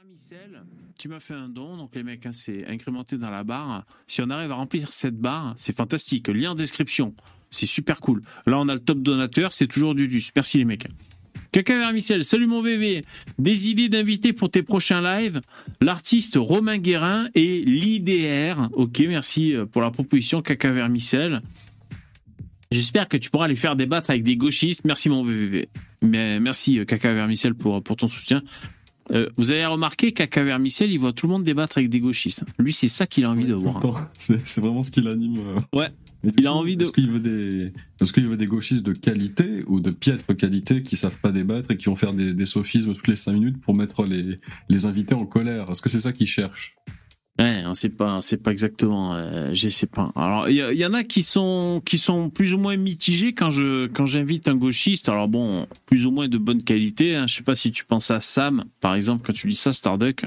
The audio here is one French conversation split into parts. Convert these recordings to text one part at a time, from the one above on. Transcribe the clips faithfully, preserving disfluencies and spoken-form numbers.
Vermicelle, tu m'as fait un don, donc les mecs, hein, c'est incrémenté dans la barre. Si on arrive à remplir cette barre, c'est fantastique. Lien en description, c'est super cool. Là, on a le top donateur, c'est toujours du dus. Merci les mecs. Caca Vermicelle, salut mon bébé. Des idées d'invités pour tes prochains lives. L'artiste Romain Guérin et l'I D R. Ok, merci pour la proposition, Caca Vermicelle. J'espère que tu pourras les faire débattre avec des gauchistes. Merci mon bébé. Mais merci Caca Vermicelle pour, pour ton soutien. Euh, vous avez remarqué, Caca Vermicelle, il voit tout le monde débattre avec des gauchistes. Lui, c'est ça qu'il a envie de voir. Hein. C'est, c'est vraiment ce qui l'anime. Ouais. Il a coup, envie de. Est-ce qu'il veut des, est-ce qu'il veut des gauchistes de qualité ou de piètre qualité qui savent pas débattre et qui vont faire des, des sophismes toutes les cinq minutes pour mettre les, les invités en colère? Est-ce que c'est ça qu'il cherche? Ouais, on sait pas, on sait pas exactement. Euh, je sais pas. Alors, il y, y en a qui sont qui sont plus ou moins mitigés quand je quand j'invite un gauchiste. Alors bon, plus ou moins de bonne qualité. Hein. Je sais pas si tu penses à Sam, par exemple, quand tu dis ça, Starduck,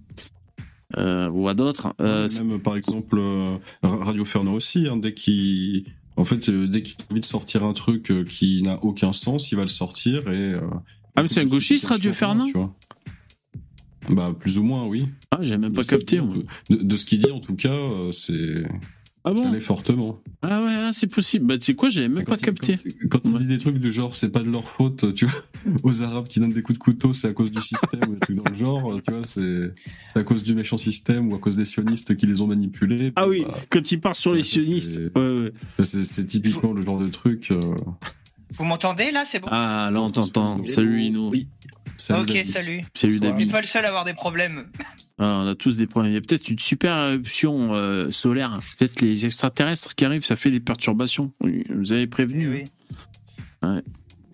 euh, ou à d'autres. Euh, Même par exemple euh, Radio Ferno aussi. Hein, dès qu'il, en fait, euh, dès qu'il a envie de sortir un truc euh, qui n'a aucun sens, il va le sortir et. Euh, ah mais c'est un gauchiste, Radio Ferno. Tu vois. Bah, plus ou moins, oui. Ah, j'ai même pas capté. De, de, de ce qu'il dit, en tout cas, euh, c'est. Ah bon? Ça l'est fortement. Ah ouais, c'est possible. Bah, tu sais quoi, j'avais même pas il, capté. Quand, quand ouais. il dit des trucs du genre, c'est pas de leur faute, tu vois, aux Arabes qui donnent des coups de couteau, c'est à cause du système, ou des trucs dans le genre, tu vois, c'est, c'est à cause du méchant système ou à cause des sionistes qui les ont manipulés. Ah oui, bah, quand il part sur ouais, les sionistes. C'est, ouais, ouais. c'est, c'est typiquement Vous... le genre de truc. Euh... Vous m'entendez là, c'est bon? Ah, là on t'entend. Salut Ino. Oui. Salut, ok, David. Salut. Salut David. Tu n'es pas le seul à avoir des problèmes. Ah, on a tous des problèmes. Il y a peut-être une super éruption euh, solaire. Peut-être les extraterrestres qui arrivent, ça fait des perturbations. Vous avez prévenu. Oui. oui. Ouais.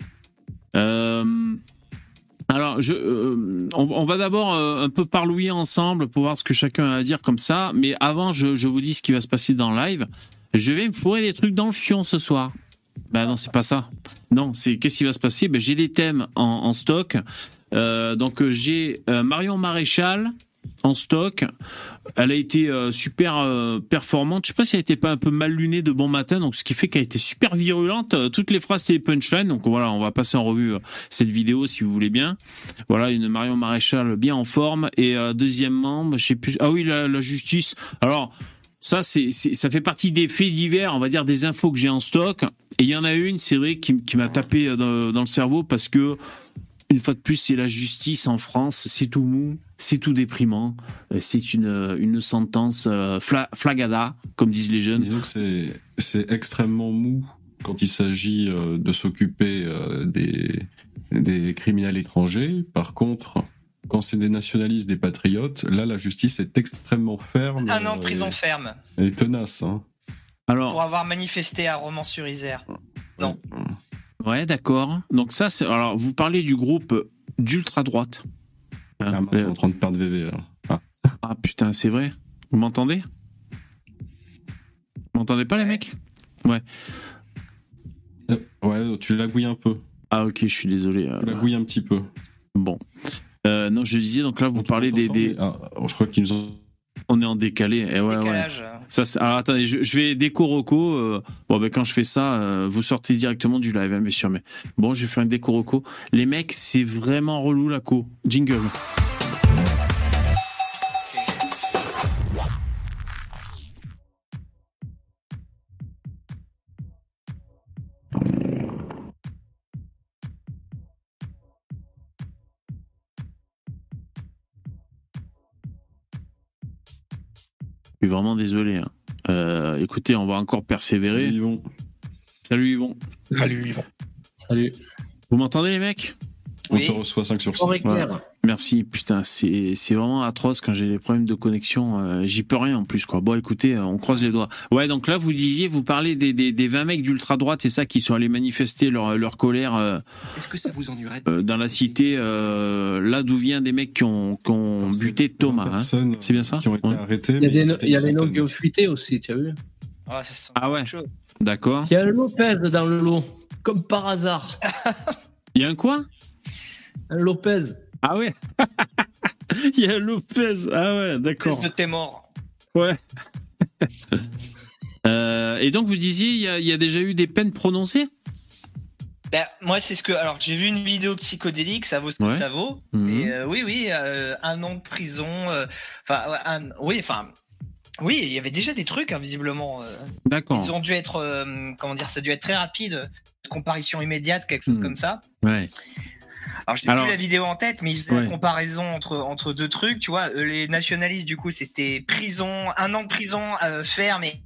Euh, alors, je, euh, on, on va d'abord euh, un peu parlouiller ensemble pour voir ce que chacun a à dire comme ça. Mais avant, je, je vous dis ce qui va se passer dans le live. Je vais me fourrer des trucs dans le fion ce soir. Ben non, c'est pas ça. Non, c'est qu'est-ce qui va se passer? Ben, j'ai des thèmes en, en stock. Euh, donc j'ai euh, Marion Maréchal en stock. Elle a été euh, super euh, performante. Je sais pas si elle était pas un peu mal lunée de bon matin, donc ce qui fait qu'elle a été super virulente. Euh, toutes les phrases, c'est les punchlines. Donc voilà, on va passer en revue euh, cette vidéo si vous voulez bien. Voilà, une Marion Maréchal bien en forme. Et euh, deuxièmement, bah, je sais plus. Ah oui, la, la justice. Alors. Ça, c'est, c'est, ça fait partie des faits divers, on va dire des infos que j'ai en stock. Et il y en a une, c'est vrai, qui, qui m'a tapé dans, dans le cerveau parce que, une fois de plus, c'est la justice en France. C'est tout mou, c'est tout déprimant. C'est une, une sentence fla, flagada, comme disent les jeunes. Disons que c'est, c'est extrêmement mou quand il s'agit de s'occuper des, des criminels étrangers. Par contre... Quand c'est des nationalistes, des patriotes, là, la justice est extrêmement ferme. Un an de prison ferme. Et tenace, hein. Alors... Pour avoir manifesté à Romans-sur-Isère. Non. Ouais, d'accord. Donc ça, c'est... Alors, vous parlez du groupe d'ultra-droite. Hein, ah, mince, euh... on est en train de perdre V V, là. Ah. ah, putain, c'est vrai. Vous m'entendez? Vous m'entendez pas, les mecs? Ouais. Euh, ouais, tu lagouilles un peu. Ah, ok, je suis désolé. Tu lagouilles un petit peu. Bon. Euh, non, je disais, donc là, vous on parlez des... des... Ah, je crois qu'ils nous ont... On est en décalé. Eh ouais, Décalage. Ouais. Ça, c'est... Alors, attendez, je, je vais déco reco. Euh... Bon, ben, quand je fais ça, euh, vous sortez directement du live, hein, bien sûr. Mais bon, je vais faire une déco reco. Les mecs, c'est vraiment relou, la co. Jingle. Je suis vraiment désolé. Hein. Euh, écoutez, on va encore persévérer. Salut Yvon. Salut Yvon. Salut Yvon. Salut. Vous m'entendez les mecs? Oui. On te reçoit cinq sur six. Ouais. Merci. Putain, c'est, c'est vraiment atroce quand j'ai des problèmes de connexion. Euh, j'y peux rien en plus, quoi. Bon, écoutez, on croise les doigts. Ouais, donc là, vous disiez, vous parlez des, des, des vingt mecs d'ultra-droite, c'est ça, qui sont allés manifester leur, leur colère euh, Est-ce que ça vous ennuierait euh, dans la cité, euh, là d'où vient des mecs qui ont, qui ont buté Thomas. Hein. C'est bien ça? Qui ont été ouais. arrêtés. Il y a des, no- il y a des noms qui ont fuité aussi, tu as vu? Ah, ça sent ah ouais, d'accord. Il y a un Lopez dans le lot, comme par hasard. Il y a un quoi? Un Lopez. Ah ouais. Il y a un Lopez. Ah ouais, d'accord. Lopez de tes morts. Ouais. euh, et donc vous disiez, il y, a, il y a déjà eu des peines prononcées? Bah, moi, c'est ce que. Alors, j'ai vu une vidéo psychodélique, ça vaut ce que Ouais. ça vaut. Mhm. Et euh, oui, oui, euh, un an de prison. Enfin, euh, un, oui, enfin. Oui, il y avait déjà des trucs, hein, visiblement. Euh, D'accord. ils ont dû être. Euh, comment dire, ça a dû être très rapide. Comparution immédiate, quelque chose Mhm. comme ça. Ouais. Alors, j'ai Alors- plus la vidéo en tête, mais ils faisaient Ouais. la comparaison entre, entre deux trucs. Tu vois, euh, les nationalistes, du coup, c'était prison, un an de prison euh, ferme et.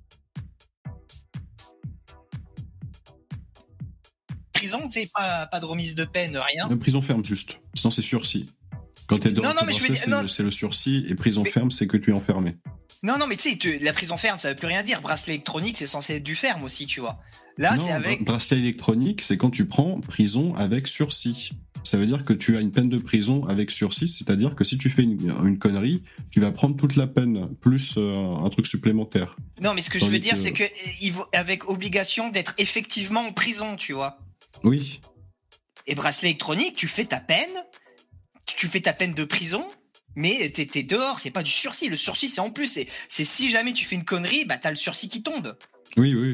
Prison, tu sais, pas, pas de remise de peine, rien. Euh, Prison ferme, juste. Sinon, c'est sursis. Quand t'es dehors, Non, non, mais je veux dire- c'est non. le, c'est le sursis, et prison Mais- ferme, c'est que tu es enfermé. Non, non, mais tu sais, tu- la prison ferme, ça veut plus rien dire. Bracelet électronique, c'est censé être du ferme aussi, tu vois. Là, non, c'est avec. bra- bracelet électronique, c'est quand tu prends prison avec sursis. Ça veut dire que tu as une peine de prison avec sursis, c'est-à-dire que si tu fais une, une connerie, tu vas prendre toute la peine, plus euh, un truc supplémentaire. Non, mais ce que je Tandis veux dire, que- c'est que il vaut- avec obligation d'être effectivement en prison, tu vois. Oui. Et bracelet électronique, tu fais ta peine, tu fais ta peine de prison, mais t'es, t'es dehors, c'est pas du sursis. Le sursis, c'est en plus, c'est, c'est si jamais tu fais une connerie, bah t'as le sursis qui tombe. Oui, oui.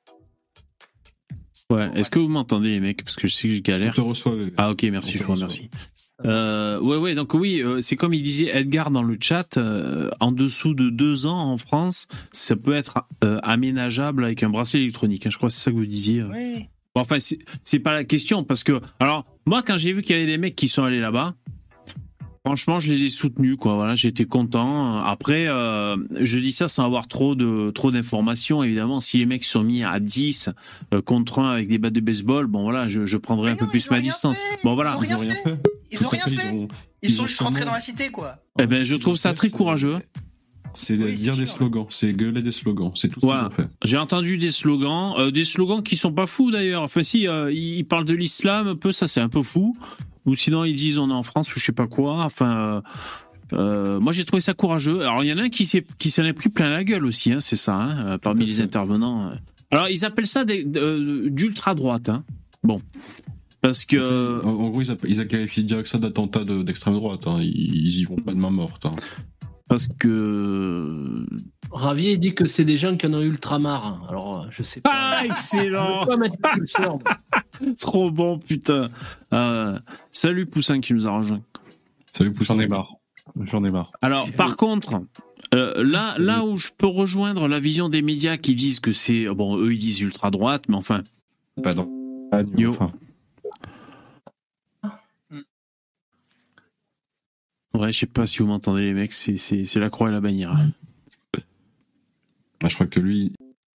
Ouais. Est-ce que vous m'entendez, les mecs? Parce que je sais que je On galère. te reçoit. Vega. Ah, ok, merci, On te je vous reçoit. remercie. Euh, ouais, ouais, donc oui, euh, c'est comme il disait Edgar dans le chat, euh, en dessous de deux ans en France, ça peut être euh, aménageable avec un bracelet électronique. Hein, je crois que c'est ça que vous disiez. euh. Oui. Bon, enfin, c'est, c'est pas la question, parce que, alors, moi, quand j'ai vu qu'il y avait des mecs qui sont allés là-bas, franchement, je les ai soutenus, quoi. Voilà, j'étais content. Après, euh, je dis ça sans avoir trop de trop d'informations, évidemment. Si les mecs sont mis à dix euh, contre un avec des battes de baseball, bon, voilà, je, je prendrai Mais un peu non, plus ils ont ma rien distance. fait. Bon, Ils voilà. ont rien Ils ont rien fait. fait. Ils Tout ont à rien fait, fait. ont- Ils sont ont juste rentrés seulement- dans la cité, quoi. Eh ben, je Ce qu'ils trouve ont ça fait, très c'est- courageux. C'est Oui, dire c'est des sûr. slogans, c'est gueuler des slogans, c'est tout ce Voilà. qu'ils ont fait. J'ai entendu des slogans, euh, des slogans qui sont pas fous d'ailleurs. Enfin, si, euh, ils parlent de l'islam un peu, ça c'est un peu fou. Ou sinon, ils disent on est en France ou je sais pas quoi. Enfin, euh, euh, moi j'ai trouvé ça courageux. Alors, il y en a un qui s'est qui s'en est pris plein la gueule aussi, hein, c'est ça, hein, euh, parmi Tout à les fait. intervenants. Alors, ils appellent ça des, de- d'ultra droite. Hein. Bon, parce que En, en gros, ils, app- ils qualifient direct ça d'attentat de- d'extrême droite. Hein. Ils, ils y vont pas de main morte. Hein. parce que Ravier il dit que c'est des gens qui en ont eu ultramar. Alors, euh, je sais pas. ah Je excellent, veux pas mettre le curseur, moi. trop bon putain. Euh, salut Poussin qui nous a rejoint. Salut Poussin. J'en ai marre. J'en ai marre. Alors, par contre, euh, là, là où je peux rejoindre la vision des médias qui disent que c'est bon, eux ils disent ultra droite, mais enfin, Pas dans. Yo. Enfin, ouais, je sais pas si vous m'entendez les mecs, c'est c'est c'est la croix et la bannière. Ah, je crois que lui,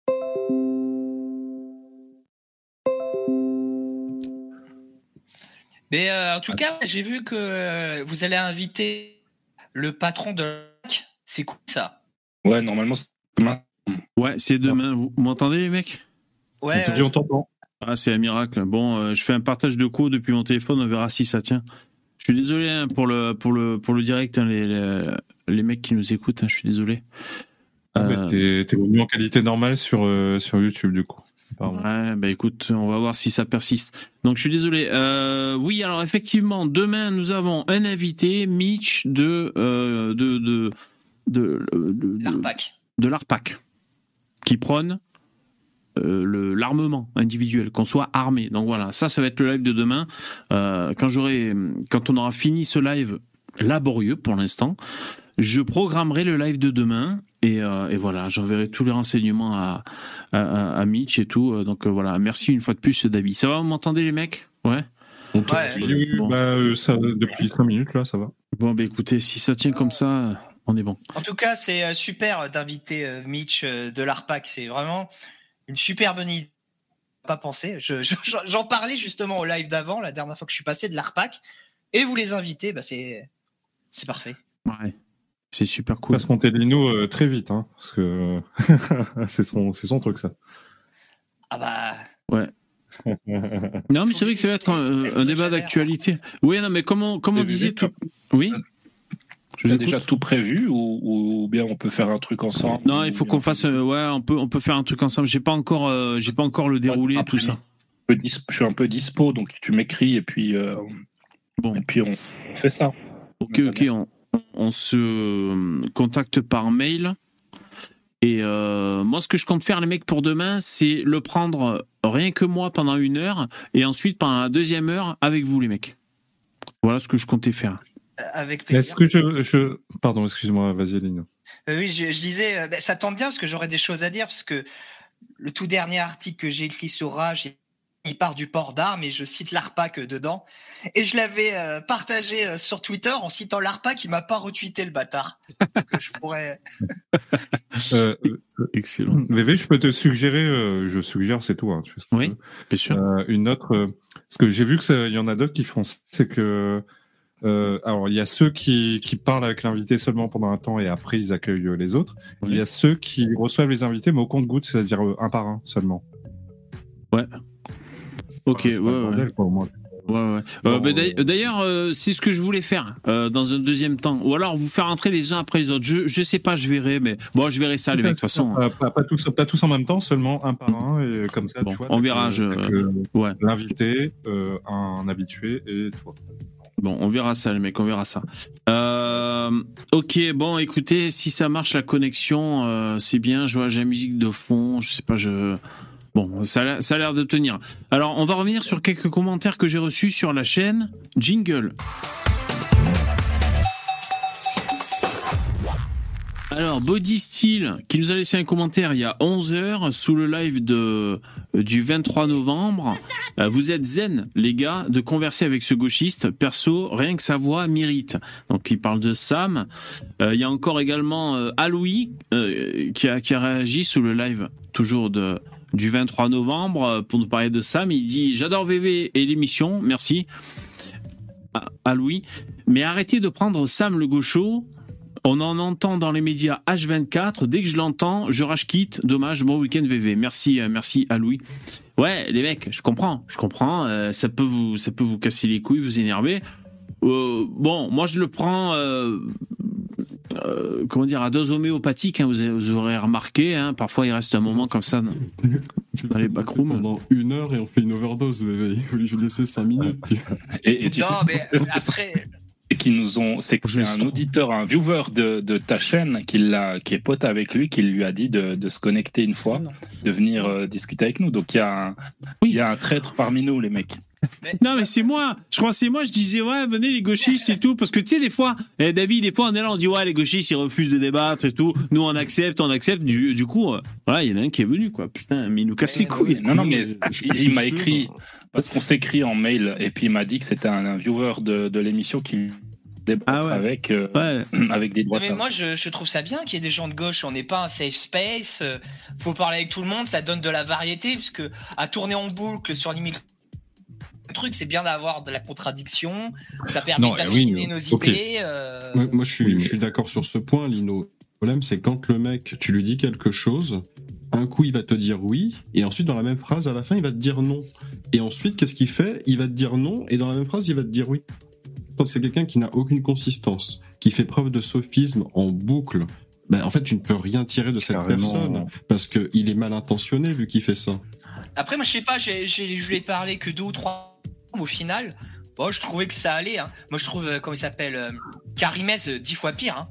Mais euh, en tout cas, j'ai vu que euh, vous allez inviter le patron de l'A C. C'est cool ça. Ouais, normalement, c'est demain. Ouais, c'est demain. Vous, vous m'entendez les mecs? Ouais. on te dit, euh, on t'entend. Ah, c'est un miracle. Bon, euh, je fais un partage de co depuis mon téléphone, on verra si ça tient. Je suis désolé hein, pour le pour le pour le direct, hein, les, les les mecs qui nous écoutent, hein, je suis désolé. Ah, mais Euh, T'es t'es venu en qualité normale sur, euh, sur YouTube, du coup. Pardon. Ouais, bah écoute, on va voir si ça persiste. Donc je suis désolé. Euh, oui, alors effectivement, demain nous avons un invité, Mitch de euh, de de de, de, de, l'ARPAC. de l'ARPAC, qui prône euh, le l'armement individuel, qu'on soit armé. Donc voilà, ça, ça va être le live de demain. Euh, quand j'aurai, quand on aura fini ce live laborieux pour l'instant, je programmerai le live de demain. Et, euh, et voilà, j'enverrai tous les renseignements à, à, à Mitch et tout. Donc euh, voilà, merci une fois de plus, Dabi. Ça va, vous m'entendez les mecs? Ouais. on te Ouais. reçoit. Oui, oui, Bon. bah, euh, ça, depuis cinq minutes, là, ça va. Bon, bah écoutez, si ça tient comme ça, on est bon. En tout cas, c'est euh, super d'inviter euh, Mitch euh, de l'ARPAC. C'est vraiment une super bonne idée. Pas pensé. Je, je- j'en parlais justement au live d'avant, la dernière fois que je suis passé de l'ARPAC. Et vous les invitez, bah c'est c'est parfait. Ouais. C'est super On cool. va se monter Lino euh, très vite, hein, parce que c'est son, c'est son truc, ça. Ah bah. Ouais. Non, mais c'est vrai que ça va être un, un débat d'actualité. Oui, non, mais comme on, comme on Et disait Vivek, tout. Oui. Je Tu vous as écoute. déjà tout prévu ou, ou bien on peut faire un truc ensemble? Non, il faut Ou qu'on bien- fasse. euh, ouais, on peut, on peut faire un truc ensemble. J'ai pas encore, euh, j'ai pas encore le déroulé, Après, tout ça. Je suis dis- je suis un peu dispo, donc tu m'écris et puis, euh, Bon. et puis on, on fait ça. Ok, ok. On, on se euh, contacte par mail. Et euh, moi, ce que je compte faire, les mecs, pour demain, c'est le prendre rien que moi pendant une heure et ensuite pendant la deuxième heure avec vous, les mecs. Voilà ce que je comptais faire. Avec plaisir. Est-ce que je, je... Pardon, excuse-moi, vas-y, Lino. Euh, oui, je, je disais, euh, bah, ça tombe bien parce que j'aurais des choses à dire parce que le tout dernier article que j'ai écrit sur Rage, il part du port d'armes et je cite l'ARPAC dedans. Et je l'avais euh, partagé euh, sur Twitter en citant l'ARPAC, il m'a pas retweeté le bâtard. Donc je pourrais. euh, Excellent. V V, je peux te suggérer, euh, je suggère, c'est tout. Hein, tu fais ce que Oui, tu veux. bien sûr. Euh, une autre, euh, parce que j'ai vu que ça, il y en a d'autres qui font, c'est que, euh, alors il y a ceux qui, qui parlent avec l'invité seulement pendant un temps et après ils accueillent euh, les autres. Oui. Il y a ceux qui reçoivent les invités mais au compte-gouttes, c'est-à-dire euh, un par un seulement. Ouais. Ok, Enfin, c'est ouais, pas le ouais. bordel, quoi, au moins. Ouais, ouais. Bon, Euh, bah, d'ailleurs, euh, d'ailleurs, euh, c'est ce que je voulais faire euh, dans un deuxième temps. Ou alors vous faire entrer les uns après les autres. Je, je sais pas, je verrai, mais bon, je verrai ça, les mecs, de toute façon. Pas, pas, pas, tous, pas tous en même temps, seulement un par un, et comme ça, Bon, tu vois. on t'as verra, que- je- t'as que Ouais. L'invité, euh, un habitué et toi. Bon, on verra ça, les mecs, on verra ça. Euh, ok, bon, écoutez, si ça marche la connexion, euh, c'est bien. Je vois, j'ai la musique de fond. Je sais pas, je. Bon, ça a, l'air- ça a l'air de tenir. Alors, on va revenir sur quelques commentaires que j'ai reçus sur la chaîne. Jingle. Alors, Body Steel, qui nous a laissé un commentaire il y a onze heures sous le live de, du vingt-trois novembre. Euh, Vous êtes zen, les gars, de converser avec ce gauchiste. Perso, rien que sa voix mérite. Donc, il parle de Sam. Euh, il y a encore également euh, Aloui, euh, qui, a, qui a réagi sous le live, toujours de, du vingt-trois novembre, euh, pour nous parler de Sam. Il dit « J'adore V V et l'émission, merci. » Aloui. Mais arrêtez de prendre Sam le gaucho. On en entend dans les médias H vingt-quatre. Dès que je l'entends, je rage quitte. Dommage, bon week-end V V. Merci, euh, merci à Louis. Ouais, les mecs, je comprends, je comprends. Euh, ça peut vous, ça peut vous casser les couilles, vous énerver. Euh, bon, moi je le prends, euh, euh, comment dire, à dose homéopathique. Hein, vous, avez- vous aurez remarqué. Hein, parfois, il reste un moment comme ça. Dans les backrooms. Pendant une heure et on fait une overdose. Il faut lui laisser cinq minutes. Et, et tu Non, sais, mais c'est- c'est- après. c'est qui nous ont, c'est que Je c'est un laisse auditeur, un viewer de, de ta chaîne qui l'a, qui est pote avec lui, qui lui a dit de, de se connecter une fois, Non. de venir euh, discuter avec nous. Donc il y a un, Oui. il y a un traître parmi nous, les mecs. Non, mais c'est moi. Je crois que c'est moi. Je disais, ouais, venez les gauchistes et tout. Parce que tu sais, des fois, eh, David, des fois, on est là, on dit, ouais, les gauchistes, ils refusent de débattre et tout. Nous, on accepte, on accepte. Du, du coup, euh, voilà, il y en a un qui est venu, quoi. Putain, mais il nous casse les Mais couilles. Non, non, mais je- je il, suis il m'a sûr. écrit, parce qu'on s'écrit en mail, et puis il m'a dit que c'était un, un viewer de, de l'émission qui débat Ah ouais. avec, euh, Ouais. avec des Non, droits. mais moi, je, je trouve ça bien qu'il y ait des gens de gauche. On n'est pas un safe space. euh, faut parler avec tout le monde. Ça donne de la variété. Parce que à tourner en boucle sur l'immigration, le truc, c'est bien d'avoir de la contradiction. Ça permet Non, d'affiner oui, nos ok. idées. euh, Moi, moi, je suis, Oui, mais- je suis d'accord sur ce point, Lino. Le problème, c'est quand le mec, tu lui dis quelque chose, un coup, il va te dire oui, et ensuite, dans la même phrase, à la fin, il va te dire non. Et ensuite, qu'est-ce qu'il fait? Il va te dire non, et dans la même phrase, il va te dire oui. Quand c'est quelqu'un qui n'a aucune consistance, qui fait preuve de sophisme en boucle, ben, en fait, tu ne peux rien tirer de cette Carrément. personne, parce qu'il est mal intentionné, vu qu'il fait ça. Après, moi, je sais pas. J'ai, j'ai, je lui ai parlé que deux ou trois au final. Bon, je trouvais que ça allait. Hein. Moi, je trouve, euh, comment il s'appelle, euh, Karimez, euh, dix fois pire. Hein.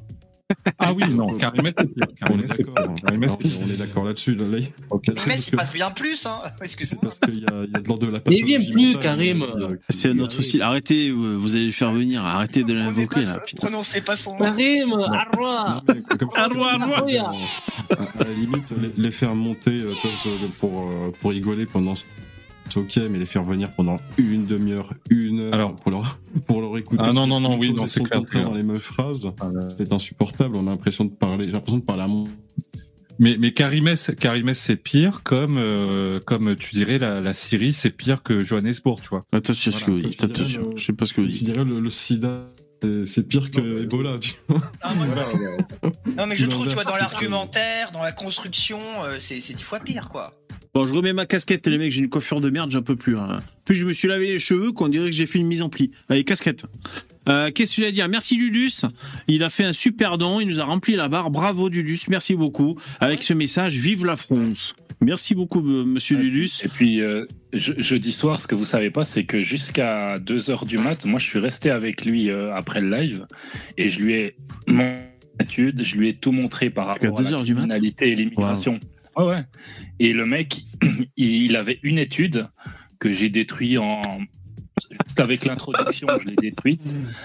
Ah oui, non, Karimès, c'est pire. On est Karimès, c'est d'accord. pire. Karimès, Alors, c'est pire. on est d'accord là-dessus. Là, là, Ok. Karimez, parce il que- passe bien plus. Hein. C'est Excuse-moi. parce qu'il y a, il y a de l'ordre de la Mais il pathologie vient plus, mentale, Karim. euh, C'est notre style. Arrêtez, euh, vous allez le faire venir. Arrêtez de Prenez l'invoquer, pas là. ça- Putain. Prononcez pas son nom. Karim, Non, arroi. mais comme ça, Arroi, comme ça, arroi. euh, à, à la limite, les, les faire monter euh, pour, pour, euh, pour rigoler pendant. C'est ok, mais les faire venir pendant une demi-heure, une heure, Alors. pour leur, pour leur écouter. Ah non, non, non, une oui, chose non, et c'est son clair, contraire c'est dans les mêmes phrases, Euh, c'est insupportable. On a l'impression de parler, j'ai l'impression de parler à mon. Mais, mais Karimès, Karimès, c'est pire, comme, euh, comme tu dirais, la, la Syrie, c'est pire que Johannesburg, tu vois. Attention à ce que vous Voilà. dites. Attention. Je sais pas ce que vous Je dites. dirais le, le sida, c'est- c'est pire que Ebola, tu vois. Non, moi, non, mais je Tout trouve, tu vois, dans l'inverse, l'argumentaire, dans la construction, euh, c'est, c'est dix fois pire, quoi. Bon, je remets ma casquette, les mecs. J'ai une coiffure de merde, j'en peux plus. Hein. Plus je me suis lavé les cheveux, qu'on dirait que j'ai fait une mise en pli. Allez, casquette. Euh, Qu'est-ce que j'allais dire? Merci Ludus. Il a fait un super don. Il nous a rempli la barre. Bravo Ludus. Merci beaucoup. Avec ce message, vive la France. Merci beaucoup, euh, monsieur Ludus. Et puis, euh, je, jeudi soir, ce que vous savez pas, c'est que jusqu'à deux heures du mat, moi, je suis resté avec lui euh, après le live et je lui ai étude, je lui ai tout montré par rapport à la criminalité et l'immigration. Wow. Ouais, ouais. Et le mec, il avait une étude que j'ai détruite en... Juste avec l'introduction, je l'ai détruite.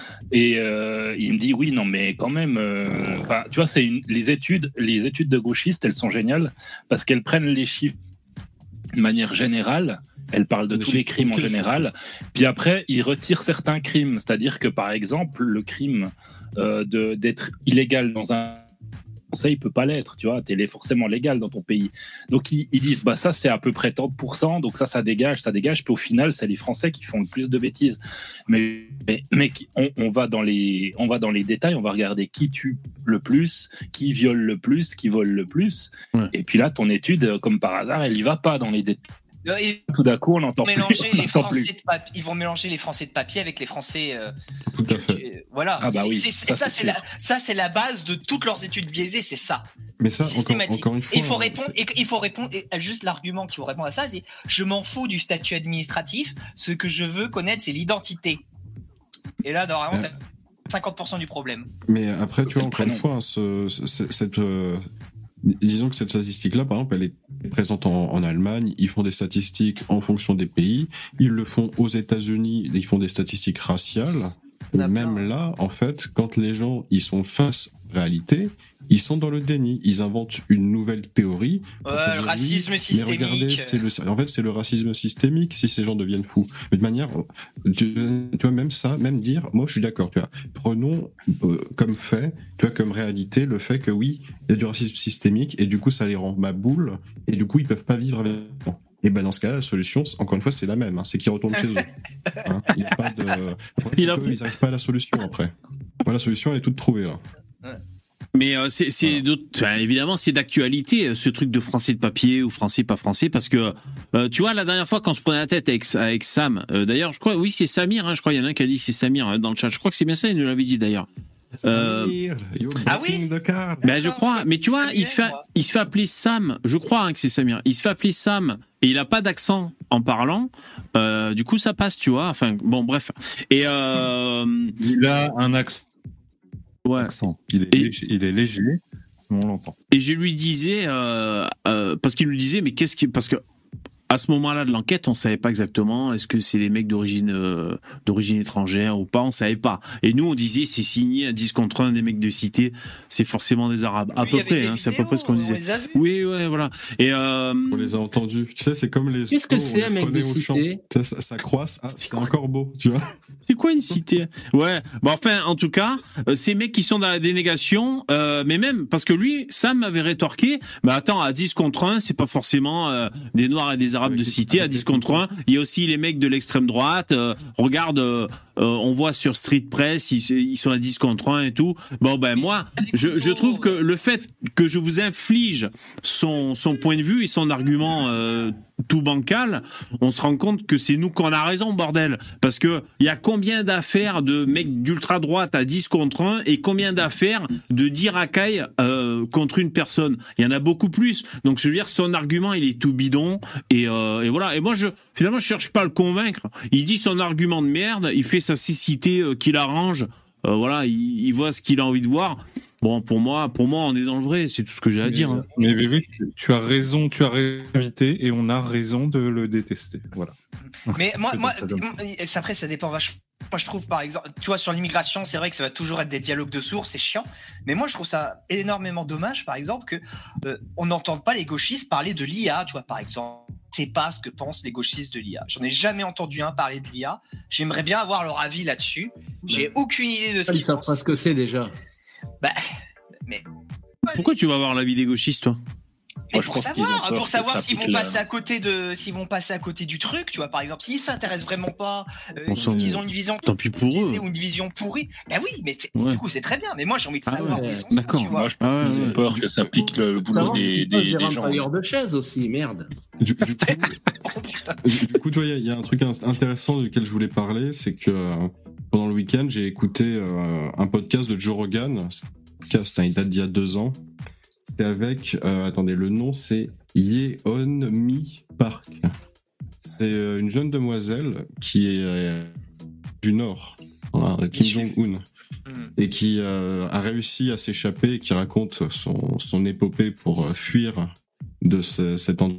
Et euh, il me dit, oui, non, mais quand même... Euh... Enfin, tu vois, c'est une... les, études, les études de gauchistes, elles sont géniales parce qu'elles prennent les chiffres de manière générale. Elle parle de les tous les crimes en général. Puis après, ils retirent certains crimes. C'est-à-dire que, par exemple, le crime euh, de, d'être illégal dans un français, il peut pas l'être. Tu vois, t'es forcément légal dans ton pays. Donc, ils, ils disent, bah ça, c'est à peu près tant pour cent. Donc ça, ça dégage, ça dégage. Puis au final, c'est les Français qui font le plus de bêtises. Mais, mais mec, on, on, va dans les, on va dans les détails. On va regarder qui tue le plus, qui viole le plus, qui vole le plus. Ouais. Et puis là, ton étude, comme par hasard, elle y va pas dans les détails. Et tout d'un coup, on entend mélanger plus. les Français de papier, ils vont mélanger les Français de papier avec les Français. Euh, tout à fait. Euh, voilà. Ah bah c'est, oui, c'est, ça, ça, c'est, c'est la, ça, c'est la base de toutes leurs études biaisées, c'est ça. Mais ça, systématique. Encore, encore une fois, et il faut répondre. Et il faut répondre. Et juste l'argument qu'il faut répondre à ça, c'est je m'en fous du statut administratif. Ce que je veux connaître, c'est l'identité. Et là, normalement, t'as cinquante pour cent du problème. Mais après, tu vois, encore une fois, ce, ce, cette euh, disons que cette statistique-là, par exemple, elle est présente en, en Allemagne. Ils font des statistiques en fonction des pays. Ils le font aux États-Unis. Ils font des statistiques raciales. Et même là, en fait, quand les gens ils sont face à la réalité, ils sont dans le déni. Ils inventent une nouvelle théorie. Ouais, le dire, racisme oui, systémique. Mais regardez, c'est le, en fait, c'est le racisme systémique si ces gens deviennent fous. Mais de manière, tu, tu vois, même ça, même dire, moi, je suis d'accord, tu vois. Prenons euh, comme fait, tu vois, comme réalité, le fait que oui, il y a du racisme systémique et du coup, ça les rend ma boule et du coup, ils peuvent pas vivre avec moi. Et ben dans ce cas-là, la solution, encore une fois, c'est la même, hein, c'est qu'ils retournent chez eux. Hein, il y a pas de, il a... ils n'arrivent pas à la solution après. Voilà, la solution, elle est toute trouvée là. Ouais. Mais euh, c'est, c'est voilà. enfin, évidemment, c'est d'actualité ce truc de français de papier ou français pas français, parce que euh, tu vois, la dernière fois qu'on se prenait la tête avec, avec Sam, euh, d'ailleurs, je crois, oui, c'est Samir, hein, je crois, il y en a un qui a dit c'est Samir hein, dans le chat. Je crois que c'est bien ça, il nous l'avait dit d'ailleurs. Euh, ah oui, ben je crois, mais tu vois, il se fait, il se fait appeler Sam. Je crois hein, que c'est Samir. Il se fait appeler Sam et il a pas d'accent en parlant. Euh, du coup, ça passe, tu vois. Enfin, bon, bref. Et euh, il a un accent. Ouais. Accent. Il est, et, léger, il est léger. On l'entend. Et je lui disais, euh, euh, parce qu'il nous disait, mais qu'est-ce qui, parce que à ce moment-là de l'enquête, on savait pas exactement est-ce que c'est des mecs d'origine euh, d'origine étrangère ou pas, on savait pas. Et nous on disait c'est signé à dix contre un des mecs de cité, c'est forcément des Arabes. À peu près, hein, c'est à peu près ce qu'on disait. Oui, ouais, voilà. Et euh... on les a entendus. Tu sais, c'est comme les. Qu'est-ce que c'est un mec de cité ? Ça, ça, ça croise. Ah, c'est, c'est un corbeau, tu vois. C'est quoi une cité ? Ouais. Bon, enfin, en tout cas, euh, ces mecs qui sont dans la dénégation, euh, mais même parce que lui, Sam m'avait rétorqué. Bah attends, à dix contre un, c'est pas forcément euh, des Noirs et des Arabes de cité à dix contre un. Il y a aussi les mecs de l'extrême droite. Euh, regarde, euh, euh, on voit sur Street Press, ils, ils sont à dix contre un et tout. Bon ben moi, je, je trouve que le fait que je vous inflige son son point de vue et son argument euh, tout bancal, on se rend compte que c'est nous qu'on a raison, bordel. Parce que il y a combien d'affaires de mecs d'ultra droite à dix contre un et combien d'affaires de d'Irakai euh, contre une personne. Il y en a beaucoup plus. Donc je veux dire, son argument, il est tout bidon et, euh, et voilà. Et moi, je finalement, je cherche pas à le convaincre. Il dit son argument de merde, il fait sa cécité euh, qu'il arrange. Euh, voilà, il, il voit ce qu'il a envie de voir. Bon, pour moi, pour moi, on est dans le vrai. C'est tout ce que j'ai à mais, dire. Hein. Mais Véry, tu as raison, tu as raison et on a raison de le détester. Voilà. Mais moi, moi, après, ça dépend vachement. Moi, je trouve, par exemple, tu vois, sur l'immigration, c'est vrai que ça va toujours être des dialogues de sourds, c'est chiant. Mais moi, je trouve ça énormément dommage, par exemple, que euh, on n'entende pas les gauchistes parler de l'I A, tu vois, par exemple. C'est pas ce que pensent les gauchistes de l'I A. J'en ai jamais entendu un parler de l'I A. J'aimerais bien avoir leur avis là-dessus. J'ai bah, aucune idée de ce qu'ils Ils savent pas ce que c'est déjà. Bah, mais pourquoi tu vas voir l'avis des gauchistes, toi ? Mais pour savoir, pour savoir s'ils vont passer à côté de, s'ils vont passer à côté du truc, tu vois, par exemple, s'ils s'intéressent vraiment pas, euh, qu'ils ont une vision, tant pis pour eux, ou une vision pourrie, ben oui, mais ouais. du coup c'est très bien, mais moi j'ai envie de savoir ah ouais, où ils sont. D'accord. Tu vois. Moi je pense ah ouais, qu'ils ont peur que ça pique le boulot des, des, des, des gens. Tailleur de chaise aussi, merde. Du, du coup, du, du coup, toi, il y, y a un truc intéressant duquel je voulais parler, c'est que euh, pendant le week-end, j'ai écouté euh, un podcast de Joe Rogan. Ce podcast, hein, il date d'il y a deux ans. C'est avec, euh, attendez, le nom c'est Yeon-mi Park. C'est euh, une jeune demoiselle qui est euh, du Nord. Voilà. Kim Jong-un, et qui euh, a réussi à s'échapper, et qui raconte son, son épopée pour euh, fuir de ce, cet endroit.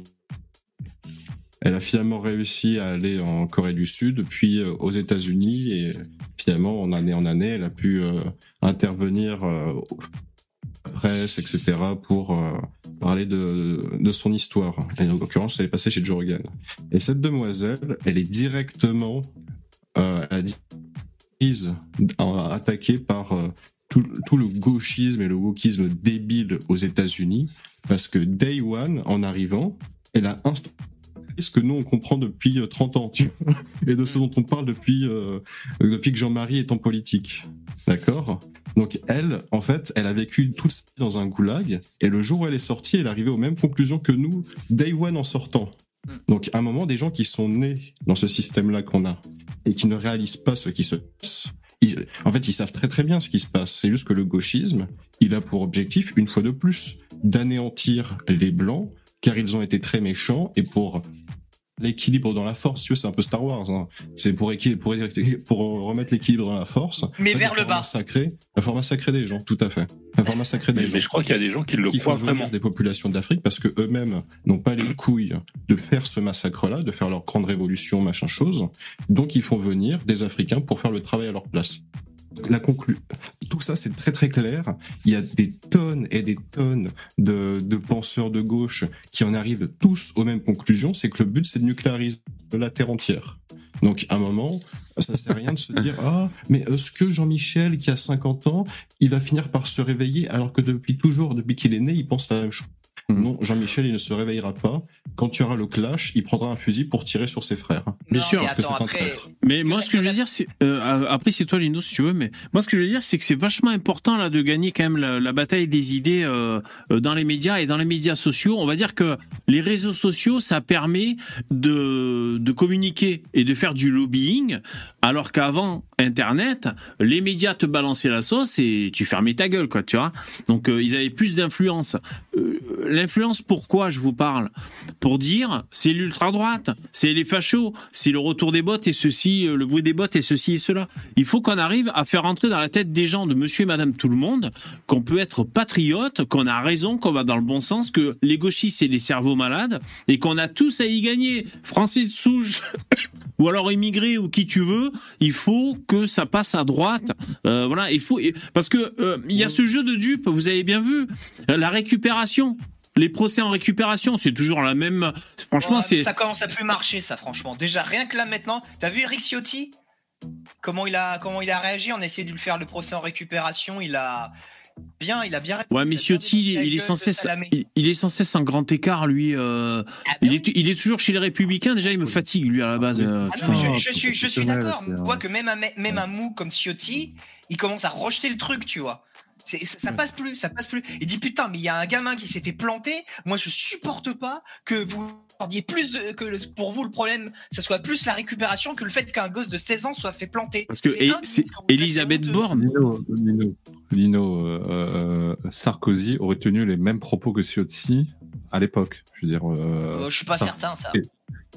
Elle a finalement réussi à aller en Corée du Sud, puis euh, aux États-Unis, et finalement, en année en année, elle a pu euh, intervenir euh, presse, et cetera, pour euh, parler de, de son histoire. Et en l'occurrence, elle est passée chez Joe Rogan. Et cette demoiselle, elle est directement euh, elle a dit, attaquée par euh, tout, tout le gauchisme et le wokisme débile aux États-Unis, parce que Day One, en arrivant, elle a installé ce que nous on comprend depuis trente ans, tu vois, et de ce dont on parle depuis euh, depuis que Jean-Marie est en politique. D'accord ? Donc elle, en fait, elle a vécu toute sa vie dans un goulag, et le jour où elle est sortie, elle est arrivée aux mêmes conclusions que nous, Day One en sortant. Donc à un moment, des gens qui sont nés dans ce système-là qu'on a, et qui ne réalisent pas ce qui se passe, ils, en fait, ils savent très très bien ce qui se passe. C'est juste que le gauchisme, il a pour objectif, une fois de plus, d'anéantir les Blancs, car ils ont été très méchants, et pour l'équilibre dans la force, tu vois, c'est un peu Star Wars, hein. C'est pour, équi- pour, pour remettre l'équilibre dans la force. Mais vers le bas. Sacré, la forme sacrée des gens, tout à fait. La forme sacrée des mais, gens. Mais je crois qu'il y a des gens qui le qui croient font vraiment. Des populations d'Afrique parce que eux-mêmes n'ont pas les couilles de faire ce massacre-là, de faire leur grande révolution, machin chose. Donc ils font venir des Africains pour faire le travail à leur place. La conclu... Tout ça, c'est très très clair. Il y a des tonnes et des tonnes de, de penseurs de gauche qui en arrivent tous aux mêmes conclusions. C'est que le but, c'est de nucléariser la Terre entière. Donc, à un moment, ça sert à rien de se dire « Ah, mais est-ce que Jean-Michel, qui a cinquante ans, il va finir par se réveiller alors que depuis toujours, depuis qu'il est né, il pense la même chose ?» Non, Jean-Michel, il ne se réveillera pas. Quand tu auras le clash, il prendra un fusil pour tirer sur ses frères. Bien sûr, parce que c'est attends, un après... traître. Mais moi, ce que je veux dire, c'est euh, après c'est toi, Lino, si tu veux. Mais moi, ce que je veux dire, c'est que c'est vachement important là de gagner quand même la, la bataille des idées euh, dans les médias et dans les médias sociaux. On va dire que les réseaux sociaux, ça permet de de communiquer et de faire du lobbying, alors qu'avant Internet, les médias te balançaient la sauce et tu fermais ta gueule, quoi, tu vois. Donc euh, ils avaient plus d'influence. Euh, L'influence, pourquoi je vous parle ? Pour dire, c'est l'ultra-droite, c'est les fachos, c'est le retour des bots et ceci, le bruit des bots et ceci et cela. Il faut qu'on arrive à faire entrer dans la tête des gens, de monsieur et madame tout le monde, qu'on peut être patriote, qu'on a raison, qu'on va dans le bon sens, que les gauchistes c'est les cerveaux malades et qu'on a tous à y gagner. Français de souche ou alors immigré ou qui tu veux, il faut que ça passe à droite. Euh, voilà, il faut parce que euh, il y a ce jeu de dupes, vous avez bien vu, la récupération. Les procès en récupération, c'est toujours la même. Franchement, oh, c'est. Ça commence à plus marcher, ça, franchement. Déjà, rien que là maintenant, t'as vu Eric Ciotti ? Comment il a, comment il a réagi ? On a essayé de lui faire le procès en récupération. Il a bien, il a bien. Ouais, mais Ciotti, il, il est sans cesse, il, il est sans cesse en grand écart, lui. Euh, ah, ben il oui. est, il est toujours chez les Républicains. Déjà, il me fatigue, lui, à la base. Euh, ah, non, mais je, je suis, je suis d'accord. On voit que même un, même un mou comme Ciotti, il commence à rejeter le truc, tu vois. C'est, ça passe plus, ça passe plus. Il dit putain, mais il y a un gamin qui s'est fait planter. Moi, je supporte pas que vous abordiez plus de, que le, pour vous le problème, ça soit plus la récupération que le fait qu'un gosse de seize ans soit fait planter. Parce que c'est, et, c'est Elisabeth Borne. Lino, Lino, Lino euh, euh, Sarkozy aurait tenu les mêmes propos que Ciotti à l'époque. Je veux dire. Euh, euh, je suis pas Sar- certain ça. Et...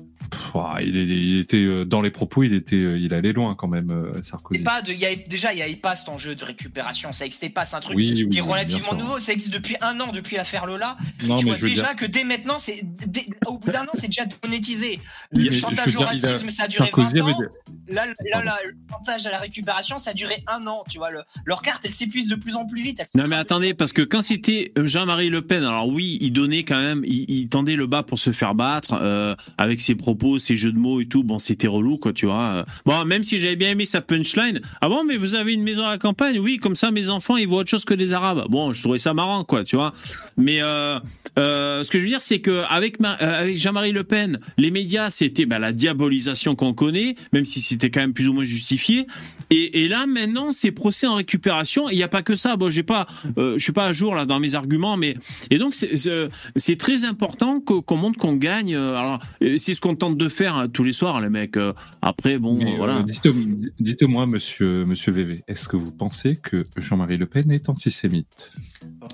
Il, il était dans les propos, il était, il allait loin quand même, Sarkozy. Et pas de, il y a, déjà, il n'y avait pas cet enjeu de récupération. Ça n'existait pas. C'est un truc oui, qui oui, est relativement nouveau. Ça existe depuis un an, depuis l'affaire Lola. Non, tu vois déjà dire... que dès maintenant, c'est, dès, au bout d'un an, c'est déjà démonétisé. Oui, le chantage au racisme, a... ça a duré Sarkozy vingt ans. Avait... Là, là, là, le chantage à la récupération, ça a duré un an. Tu vois, le, leur carte, elle s'épuise de plus en plus vite. Non, mais attendez, parce que quand c'était Jean-Marie Le Pen, alors oui, il donnait quand même, il, il tendait le bas pour se faire battre euh, avec ses propos, ses jeux de mots et tout. Bon, c'était relou, quoi, tu vois. Bon, même si j'avais bien aimé sa punchline. Ah bon, mais vous avez une maison à la campagne ? Oui, comme ça, mes enfants, ils voient autre chose que des Arabes. Bon, je trouvais ça marrant, quoi, tu vois. Mais euh, euh, ce que je veux dire, c'est que avec, ma, euh, avec Jean-Marie Le Pen, les médias, c'était bah, la diabolisation qu'on connaît, même si c'était quand même plus ou moins justifié. Et, et là, maintenant, c'est procès en récupération. Il n'y a pas que ça. Bon, j'ai pas, euh, je suis pas à jour là dans mes arguments, mais et donc c'est, c'est, c'est très important qu'on, qu'on montre qu'on gagne. Alors, c'est ce qu'on tente de faire hein, tous les soirs, les mecs. Après, bon, mais, voilà. Euh, dites, dites-moi, monsieur, monsieur V V, est-ce que vous pensez que Jean-Marie Le Pen est antisémite ?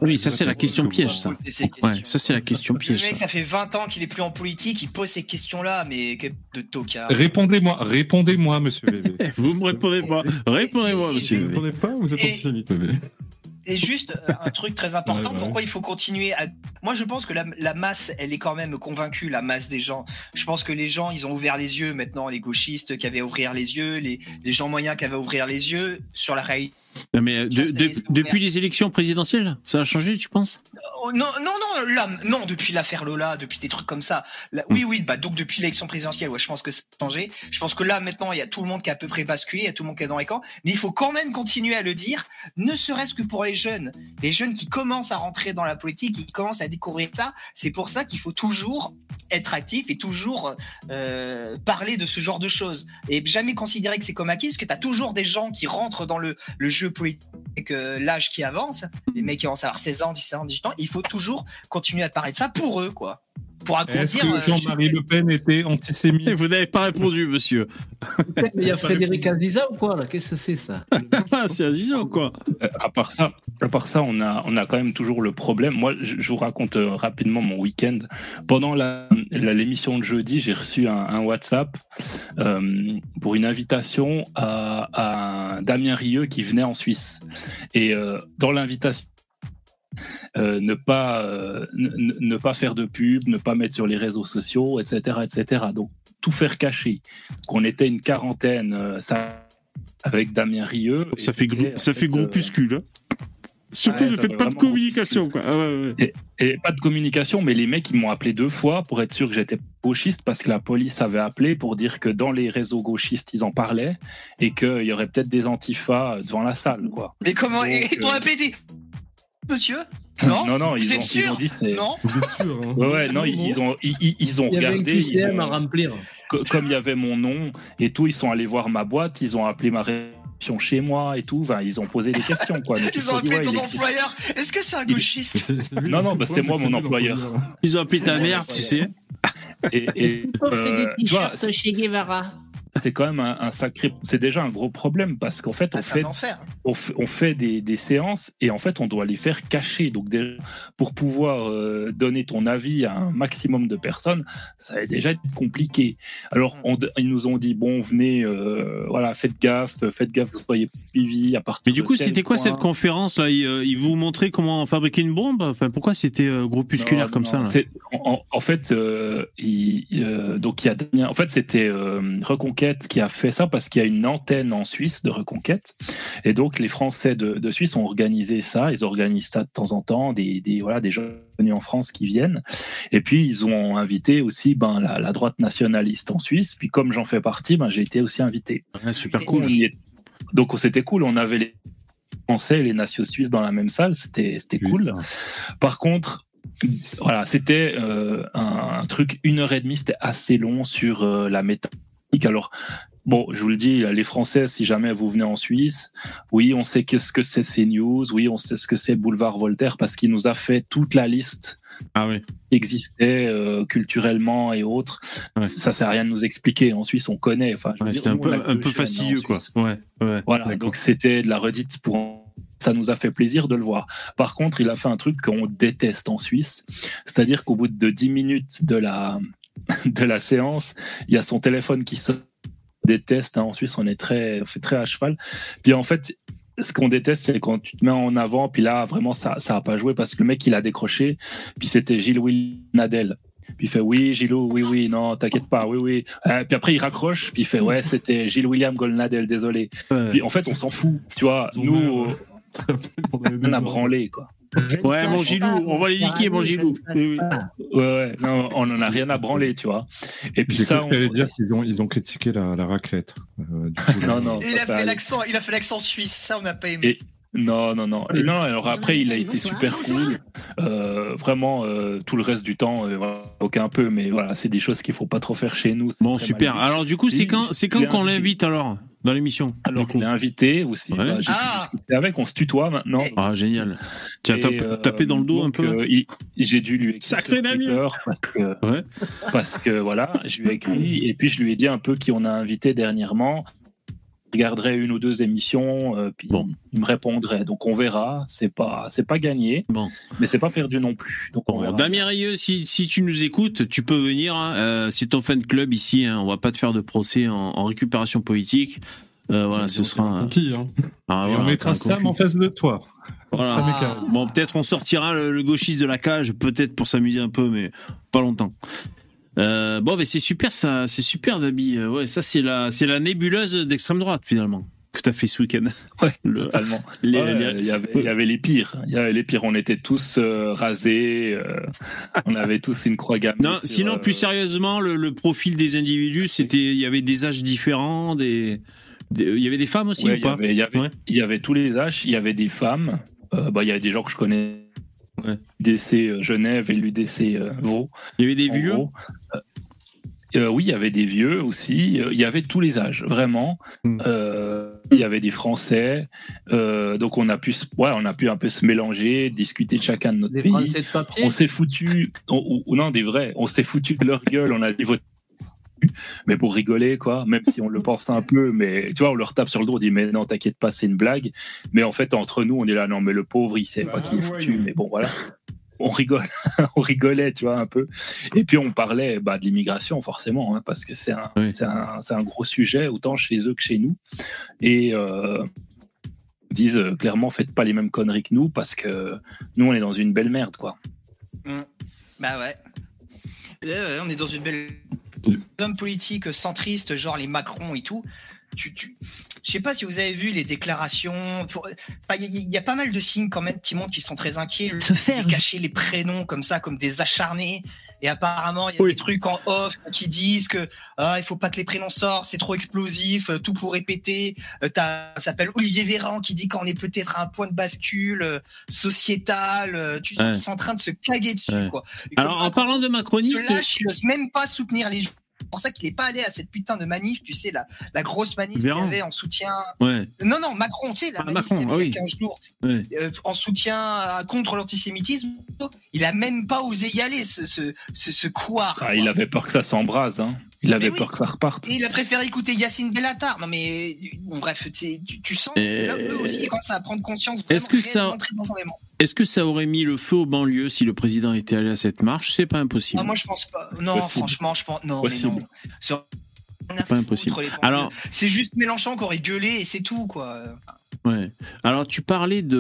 Oui, ça c'est la question piège, ça. Ouais, ça c'est la question piège. Le mec, ça fait vingt ans qu'il est plus en politique, il pose ces questions-là, mais de tocard. Répondez-moi, répondez-moi, monsieur V V. Vous me répondez pas. Répondez-moi, et, monsieur V V. Vous ne répondez pas, vous êtes antisémite, V V. Et juste un truc très important, ouais, ouais. pourquoi il faut continuer à... Moi, je pense que la, la masse, elle est quand même convaincue, la masse des gens. Je pense que les gens, ils ont ouvert les yeux maintenant, les gauchistes qui avaient à ouvrir les yeux, les, les gens moyens qui avaient à ouvrir les yeux sur la réalité. Non, mais de, de, depuis les élections présidentielles, ça a changé, tu penses? oh, Non, non, non, là, non, depuis l'affaire Lola, depuis des trucs comme ça. Là, mm. Oui, oui, bah donc depuis l'élection présidentielle, ouais, je pense que ça a changé. Je pense que là, maintenant, il y a tout le monde qui a à peu près basculé, il y a tout le monde qui est dans les camps. Mais il faut quand même continuer à le dire, ne serait-ce que pour les jeunes. Les jeunes qui commencent à rentrer dans la politique, qui commencent à découvrir ça. C'est pour ça qu'il faut toujours être actif et toujours euh, parler de ce genre de choses. Et jamais considérer que c'est comme acquis, parce que tu as toujours des gens qui rentrent dans le, le jeu politique, euh, l'âge qui avance, les mecs qui vont avoir seize ans, dix-sept ans, dix-huit ans, il faut toujours continuer à parler de ça pour eux, quoi. Pour Est-ce que Jean-Marie Le Pen était antisémite? Vous n'avez pas répondu, monsieur. Mais il y a Frédéric Aziza ou quoi là? Qu'est-ce que c'est ça? C'est Aziza ou quoi? euh, À part ça, à part ça, on a, on a quand même toujours le problème. Moi, je, je vous raconte euh, rapidement mon week-end. Pendant la, la, l'émission de jeudi, j'ai reçu un, un WhatsApp euh, pour une invitation à, à Damien Rieu qui venait en Suisse. Et euh, dans l'invitation, Euh, ne pas euh, ne, ne pas faire de pub, ne pas mettre sur les réseaux sociaux, et cetera, et cetera. Donc tout faire cacher. Qu'on était une quarantaine, euh, ça avec Damien Rieu. Ça fait grou- ça fait groupuscule. Hein. Surtout, ouais, ne faites pas de communication, quoi. Ah ouais, ouais. Et, et pas de communication, mais les mecs ils m'ont appelé deux fois pour être sûr que j'étais gauchiste parce que la police avait appelé pour dire que dans les réseaux gauchistes ils en parlaient et qu'il y aurait peut-être des antifas devant la salle, quoi. Mais comment? Donc, et ton euh... appétit, monsieur? Non, non, non, vous ils, êtes ont, sûr? ils ont dit c'est. Non, vous êtes sûr? Hein. Ouais, ouais, non, ils ont, ils, ils ont il y regardé. Avait un Q C M ils ont, à remplir. Comme il y avait mon nom et tout, ils sont allés voir ma boîte, ils ont appelé ma réception chez moi et tout. Enfin, ils ont posé des questions, quoi. Donc, ils ont appelé dit, ouais, ton employeur. Est-ce que c'est un gauchiste? c'est, c'est lui, non, non, bah, c'est moi mon employeur. employeur. Ils ont appelé ta mère, tu sais. Et, et euh, des t-shirts chez Guevara. C'est quand même un, un sacré, c'est déjà un gros problème parce qu'en fait on, ah, fait, on fait on fait des, des séances et en fait on doit les faire cacher. Donc déjà, pour pouvoir euh, donner ton avis à un maximum de personnes, ça va déjà être compliqué. Alors on, ils nous ont dit bon venez, euh, voilà faites gaffe, faites gaffe, vous soyez suivis à partir. Mais du coup c'était quoi point. cette conférence là? Ils, ils vous montraient comment fabriquer une bombe? Enfin pourquoi c'était euh, groupusculaire non, comme non, ça là c'est, en, en fait euh, il, euh, donc il y a Damien, en fait c'était euh, Reconquête qui a fait ça parce qu'il y a une antenne en Suisse de Reconquête et donc les Français de, de Suisse ont organisé ça, ils organisent ça de temps en temps, des, des, voilà, des gens venus en France qui viennent et puis ils ont invité aussi ben, la, la droite nationaliste en Suisse, puis comme j'en fais partie, ben, j'ai été aussi invité. Ouais, super cool. Est... Donc c'était cool, on avait les Français et les nations suisses dans la même salle, c'était, c'était oui. cool. Par contre voilà, c'était euh, un, un truc, une heure et demie, c'était assez long sur euh, la méta. Alors, bon, je vous le dis, les Français, si jamais vous venez en Suisse, oui, on sait ce que c'est CNews, oui, on sait ce que c'est Boulevard Voltaire, parce qu'il nous a fait toute la liste ah oui. qui existait euh, culturellement et autres. Ouais. Ça sert à rien de nous expliquer. En Suisse, on connaît. Enfin, ouais, c'était un peu, un peu fastidieux, quoi. Ouais, ouais, voilà, d'accord. Donc c'était de la redite pour... Ça nous a fait plaisir de le voir. Par contre, il a fait un truc qu'on déteste en Suisse, c'est-à-dire qu'au bout de dix minutes de la... de la séance, il y a son téléphone qui sonne. Déteste, hein. En Suisse on est très, on fait très à cheval. Puis en fait, ce qu'on déteste, c'est quand tu te mets en avant, puis là vraiment ça, ça a pas joué parce que le mec il a décroché, puis c'était Gilles Will Nadel. Puis il fait oui Gilou, oui oui, non t'inquiète pas, oui oui. Euh, puis après il raccroche, puis il fait ouais c'était Gilles William Golnadel, désolé. Ouais. Puis en fait on s'en fout, tu vois. Nous on a branlé quoi. Ouais, mon Gilou, on va les niquer, mon Gilou. Oui, oui. Ouais, ouais, non, on en a rien à branler, tu vois. Et puis J'ai ça, on allait dire qu'ils ont, ils ont critiqué la, la raclette. Euh, du coup, non, non. Il a fait l'accent, il a fait l'accent suisse, ça on n'a pas aimé. Et... Non, non, non. Et non, alors après, il a été super cool. Euh, vraiment, euh, tout le reste du temps, euh, aucun peu, mais voilà, c'est des choses qu'il faut pas trop faire chez nous. Bon, super. Alors, du coup, c'est quand, c'est quand qu'on l'invite alors dans l'émission? Alors, on l'a invité aussi. Ouais. Bah, j'ai ah discuté avec, on se tutoie maintenant. Ah, génial. Tu as tapé, euh, tapé dans le dos donc, un peu. Euh, il, j'ai dû lui écrire Sacré Damien parce que, ouais. parce que voilà, je lui ai écrit et puis je lui ai dit un peu qui on a invité dernièrement. regarderait une ou deux émissions, euh, puis bon. il me répondrait. Donc on verra. C'est pas, c'est pas gagné, bon. mais c'est pas perdu non plus. Donc on bon, verra. Damien Rieu, si, si tu nous écoutes, tu peux venir. Hein, euh, c'est ton fan club ici. Hein, on va pas te faire de procès en, en récupération politique. Euh, voilà, ce sera un conquis, hein. ah, voilà, on mettra Sam en face de toi. Voilà. Ah. Bon, peut-être on sortira le, le gauchiste de la cage, peut-être pour s'amuser un peu, mais pas longtemps. Euh, bon, mais c'est super, ça, c'est super, Dabi. Ouais, ça c'est la, c'est la nébuleuse d'extrême droite finalement que t'as fait ce week-end. Ouais, totalement. Les, ouais, les... Il y avait, il y avait les pires. Il y avait les pires. On était tous euh, rasés. Euh, on avait tous une croix gammée. Non, sinon, euh... plus sérieusement, le, le profil des individus, c'était, il y avait des âges différents, des. Il y avait des femmes aussi ouais, ou pas? Il y, avait, ouais. il y avait tous les âges, il y avait des femmes, euh, bah, il y avait des gens que je connais, ouais. l'U D C euh, Genève et l'U D C euh, Vaud. Il y avait des vieux euh, euh, Oui, il y avait des vieux aussi, il y avait tous les âges, vraiment. Mm. Euh, il y avait des Français, euh, donc on a, pu, ouais, on a pu un peu se mélanger, discuter de chacun de notre des pays. Français de papier. On s'est foutu, on, ou non des vrais, on s'est foutu de leur gueule, on a dit votre mais pour rigoler, quoi, même si on le pense un peu, mais tu vois, on leur tape sur le dos, on dit mais non, t'inquiète pas, c'est une blague. Mais en fait, entre nous, on est là, non, mais le pauvre, il sait bah, pas qui est foutu, ouais. mais bon, voilà. On rigole, on rigolait, tu vois, un peu. Et puis, on parlait bah, de l'immigration, forcément, hein, parce que c'est un, oui. c'est, un, c'est un gros sujet, autant chez eux que chez nous. Et euh, ils disent euh, clairement, faites pas les mêmes conneries que nous, parce que nous, on est dans une belle merde, quoi. Mmh. Bah ouais. Euh, on est dans une belle. Hommes politiques centristes, genre les Macron et tout. Tu, tu... Je sais pas si vous avez vu les déclarations. Pour... Enfin, il y, y a pas mal de signes quand même qui montrent qu'ils sont très inquiets. Se faire cacher les prénoms comme ça, comme des acharnés. Et apparemment, il y a oui. des trucs en off qui disent que ah, il faut pas que les prénoms sortent, c'est trop explosif, tout pour répéter. Euh, t'as, ça s'appelle Olivier Véran qui dit qu'on est peut-être à un point de bascule euh, sociétal. Euh, tu ouais. sont en train de se caguer dessus, ouais. quoi. Et alors, en parlant de macronistes, lâche, il n'ose même pas soutenir les gens. C'est pour ça qu'il n'est pas allé à cette putain de manif, tu sais, la, la grosse manif qu'il y avait en soutien. Ouais. Non, non, Macron, tu sais, la ah, manif Macron, qu'il y avait ah oui. il y a quinze jours, ouais. euh, en soutien à, contre l'antisémitisme. Il n'a même pas osé y aller, ce, ce, ce, ce couard. Ah, il avait peur que ça s'embrase, hein. Il avait mais peur oui. que ça reparte. Et il a préféré écouter Yacine Bellatar. Non, mais bon, bref, tu, tu sens et... là, eux aussi, ils commencent à prendre conscience. Est-ce que ça. Est-ce que ça aurait mis le feu aux banlieues si le président était allé à cette marche? C'est pas impossible. Ah, moi, je pense pas. Non, possible. franchement, je pense. Non, possible. mais non. Ça... Pas impossible. Alors, c'est juste Mélenchon qui aurait gueulé et c'est tout, quoi. Ouais. Alors, tu parlais de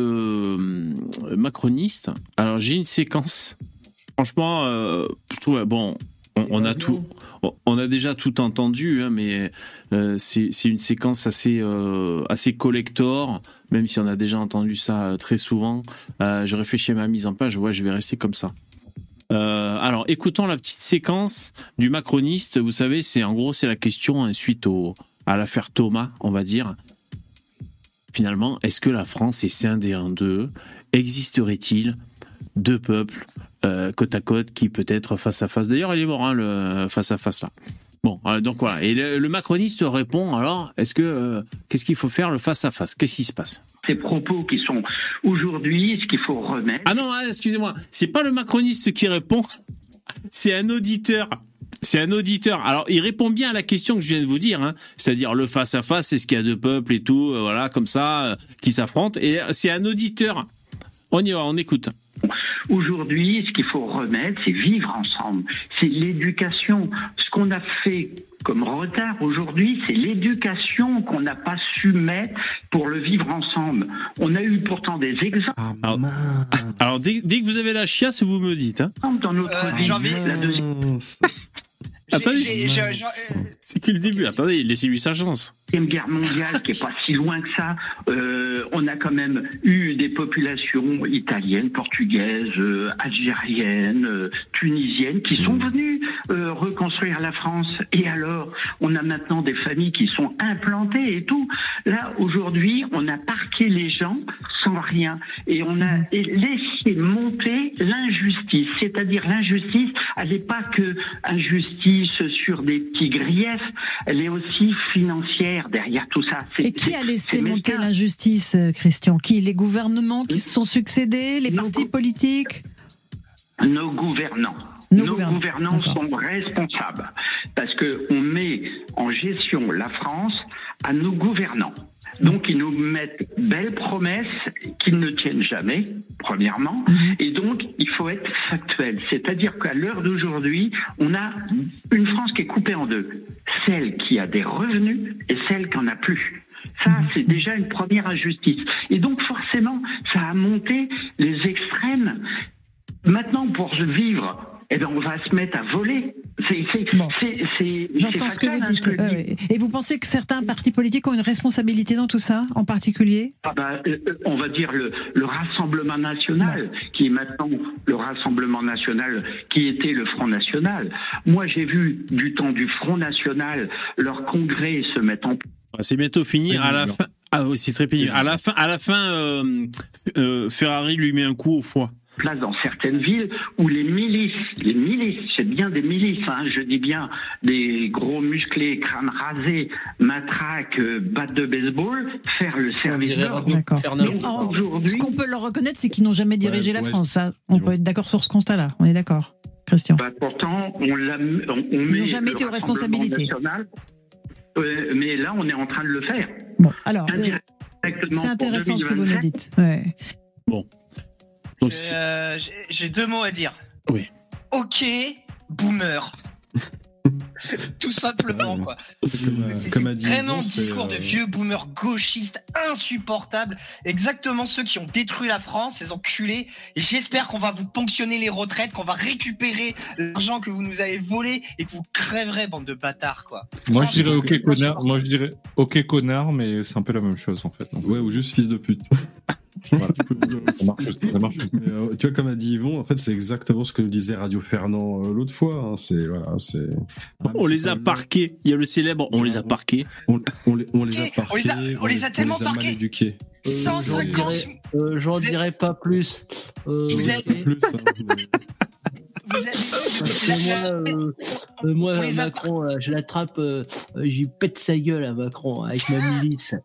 euh, macroniste. Alors, j'ai une séquence. Franchement, euh, je trouve bon. On, on a tout. On a déjà tout entendu, hein, mais euh, c'est, c'est une séquence assez, euh, assez collector, même si on a déjà entendu ça euh, très souvent. Euh, je réfléchis à ma mise en page, ouais, je vais rester comme ça. Euh, alors, écoutons la petite séquence du macroniste. Vous savez, c'est en gros, c'est la question hein, suite au, à l'affaire Thomas, on va dire. Finalement, est-ce que la France est scindée en deux? Existerait-il deux peuples Euh, côte à côte qui peut être face à face. D'ailleurs, il est mort, hein, le face à face là. Bon, donc voilà. Et le, le macroniste répond alors, est-ce que euh, qu'est-ce qu'il faut faire le face à face? Qu'est-ce qui se passe? Ces propos qui sont aujourd'hui, ce qu'il faut remettre. Ah non, excusez-moi, c'est pas le macroniste qui répond, c'est un auditeur. C'est un auditeur. Alors, il répond bien à la question que je viens de vous dire, hein. C'est-à-dire le face à face, c'est ce qu'il y a deux peuples et tout, euh, voilà, comme ça, euh, qui s'affrontent. Et c'est un auditeur. On y va, on écoute. Aujourd'hui, ce qu'il faut remettre, c'est vivre ensemble. C'est l'éducation. Ce qu'on a fait comme retard aujourd'hui, c'est l'éducation qu'on n'a pas su mettre pour le vivre ensemble. On a eu pourtant des exemples. Ah, alors, alors dès, dès que vous avez la chiasse, vous me dites. Hein. Dans notre euh, vie, envie... la deuxième... Attendez, j'ai, j'ai, j'ai... c'est que le début. Attendez, laissez-lui sa chance. Deuxième guerre mondiale, qui est pas si loin que ça, euh, on a quand même eu des populations italiennes, portugaises, euh, algériennes, euh, tunisiennes, qui sont venues euh, reconstruire la France. Et alors, on a maintenant des familles qui sont implantées et tout. Là, aujourd'hui, on a parqué les gens sans rien. Et on a laissé monter l'injustice. C'est-à-dire, l'injustice, elle n'est pas que injustice sur des petits griefs, elle est aussi financière derrière tout ça. C'est, Et qui a laissé monter mesquin. l'injustice, Christian? Qui? Les gouvernements qui se sont succédés? Les nos partis politiques? Nos gouvernants. Nos, Nos gouvernants, gouvernants sont responsables parce qu'on met en gestion la France à nos gouvernants. Donc, ils nous mettent belles promesses qu'ils ne tiennent jamais, premièrement. Et donc, il faut être factuel. C'est-à-dire qu'à l'heure d'aujourd'hui, on a une France qui est coupée en deux. Celle qui a des revenus et celle qui n'en a plus. Ça, c'est déjà une première injustice. Et donc, forcément, ça a monté les extrêmes. Maintenant, pour vivre, eh ben, on va se mettre à voler. C'est, c'est, bon. c'est, c'est, J'entends c'est ce que vous dites. Hein, euh, dis. Et vous pensez que certains partis politiques ont une responsabilité dans tout ça, en particulier ? ah ben, euh, On va dire le, le Rassemblement National, bon. qui est maintenant le Rassemblement National, qui était le Front National. Moi, j'ai vu du temps du Front National, leur congrès se mettre en... C'est bientôt fini. À la fin, ah oui, c'est très pénible. À la fin, à la fin, euh, euh, Ferrari lui met un coup au foie. Place dans certaines villes où les milices, les milices, c'est bien des milices, hein, je dis bien des gros musclés, crânes rasés, matraques, euh, battes de baseball, faire le service d'ordre. D'accord. Mais en, aujourd'hui, ce qu'on peut leur reconnaître, c'est qu'ils n'ont jamais dirigé ouais, la ouais, France. Ça, on peut être d'accord sur ce constat-là. On est d'accord, Christian. Bah, pourtant, on l'a, on, on Ils met n'ont jamais été aux responsabilités. National, euh, mais là, on est en train de le faire. Bon, alors, euh, c'est intéressant ce que vous nous dites. Ouais. Bon. J'ai, euh, j'ai, j'ai deux mots à dire. Oui. Ok, boomer. Tout simplement, quoi. Comme, c'est comme c'est a dit vraiment un c'est, discours euh... de vieux boomers gauchistes insupportables. Exactement ceux qui ont détruit la France, ces enculés. Et j'espère qu'on va vous ponctionner les retraites, qu'on va récupérer l'argent que vous nous avez volé et que vous crèverez, bande de bâtards, quoi. Moi, je dirais ok, connard. Moi, je dirais ok, connard, mais c'est un peu la même chose, en fait. Donc, ouais, ou juste fils de pute. Voilà. Ça marche, ça marche. Mais, euh, tu vois, comme a dit Yvon, en fait, c'est exactement ce que nous disait Radio Fernand euh, l'autre fois. Hein. C'est voilà, c'est. Ah, on les a parqués. Il y a le célèbre. On les a parqués. On, on, les, on les a parqués. On les a, on les a tellement on les a parqués. Mal éduqués. Euh, cent cinquante. Euh, j'en dirais pas plus. Euh, vous avez plus. Hein, mais... Vous avez... Parce que moi, euh, euh, moi Macron, là, je l'attrape, euh, j'y pète sa gueule à Macron avec ma milice.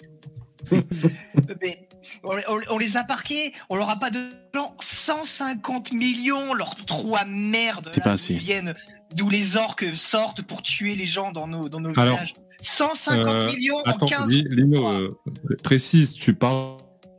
Mais on, on, on les a parqués, on leur a pas de plan. cent cinquante millions, leur trou à merde. C'est là, pas assez. Viennent, d'où les orques sortent pour tuer les gens dans nos, dans nos Alors, villages. cent cinquante euh, millions attends, en quinze Lino, euh, précise, tu parles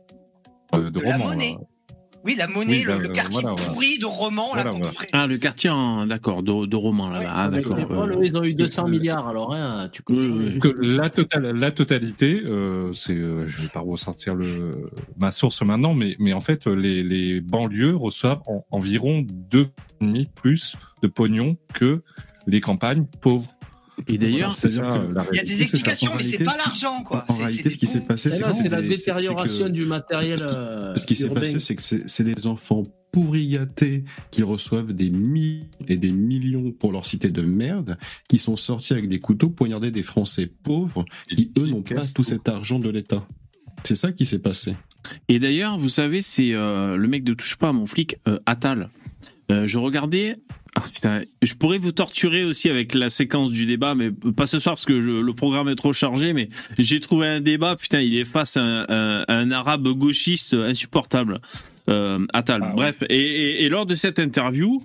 de, de, de la roman. monnaie. Là. Oui, la monnaie, oui, bah, le, le quartier voilà, pourri de Romans. Voilà, là, voilà. ferait... Ah, le quartier, en... d'accord, de, de Romans, là-bas. Ouais. Ah, d'accord. Euh... Ils ont eu deux cents milliards, alors, hein, tu oui, oui. Que la, total, la totalité, euh, c'est, euh, je vais pas ressortir le, ma source maintenant, mais, mais en fait, les, les banlieues reçoivent en, environ deux virgule cinq plus de pognon que les campagnes pauvres. Et d'ailleurs, c'est ça, que il y a des explications, mais c'est pas l'argent, quoi. En c'est, réalité, c'est ce qui s'est passé, c'est, non, que c'est, c'est la des, détérioration c'est que, du matériel. Ce qui, ce qui s'est urbain. passé, c'est que c'est, c'est des enfants pourri gâtés qui reçoivent des millions et des millions pour leur cité de merde, qui sont sortis avec des couteaux poignarder des Français pauvres qui, eux, n'ont pas tout cet argent de l'État. C'est ça qui s'est passé. Et d'ailleurs, vous savez, c'est euh, le mec de Touche pas, mon flic, euh, Attal. Euh, je regardais... Ah, putain, je pourrais vous torturer aussi avec la séquence du débat, mais pas ce soir parce que je, le programme est trop chargé, mais j'ai trouvé un débat, putain, il est face à un, un, un arabe gauchiste insupportable, euh, Attal. Ah, Bref, ouais. et, et, et lors de cette interview,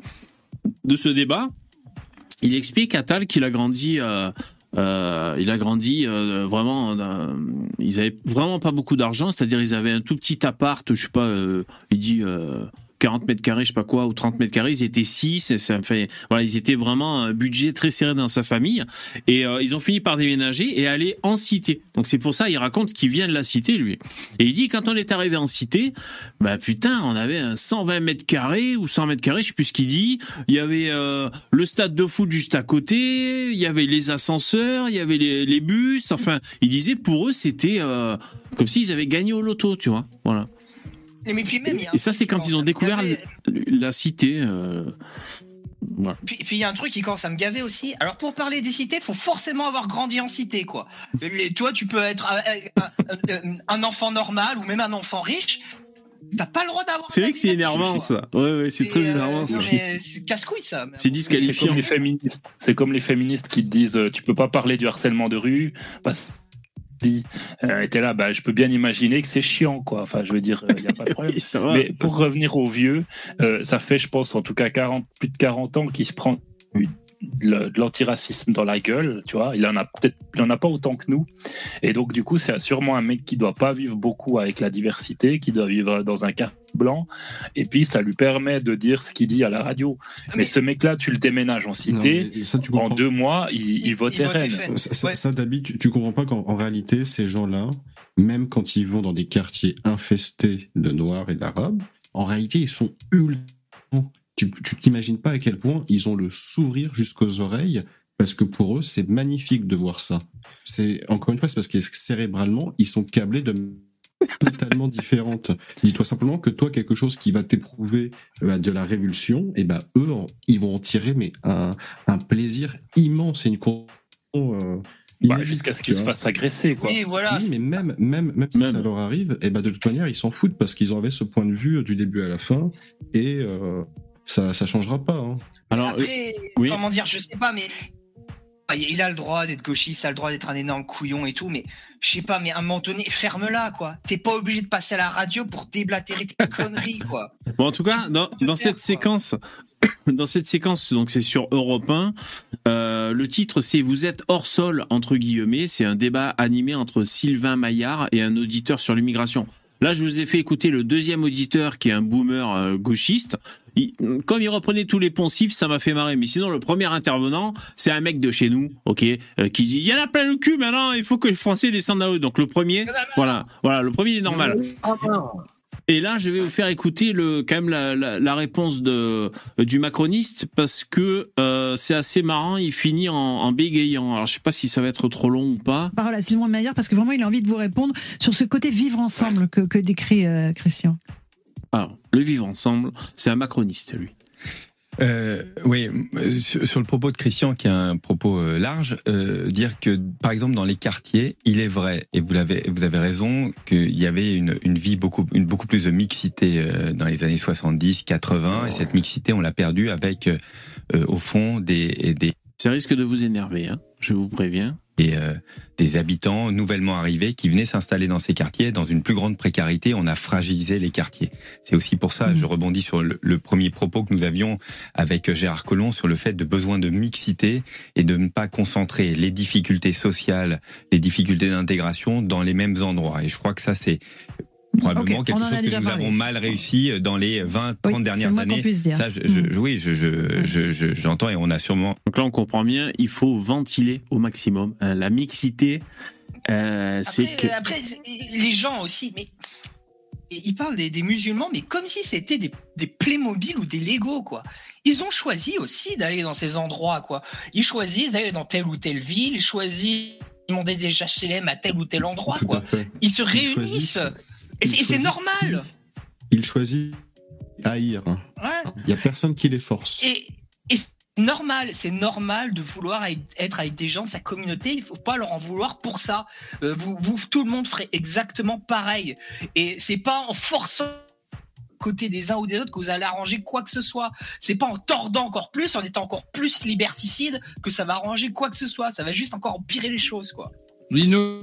de ce débat, il explique, Attal, qu'il a grandi... Euh, Euh, il a grandi euh, vraiment. Euh, ils avaient vraiment pas beaucoup d'argent, c'est-à-dire ils avaient un tout petit appart, je sais pas. Euh, il dit euh, quarante mètres carrés, je sais pas quoi, ou trente mètres carrés. Ils étaient six. Et ça fait voilà, ils étaient vraiment un budget très serré dans sa famille. Et euh, ils ont fini par déménager et aller en cité. Donc c'est pour ça il raconte qu'il vient de la cité lui. Et il dit quand on est arrivé en cité, bah putain, on avait un cent vingt mètres carrés ou cent mètres carrés, je sais plus ce qu'il dit. Il y avait euh, le stade de foot juste à côté. Il y avait les ascenseurs. Il y avait les, les bus. Enfin, il disait pour eux c'était euh, comme s'ils avaient gagné au loto, tu vois. Voilà. Mais puis même, et ça, c'est quand ils ont découvert avait... la cité. Euh... Voilà. Puis il y a un truc qui commence à me gaver aussi. Alors pour parler des cités, il faut forcément avoir grandi en cité, quoi. Les, toi, tu peux être un, un, un enfant normal ou même un enfant riche. T'as pas le droit d'avoir. C'est vrai que c'est énervant, ça. Ouais, ouais, c'est, c'est très euh, énervant, ça. C'est casse-couille, ça. C'est disqualifiant. C'est comme les féministes. C'est comme les féministes qui te disent, euh, tu peux pas parler du harcèlement de rue parce euh, était là, bah, je peux bien imaginer que c'est chiant, quoi. Enfin, je veux dire, il euh, n'y a pas de problème. Mais pour revenir aux vieux, euh, ça fait, je pense, en tout cas quarante, plus de quarante ans qu'il se prend de l'antiracisme dans la gueule, tu vois. Il en a peut-être, il en a pas autant que nous. Et donc, du coup, c'est sûrement un mec qui doit pas vivre beaucoup avec la diversité, qui doit vivre dans un quartier blanc. Et puis, ça lui permet de dire ce qu'il dit à la radio. Mais, mais ce mec-là, tu le déménages en cité. Non, ça, en deux mois, il, il vote R N. Ça, ça, ouais. ça Dabi, tu, tu comprends pas qu'en en réalité, ces gens-là, même quand ils vont dans des quartiers infestés de Noirs et d'Arabes, en réalité, ils sont ultra. Tu, tu t'imagines pas à quel point ils ont le sourire jusqu'aux oreilles, parce que pour eux, c'est magnifique de voir ça. C'est, encore une fois, c'est parce que cérébralement, ils sont câblés de totalement différentes. Dis-toi simplement que toi, quelque chose qui va t'éprouver bah, de la révulsion, et ben bah, eux, en, ils vont en tirer mais un, un plaisir immense et une con. Euh, Bah, jusqu'à ce qu'ils se fassent agresser, quoi. Oui, voilà. Oui, mais même, même, même si même. ça leur arrive, et ben bah, de toute manière, ils s'en foutent parce qu'ils avaient ce point de vue du début à la fin, et euh, ça, ça changera pas. Hein. Alors, après, euh, oui. comment dire, je sais pas, mais il a le droit d'être gauchiste, il a le droit d'être un énorme couillon et tout, mais je sais pas, mais à un moment donné, ferme-la, quoi. T'es pas obligé de passer à la radio pour déblatérer tes conneries, quoi. Bon, en tout cas, dans, dans cette séquence, dans cette séquence, donc c'est sur Europe un, euh, le titre c'est Vous êtes hors sol, entre guillemets, c'est un débat animé entre Sylvain Maillard et un auditeur sur l'immigration. Là, je vous ai fait écouter le deuxième auditeur qui est un boomer euh, gauchiste. Il, comme il reprenait tous les poncifs, ça m'a fait marrer. Mais sinon, le premier intervenant, c'est un mec de chez nous, ok, euh, qui dit il y en a plein le cul maintenant, il faut que les Français descendent à eux. Donc le premier, voilà, voilà, le premier est normal. Et là, je vais vous faire écouter le quand même la, la, la réponse de du macroniste parce que euh, c'est assez marrant. Il finit en, en bégayant. Alors, je sais pas si ça va être trop long ou pas. Parole à Sylvain Maillard parce que vraiment, il a envie de vous répondre sur ce côté vivre ensemble que, que décrit euh, Christian. Alors, le vivre ensemble, c'est un macroniste, lui. Euh, oui, sur, sur le propos de Christian, qui a un propos euh, large, euh, dire que, par exemple, dans les quartiers, il est vrai, et vous l'avez, vous avez raison, qu'il y avait une, une vie beaucoup, une beaucoup plus de mixité euh, dans les années soixante-dix, quatre-vingts, et cette mixité, on l'a perdue avec, euh, au fond, des, des... Ça risque de vous énerver, hein, je vous préviens. Et euh, des habitants nouvellement arrivés qui venaient s'installer dans ces quartiers dans une plus grande précarité. On a fragilisé les quartiers. C'est aussi pour ça, mmh. je rebondis sur le, le premier propos que nous avions avec Gérard Collomb sur le fait de besoin de mixité et de ne pas concentrer les difficultés sociales, les difficultés d'intégration dans les mêmes endroits. Et je crois que ça, c'est probablement okay, quelque chose que nous parlé. avons mal réussi dans les vingt, trente oui, dernières années. Ça, je, je, mmh. oui, je, je, je, je, j'entends et on a sûrement. Donc là, on comprend bien. Il faut ventiler au maximum euh, la mixité. Euh, après, c'est que après, les gens aussi, mais ils parlent des, des musulmans, mais comme si c'était des, des Playmobil ou des Lego, quoi. Ils ont choisi aussi d'aller dans ces endroits, quoi. Ils choisissent d'aller dans telle ou telle ville. Ils choisissent de demander des H L M à tel ou tel endroit, quoi. Ils se ils réunissent. Choisissent. Et c'est, c'est normal. Ils choisissent haïr. Ouais. Il y a personne qui les force. Et, et c'est normal, c'est normal de vouloir être avec des gens de sa communauté. Il faut pas leur en vouloir pour ça. Euh, vous, vous, tout le monde ferait exactement pareil. Et c'est pas en forçant côté des uns ou des autres que vous allez arranger quoi que ce soit. C'est pas en tordant encore plus, en étant encore plus liberticide que ça va arranger quoi que ce soit. Ça va juste encore empirer les choses, quoi. Lino.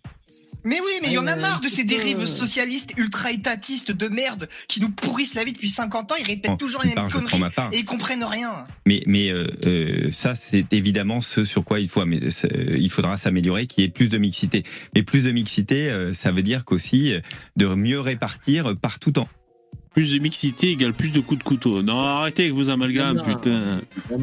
Mais oui, mais il y en a marre de ces dérives socialistes ultra-étatistes de merde qui nous pourrissent la vie depuis cinquante ans. Ils répètent toujours les mêmes conneries et ils comprennent rien. Mais, mais euh, euh, ça, c'est évidemment ce sur quoi il faut, il faudra s'améliorer, qu'il y ait plus de mixité. Mais plus de mixité, euh, ça veut dire qu'aussi de mieux répartir partout en... Plus de mixité égale plus de coups de couteau. Non, arrêtez avec vos amalgames, putain.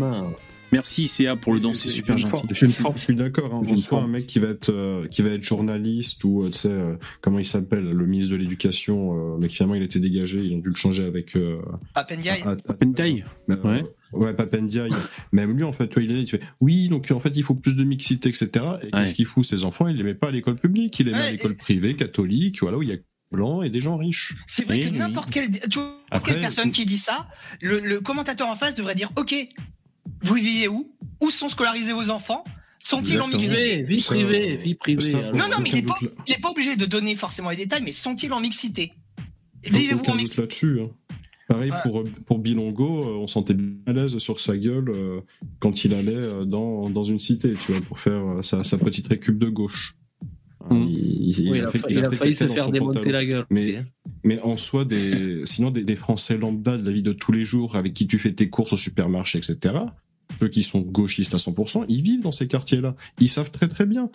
Merci C A pour le don, c'est super gentil. Je, je, je suis d'accord. Hein, on soit un mec qui va être euh, qui va être journaliste ou euh, tu sais euh, comment il s'appelle, le ministre de l'Éducation, euh, mais finalement il était dégagé, ils ont dû le changer avec. Euh, Papendiaï. Papendiaï. Ouais. Ouais, Papendiaï. Même lui en fait, toi, il est, il fait oui, donc en fait il faut plus de mixité, et cetera. Et ouais. Qu'est-ce qu'il fout, ses enfants, il les met pas à l'école publique, il les met ouais, à l'école et... privée, catholique, voilà où il y a blancs et des gens riches. C'est vrai oui, que oui. n'importe quelle, tu vois, Après, quelle personne qui dit ça, le, le commentateur en face devrait dire ok. Vous vivez où? Où sont scolarisés vos enfants? Sont-ils Exactement. en mixité? Vie privée, vie privée. Ça, non, non, mais il n'est pas, pas obligé de donner forcément les détails, mais sont-ils en mixité? Vivez-vous en mixité? Là-dessus, hein. Pareil ouais. pour, pour Bilongo, on sentait bien à l'aise sur sa gueule euh, quand il allait dans, dans une cité, tu vois, pour faire sa, sa petite récup de gauche. Mmh. Il, il, oui, il a, fait, il a, il a failli se faire démonter pantalon. la gueule. Mais, mais en soi, des, sinon des, des Français lambda de la vie de tous les jours, avec qui tu fais tes courses au supermarché, et cetera, ceux qui sont gauchistes à cent pour cent, ils vivent dans ces quartiers-là. Ils savent très très bien.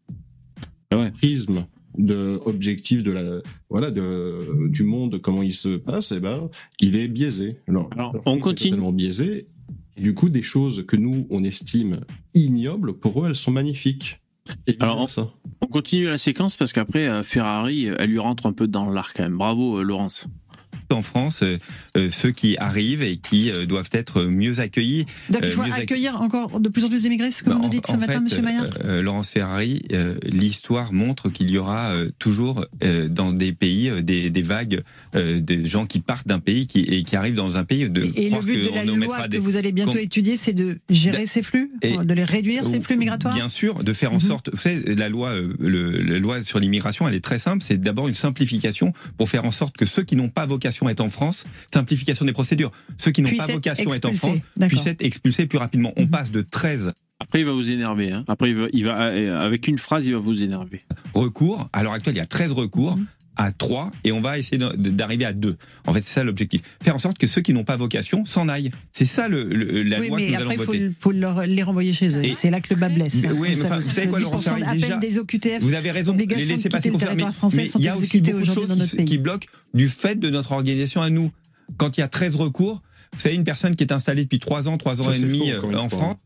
Ouais. Prisme de objectif de la voilà de du monde, comment il se passe, et ben il est biaisé. Alors, Alors on continue. Totalement biaisé. Et du coup, des choses que nous on estime ignobles, pour eux, elles sont magnifiques. Et Alors on, ça. on continue la séquence parce qu'après euh, Ferrari, elle lui rentre un peu dans l'arc quand même. Bravo euh, Laurence. En France, euh, euh, ceux qui arrivent et qui euh, doivent être mieux accueillis. Donc il faut euh, accueillir acc... encore de plus en plus d'immigrés, ce que vous bah, nous dites en, ce en matin, fait, Monsieur Maillard. euh, Laurence Ferrari, euh, l'histoire montre qu'il y aura euh, toujours euh, dans des pays euh, des, des vagues euh, de gens qui partent d'un pays qui, et qui arrivent dans un pays. De et et le but de la loi que des... vous allez bientôt Com... étudier, c'est de gérer de... ces flux, et... de les réduire, ces flux migratoires. Bien sûr, de faire en mm-hmm. sorte. Vous savez, la loi, le, la loi sur l'immigration, elle est très simple. C'est d'abord une simplification pour faire en sorte que ceux qui n'ont pas vocation à être en France, simplification des procédures. Ceux qui n'ont pas vocation à être en France puissent être expulsés plus rapidement. On mmh. passe de treize. Après, il va vous énerver. Hein. Après, il va, il va, avec une phrase, il va vous énerver. Recours. À l'heure actuelle, il y a treize recours. Mmh. À trois, et on va essayer de, de, d'arriver à deux. En fait, c'est ça l'objectif. Faire en sorte que ceux qui n'ont pas vocation s'en aillent. C'est ça le, le, la oui, loi que nous allons voter. Oui, mais après, il faut leur, les renvoyer chez eux. Et c'est là que le bas blesse. Mais, oui, mais enfin, vous savez quoi, Laurence Ferrari, déjà, des O Q T F, vous avez raison, les laisser passer qu'on fait, mais, mais il y a aussi beaucoup de choses qui, qui bloquent du fait de notre organisation à nous. Quand il y a treize recours, vous savez, une personne qui est installée depuis trois ans, trois ans et demi en France,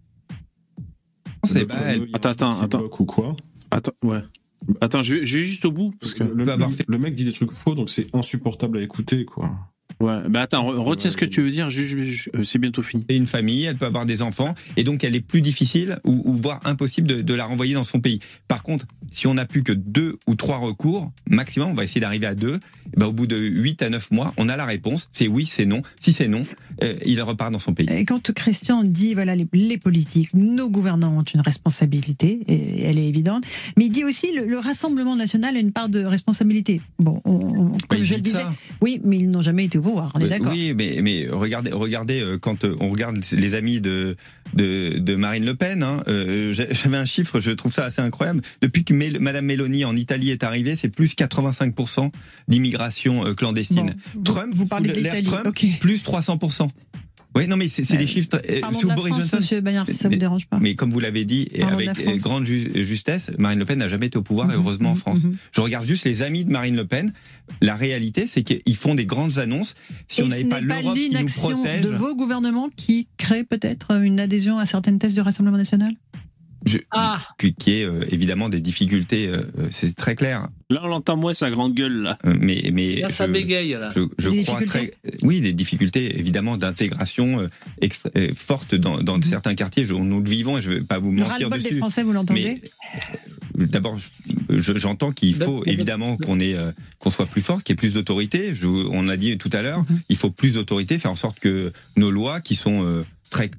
c'est bah, elle... Attends, attends, attends. Ou quoi Attends, ouais. Attends, je vais, je vais juste au bout parce que le, le, le mec dit des trucs faux, donc c'est insupportable à écouter, quoi. Ouais, bah attends, retiens ce que tu veux dire, je, je, je, c'est bientôt fini. Et une famille, elle peut avoir des enfants, et donc elle est plus difficile ou, ou voire impossible de, de la renvoyer dans son pays. Par contre, si on n'a plus que deux ou trois recours, maximum, on va essayer d'arriver à deux, et ben au bout de huit à neuf mois, on a la réponse, c'est oui, c'est non. Si c'est non, euh, il repart dans son pays. Et quand Christian dit, voilà, les, les politiques, nos gouvernants ont une responsabilité, et elle est évidente, mais il dit aussi, le, le Rassemblement national a une part de responsabilité. Bon, on, on, comme oui, je le disais, ça. Oui, mais ils n'ont jamais été au pouvoir, on est d'accord. Oui, mais, mais regardez, regardez quand on regarde les amis de, de, de Marine Le Pen, hein, euh, j'avais un chiffre, je trouve ça assez incroyable. Depuis que Mél- Madame Meloni en Italie est arrivée, c'est plus quatre-vingt-cinq pour cent d'immigration euh, clandestine. Bon, Trump, vous parlez d'Italie, Trump, okay. plus trois cents pour cent. Oui, non, mais c'est, c'est euh, des chiffres. Euh, sous de Boris France, Johnson, Monsieur Bayard, si ça vous dérange pas. Mais comme vous l'avez dit, et avec grande ju- justesse, Marine Le Pen n'a jamais été au pouvoir, mmh, et heureusement mmh, en France. Mmh. Je regarde juste les amis de Marine Le Pen. La réalité, c'est qu'ils font des grandes annonces. Si et on n'avait pas l'Europe qui nous protège, de vos gouvernements qui crée peut-être une adhésion à certaines thèses du Rassemblement national. Je, ah. qui, qui est euh, évidemment des difficultés, euh, c'est très clair. Là, on l'entend moins sa grande gueule là. Euh, mais mais là, je, ça bégaye là. Je, je crois très, oui, des difficultés évidemment d'intégration euh, extra, euh, fortes dans, dans mm-hmm. certains quartiers. Je, nous le vivons et je vais pas vous le mentir dessus. Des Français, vous l'entendez? Mais, d'abord, je, j'entends qu'il faut évidemment qu'on ait, euh, qu'on soit plus fort, qu'il y ait plus d'autorité. Je, on a dit tout à l'heure, mm-hmm. il faut plus d'autorité, faire en sorte que nos lois, qui sont euh, très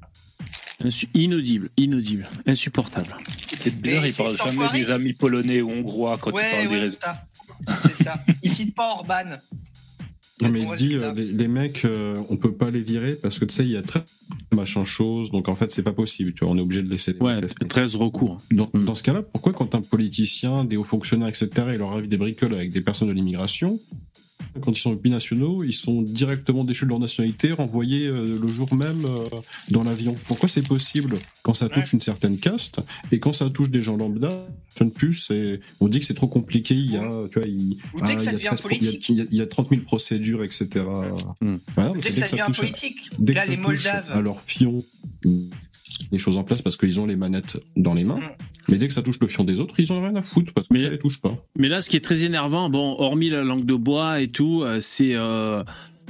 Inaudible, inaudible, insupportable. C'est bizarre, il parle jamais enfoiré. Des amis polonais ou hongrois quand ouais, il parle ouais, des réseaux. C'est ça. Il cite pas Orban. Non mais il dit euh, les, les mecs, euh, on peut pas les virer parce que tu sais il y a très machin chose, donc en fait c'est pas possible. Tu vois, on est obligé de laisser. Les ouais, treize recours. Dans, mmh. dans ce cas-là, pourquoi quand un politicien, des hauts fonctionnaires, et cetera, il leur arrive des bricoles avec des personnes de l'immigration? Quand ils sont binationaux, ils sont directement déchus de leur nationalité, renvoyés euh, le jour même euh, dans l'avion. Pourquoi c'est possible quand ça touche ouais. une certaine caste et quand ça touche des gens lambda, plus, et on dit que c'est trop compliqué. Il y a, tu vois, il, ah, dès que ça devient politique. Il y, a, il y a trente mille procédures, et cetera. Mm. Voilà, dès que ça devient politique. Dès Là, que ça les Moldaves. À leur fion, les choses en place parce qu'ils ont les manettes dans les mains. Mm. Mais dès que ça touche le fion des autres, ils ont rien à foutre parce que mais, ça les touche pas. Mais là, ce qui est très énervant, bon, hormis la langue de bois et tout, c'est euh,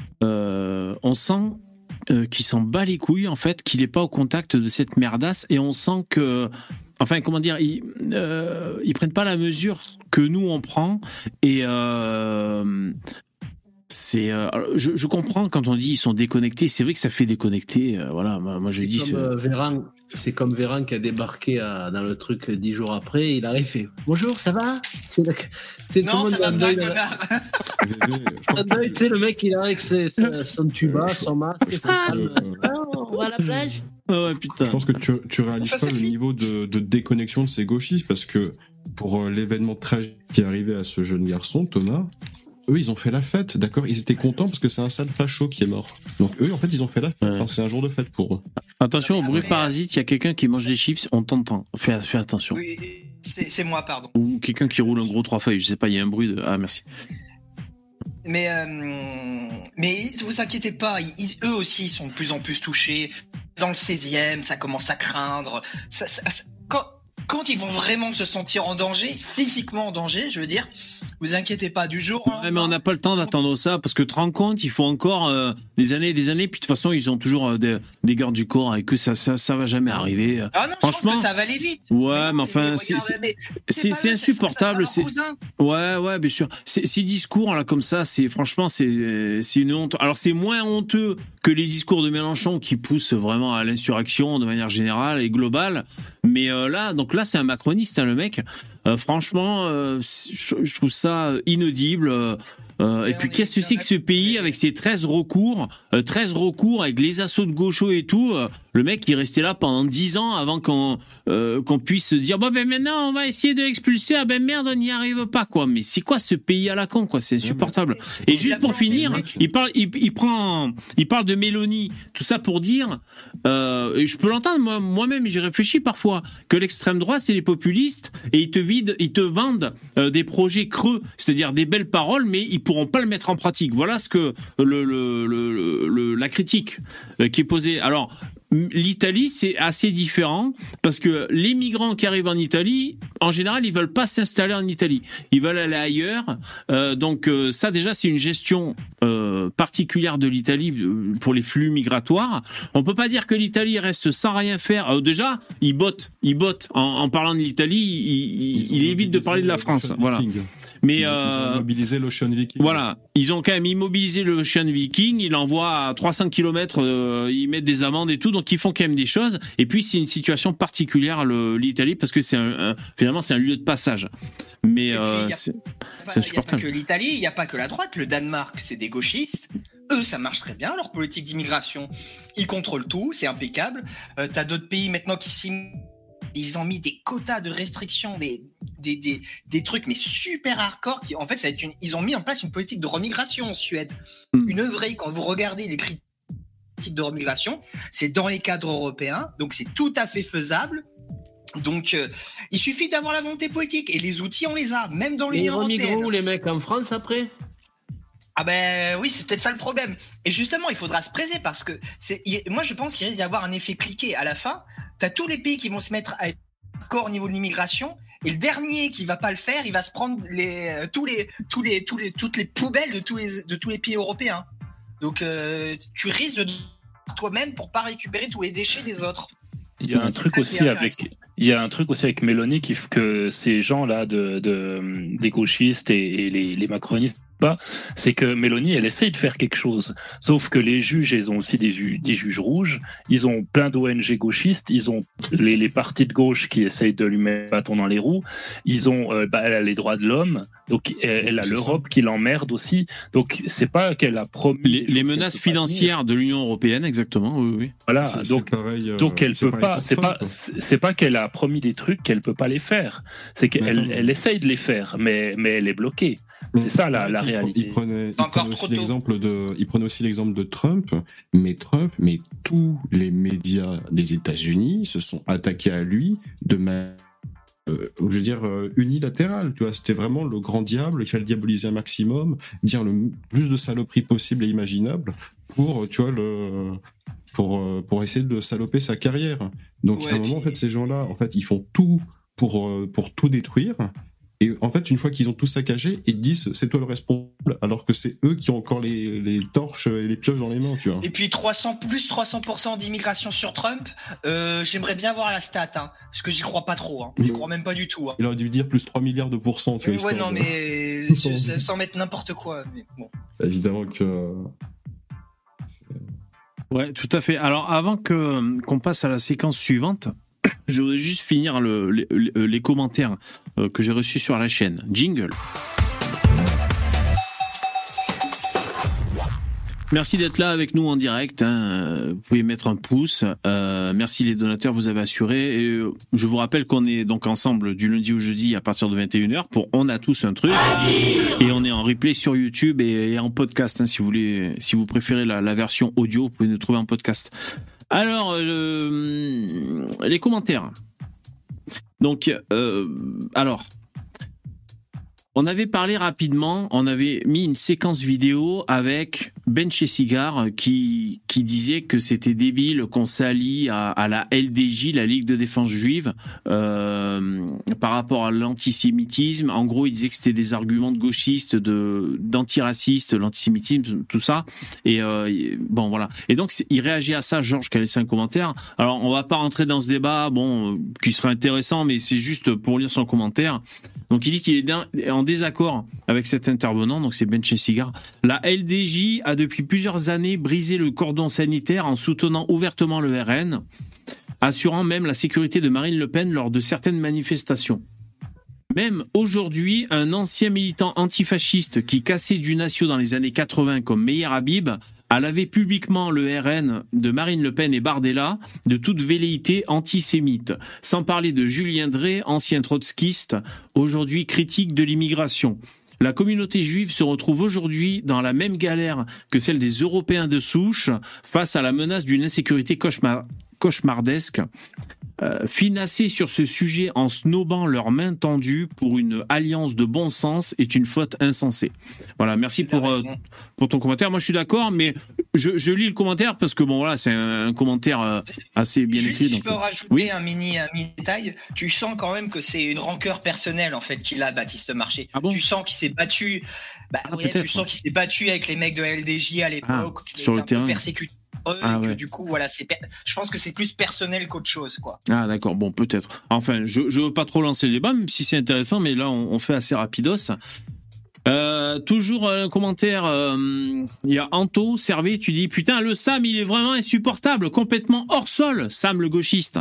euh, on sent euh, qu'il s'en bat les couilles en fait, qu'il est pas au contact de cette merdasse et on sent que, enfin, comment dire, ils euh, ils prennent pas la mesure que nous on prend et euh, c'est, euh, je, je comprends quand on dit ils sont déconnectés. C'est vrai que ça fait déconnecter. Euh, voilà, moi, moi je dis. C'est comme, euh, Véran, c'est comme Véran qui a débarqué à, dans le truc dix jours après. Il arrive fait bonjour, ça va? C'est, le, c'est non, ça va pas, connard. Tu sais, le mec il arrive avec ses, son tuba, son masque, son salle. on va à la plage. Ah ouais, putain. Je pense que tu, tu réalises pas le niveau de, de déconnexion de ces gauchistes, parce que pour l'événement tragique qui est arrivé à ce jeune garçon, Thomas, eux, ils ont fait la fête, d'accord? Ils étaient contents parce que c'est un sale facho qui est mort. Donc eux, en fait, ils ont fait la fête. Ouais. Enfin, c'est un jour de fête pour eux. Attention au bruit parasite, il y a quelqu'un qui mange des chips, on t'entend. Fais, fais attention. Oui, c'est, c'est moi, pardon. Ou quelqu'un qui roule un gros trois feuilles, je sais pas, il y a un bruit de... Ah, merci. Mais, euh, mais vous inquiétez pas, ils, ils, eux aussi sont de plus en plus touchés. Dans le seizième, ça commence à craindre. Ça, ça, ça, quand, quand ils vont vraiment se sentir en danger, physiquement en danger, je veux dire, vous inquiétez pas du jour. Ouais, mais on n'a pas le temps d'attendre ça, parce que tu te rends compte, il faut encore euh, des années et des années, puis de toute façon, ils ont toujours euh, des, des gardes du corps avec eux, ça, ça, ça va jamais arriver. Ah non, franchement, je pense que ça va aller vite. Ouais, mais, mais enfin, c'est, c'est, c'est, c'est, c'est insupportable. Ça, ça c'est... Ouais, ouais, bien sûr. C'est, ces discours là comme ça, c'est franchement, c'est, c'est une honte. Alors c'est moins honteux que les discours de Mélenchon qui poussent vraiment à l'insurrection de manière générale et globale. Mais euh, là, donc là, c'est un macroniste, hein, le mec. Euh, franchement, euh, je, je trouve ça inaudible. Euh, euh, et puis, qu'est-ce que c'est que ce pays avec ses treize recours, euh, treize recours avec les assauts de gauchos et tout. Euh, le mec, il restait là pendant dix ans avant qu'on euh, qu'on puisse se dire bon ben maintenant on va essayer de l'expulser. Ah ben merde, on n'y arrive pas quoi. Mais c'est quoi ce pays à la con quoi? C'est insupportable. Et juste pour finir, il parle, il, il prend, il parle de Mélanie, tout ça pour dire. Euh, et je peux l'entendre moi, moi-même, j'y réfléchis parfois que l'extrême droite c'est les populistes et ils te vident, ils te vendent euh, des projets creux, c'est-à-dire des belles paroles, mais ils pourront pas le mettre en pratique. Voilà ce que le, le, le, le la critique euh, qui est posée. Alors l'Italie, c'est assez différent parce que les migrants qui arrivent en Italie, en général, ils veulent pas s'installer en Italie. Ils veulent aller ailleurs. Euh, donc euh, ça, déjà, c'est une gestion euh, particulière de l'Italie pour les flux migratoires. On peut pas dire que l'Italie reste sans rien faire. Euh, déjà, ils bottent, ils bottent. En, en parlant de l'Italie, il, il, il évite de parler de la France. Voilà. Mais ils, euh, ils ont immobilisé l'Ocean Viking. Voilà, ils ont quand même immobilisé l'Ocean Viking. Ils l'envoient à trois cents kilomètres. Euh, ils mettent des amendes et tout. Donc ils font quand même des choses. Et puis c'est une situation particulière le, l'Italie parce que c'est un, un, finalement c'est un lieu de passage. Mais euh, puis, c'est, bah, c'est insupportable. Il n'y a pas que l'Italie, il n'y a pas que la droite. Le Danemark, c'est des gauchistes. Eux, ça marche très bien. Leur politique d'immigration, ils contrôlent tout. C'est impeccable. Euh, t'as d'autres pays maintenant qui s'y ils ont mis des quotas de restrictions, des, des, des, des trucs, mais super hardcore. Qui, en fait, ça va être une, ils ont mis en place une politique de remigration en Suède. Mm. Une vraie, quand vous regardez les critères de remigration, c'est dans les cadres européens, donc c'est tout à fait faisable. Donc, euh, il suffit d'avoir la volonté politique et les outils, on les a, même dans l'Union européenne. Ils remigrent où les mecs en France après ? Ah ben oui, c'est peut-être ça le problème. Et justement, il faudra se préser parce que c'est, moi je pense qu'il risque d'y avoir un effet cliqué. À la fin, t'as tous les pays qui vont se mettre à être hardcore au niveau de l'immigration et le dernier qui va pas le faire, il va se prendre les tous les tous les tous les toutes les poubelles de tous les de tous les pays européens. Donc euh, tu risques de toi-même pour pas récupérer tous les déchets des autres. Il y a un truc aussi avec il y a un truc aussi avec Mélanie qui que ces gens là de, de des gauchistes et, et les, les macronistes pas, c'est que Mélanie, elle essaye de faire quelque chose. Sauf que les juges, ils ont aussi des, ju- des juges rouges, ils ont plein d'O N G gauchistes, ils ont les, les partis de gauche qui essayent de lui mettre un bâton dans les roues, ils ont euh, bah, elle a les droits de l'homme, donc elle, elle a c'est l'Europe ça. Qui l'emmerde aussi. Donc c'est pas qu'elle a promis... Les, les menaces financières de l'Union européenne, exactement, oui, oui. Voilà, c'est, donc, c'est pareil, euh, donc elle c'est peut pas, c'est pas, c'est pas qu'elle a promis des trucs qu'elle peut pas les faire, c'est qu'elle elle, elle essaye de les faire, mais, mais elle est bloquée. Mais c'est ça la, la réalité. Il prenait, il prenait aussi l'exemple de, il prenait aussi l'exemple de Trump, mais Trump, mais tous les médias des États-Unis se sont attaqués à lui de manière, euh, je veux dire, euh, unilatérale. Tu vois, c'était vraiment le grand diable. Il fallait le diaboliser un maximum, dire le plus de saloperies possible et imaginables pour, tu vois, le, pour, pour essayer de saloper sa carrière. Donc, ouais, à un moment, en fait, ces gens-là, en fait, ils font tout pour, pour tout détruire. Et en fait, une fois qu'ils ont tout saccagé, ils disent c'est toi le responsable, alors que c'est eux qui ont encore les, les torches et les pioches dans les mains, tu vois. Et puis trois cents plus trois cents pour cent d'immigration sur Trump, euh, j'aimerais bien voir la stat, hein, parce que j'y crois pas trop, hein. J'y mmh. crois même pas du tout. Hein. Il aurait dû dire plus trois milliards de pourcents, tu vois. Ouais, non, de... mais sans mettre n'importe quoi. Mais bon. Évidemment que. Ouais, tout à fait. Alors, avant que qu'on passe à la séquence suivante. Je voudrais juste finir le, les, les commentaires que j'ai reçus sur la chaîne. Jingle. Merci d'être là avec nous en direct. Hein. Vous pouvez mettre un pouce. Euh, merci les donateurs, vous avez assuré. Et je vous rappelle qu'on est donc ensemble du lundi au jeudi à partir de vingt et une heures pour On a tous un truc. Et on est en replay sur YouTube et, et en podcast. Hein, si vous voulez, si vous préférez la, la version audio, vous pouvez nous trouver en podcast. Alors, euh, les commentaires. Donc, euh, alors. On avait parlé rapidement, on avait mis une séquence vidéo avec Ben chez Cigare qui qui disait que c'était débile qu'on s'allie à, à la L D J, la Ligue de défense juive, euh, par rapport à l'antisémitisme. En gros, il disait que c'était des arguments de gauchistes, de d'antiracistes, l'antisémitisme, tout ça. Et euh, bon, voilà. Et donc, il réagit à ça, Georges, qui a laissé un commentaire. Alors, on va pas rentrer dans ce débat, bon, qui serait intéressant, mais c'est juste pour lire son commentaire. Donc, il dit qu'il est en désaccord avec cet intervenant, donc c'est Ben Chessigar. La L D J a depuis plusieurs années brisé le cordon sanitaire en soutenant ouvertement le R N, assurant même la sécurité de Marine Le Pen lors de certaines manifestations. Même aujourd'hui, un ancien militant antifasciste qui cassait du Natio dans les années quatre-vingts comme Meyer Habib a lavé publiquement le R N de Marine Le Pen et Bardella de toute velléité antisémite, sans parler de Julien Drey, ancien trotskiste, aujourd'hui critique de l'immigration. La communauté juive se retrouve aujourd'hui dans la même galère que celle des Européens de souche face à la menace d'une insécurité cauchemar- cauchemardesque. Euh, financer sur ce sujet en snobant leurs mains tendues pour une alliance de bon sens est une faute insensée. Voilà, merci pour euh, pour ton commentaire. Moi, je suis d'accord, mais je, je lis le commentaire parce que bon, voilà, c'est un, un commentaire euh, assez bien Juste, écrit. Si donc, je peux euh, rajouter oui. un mini un mini détail, tu sens quand même que c'est une rancœur personnelle en fait qu'il a, Baptiste Marché. Ah bon tu sens qu'il s'est battu. Bah, ah, ouais, tu sens qu'il s'est battu avec les mecs de la L D J à l'époque, ah, qu'il sur était le un terrain. peu persécuté. Ah, que ouais. du coup, voilà, c'est. Per... Je pense que c'est plus personnel qu'autre chose, quoi. Ah d'accord, bon peut-être. Enfin, je je veux pas trop lancer le débat, même si c'est intéressant, mais là on, on fait assez rapidos. Euh, toujours un commentaire, il euh, y a Anto, Servet, tu dis putain le Sam il est vraiment insupportable, complètement hors sol, Sam le gauchiste.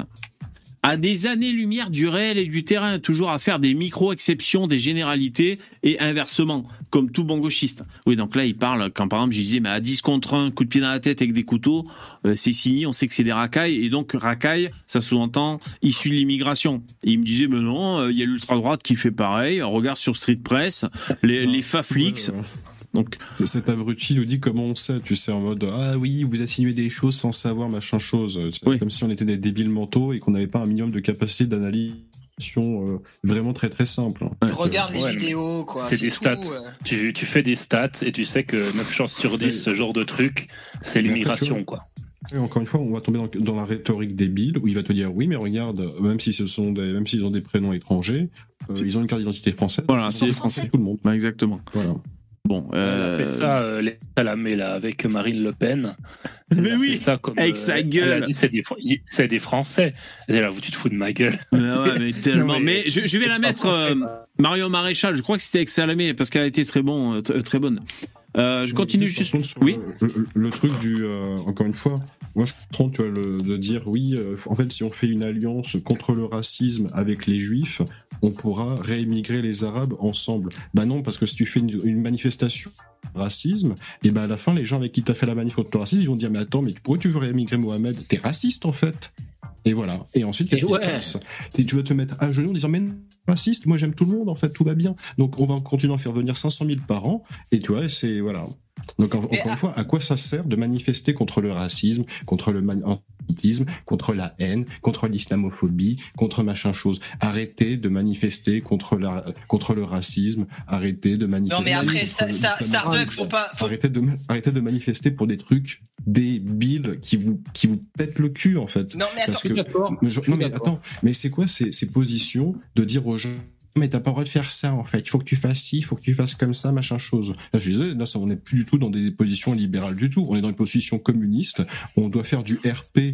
À des années-lumière du réel et du terrain, toujours à faire des micro-exceptions, des généralités, et inversement, comme tout bon gauchiste. Oui, donc là, il parle, quand par exemple, je disais, mais à dix contre un, coup de pied dans la tête avec des couteaux, euh, c'est signé, on sait que c'est des racailles, et donc racailles, ça sous-entend issu de l'immigration. Et il me disait, mais non, il y a l'ultra-droite qui fait pareil, on regarde sur Street Press, les, les Faflix... Donc, cet abruti nous dit comment on sait, tu sais, en mode ah oui, vous insinuez des choses sans savoir machin chose. C'est oui. Comme si on était des débiles mentaux et qu'on n'avait pas un minimum de capacité d'analyse euh, vraiment très très simple. Ouais, regarde les ouais, vidéos, quoi. C'est, c'est des tout, stats. Euh... Tu, tu fais des stats et tu sais que neuf chances sur dix, ouais. ce genre de truc, c'est l'immigration, vois, quoi. Et encore une fois, on va tomber dans, dans la rhétorique débile où il va te dire oui, mais regarde, même si ce sont des, même s'ils ont des prénoms étrangers, euh, ils ont une carte d'identité française. Voilà, c'est français tout le monde. Bah, exactement. Voilà. Bon, euh... elle a fait ça, euh, les Salamé là, avec Marine Le Pen. Elle mais oui, ça comme, avec euh, sa gueule. Elle a dit c'est des, c'est des Français. Elle est là, vous tu te fous de ma gueule. Mais, ouais, mais tellement. non, mais, mais je, je vais la mettre euh, Marion Maréchal. Je crois que c'était avec Salamé parce qu'elle a été très bon, euh, très, très bonne. Euh, je continue oui, juste. Sur oui. Le, le, le truc du, euh, encore une fois, moi je comprends, tu vois, le, de dire oui. Euh, en fait, si on fait une alliance contre le racisme avec les Juifs, on pourra réémigrer les Arabes ensemble. Bah non, parce que si tu fais une, une manifestation racisme, et ben bah à la fin, les gens avec qui t'as fait la manif contre le racisme, ils vont dire mais attends, mais pourquoi tu veux réémigrer Mohamed ? T'es raciste en fait. Et voilà. Et ensuite, qu'est-ce qui ouais. se passe ? Tu vas te mettre à genoux en disant mais raciste, moi j'aime tout le monde, en fait, tout va bien. Donc on va continuer à faire venir cinq cent mille par an, et tu vois, c'est voilà. Donc en, encore à... une fois, à quoi ça sert de manifester contre le racisme, contre le antisémitisme, contre la haine, contre l'islamophobie, contre machin chose. Arrêtez de manifester contre la contre le racisme, arrêtez de manifester. Non mais après Starbucks, faut pas. Faut... Arrêtez de arrêtez de manifester pour des trucs débiles qui vous qui vous pètent le cul en fait. Non mais attends, Parce que, je suis d'accord. Je, non mais attends, mais c'est quoi ces, ces positions de dire aux gens mais t'as pas le droit de faire ça en fait, il faut que tu fasses ci, il faut que tu fasses comme ça, machin chose. Là, je suis désolé, là ça, on n'est plus du tout dans des positions libérales du tout, on est dans une position communiste, on doit faire du R P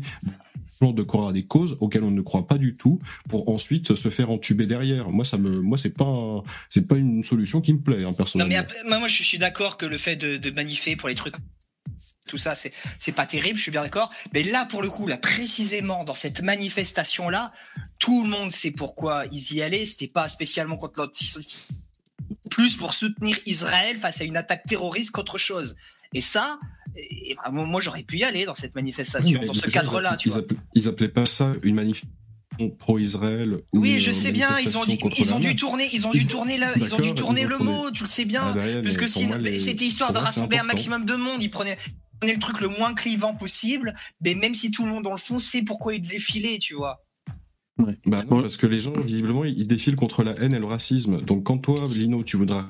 de croire à des causes auxquelles on ne croit pas du tout pour ensuite se faire entuber derrière. Moi ça me moi c'est pas un, c'est pas une solution qui me plaît hein, personnellement. Non mais après, moi je suis d'accord que le fait de, de manifester pour les trucs tout ça, c'est, c'est pas terrible, je suis bien d'accord. Mais là, pour le coup, là, précisément, dans cette manifestation-là, tout le monde sait pourquoi ils y allaient. C'était pas spécialement contre l'antisémitisme, plus pour soutenir Israël face à une attaque terroriste qu'autre chose. Et ça, Et, et bah, moi, j'aurais pu y aller dans cette manifestation, oui, dans ce cadre-là. Ils, tu ils, vois. appelaient, ils appelaient pas ça une manifestation pro-Israël. Oui, je sais bien. Ils ont dû, ils ont dû tourner, ils ont dû tourner là, ils ont dû tourner le mot. Tu le sais bien, ah, ben, parce que si, les, c'était histoire de rassembler un maximum de monde. Ils prenaient, ils prenaient le truc le moins clivant possible. Mais même si tout le monde dans le fond sait pourquoi ils devaient filer, tu vois. Ouais. Bah non, parce que les gens, visiblement, ils défilent contre la haine et le racisme. Donc quand toi, Lino, tu voudras,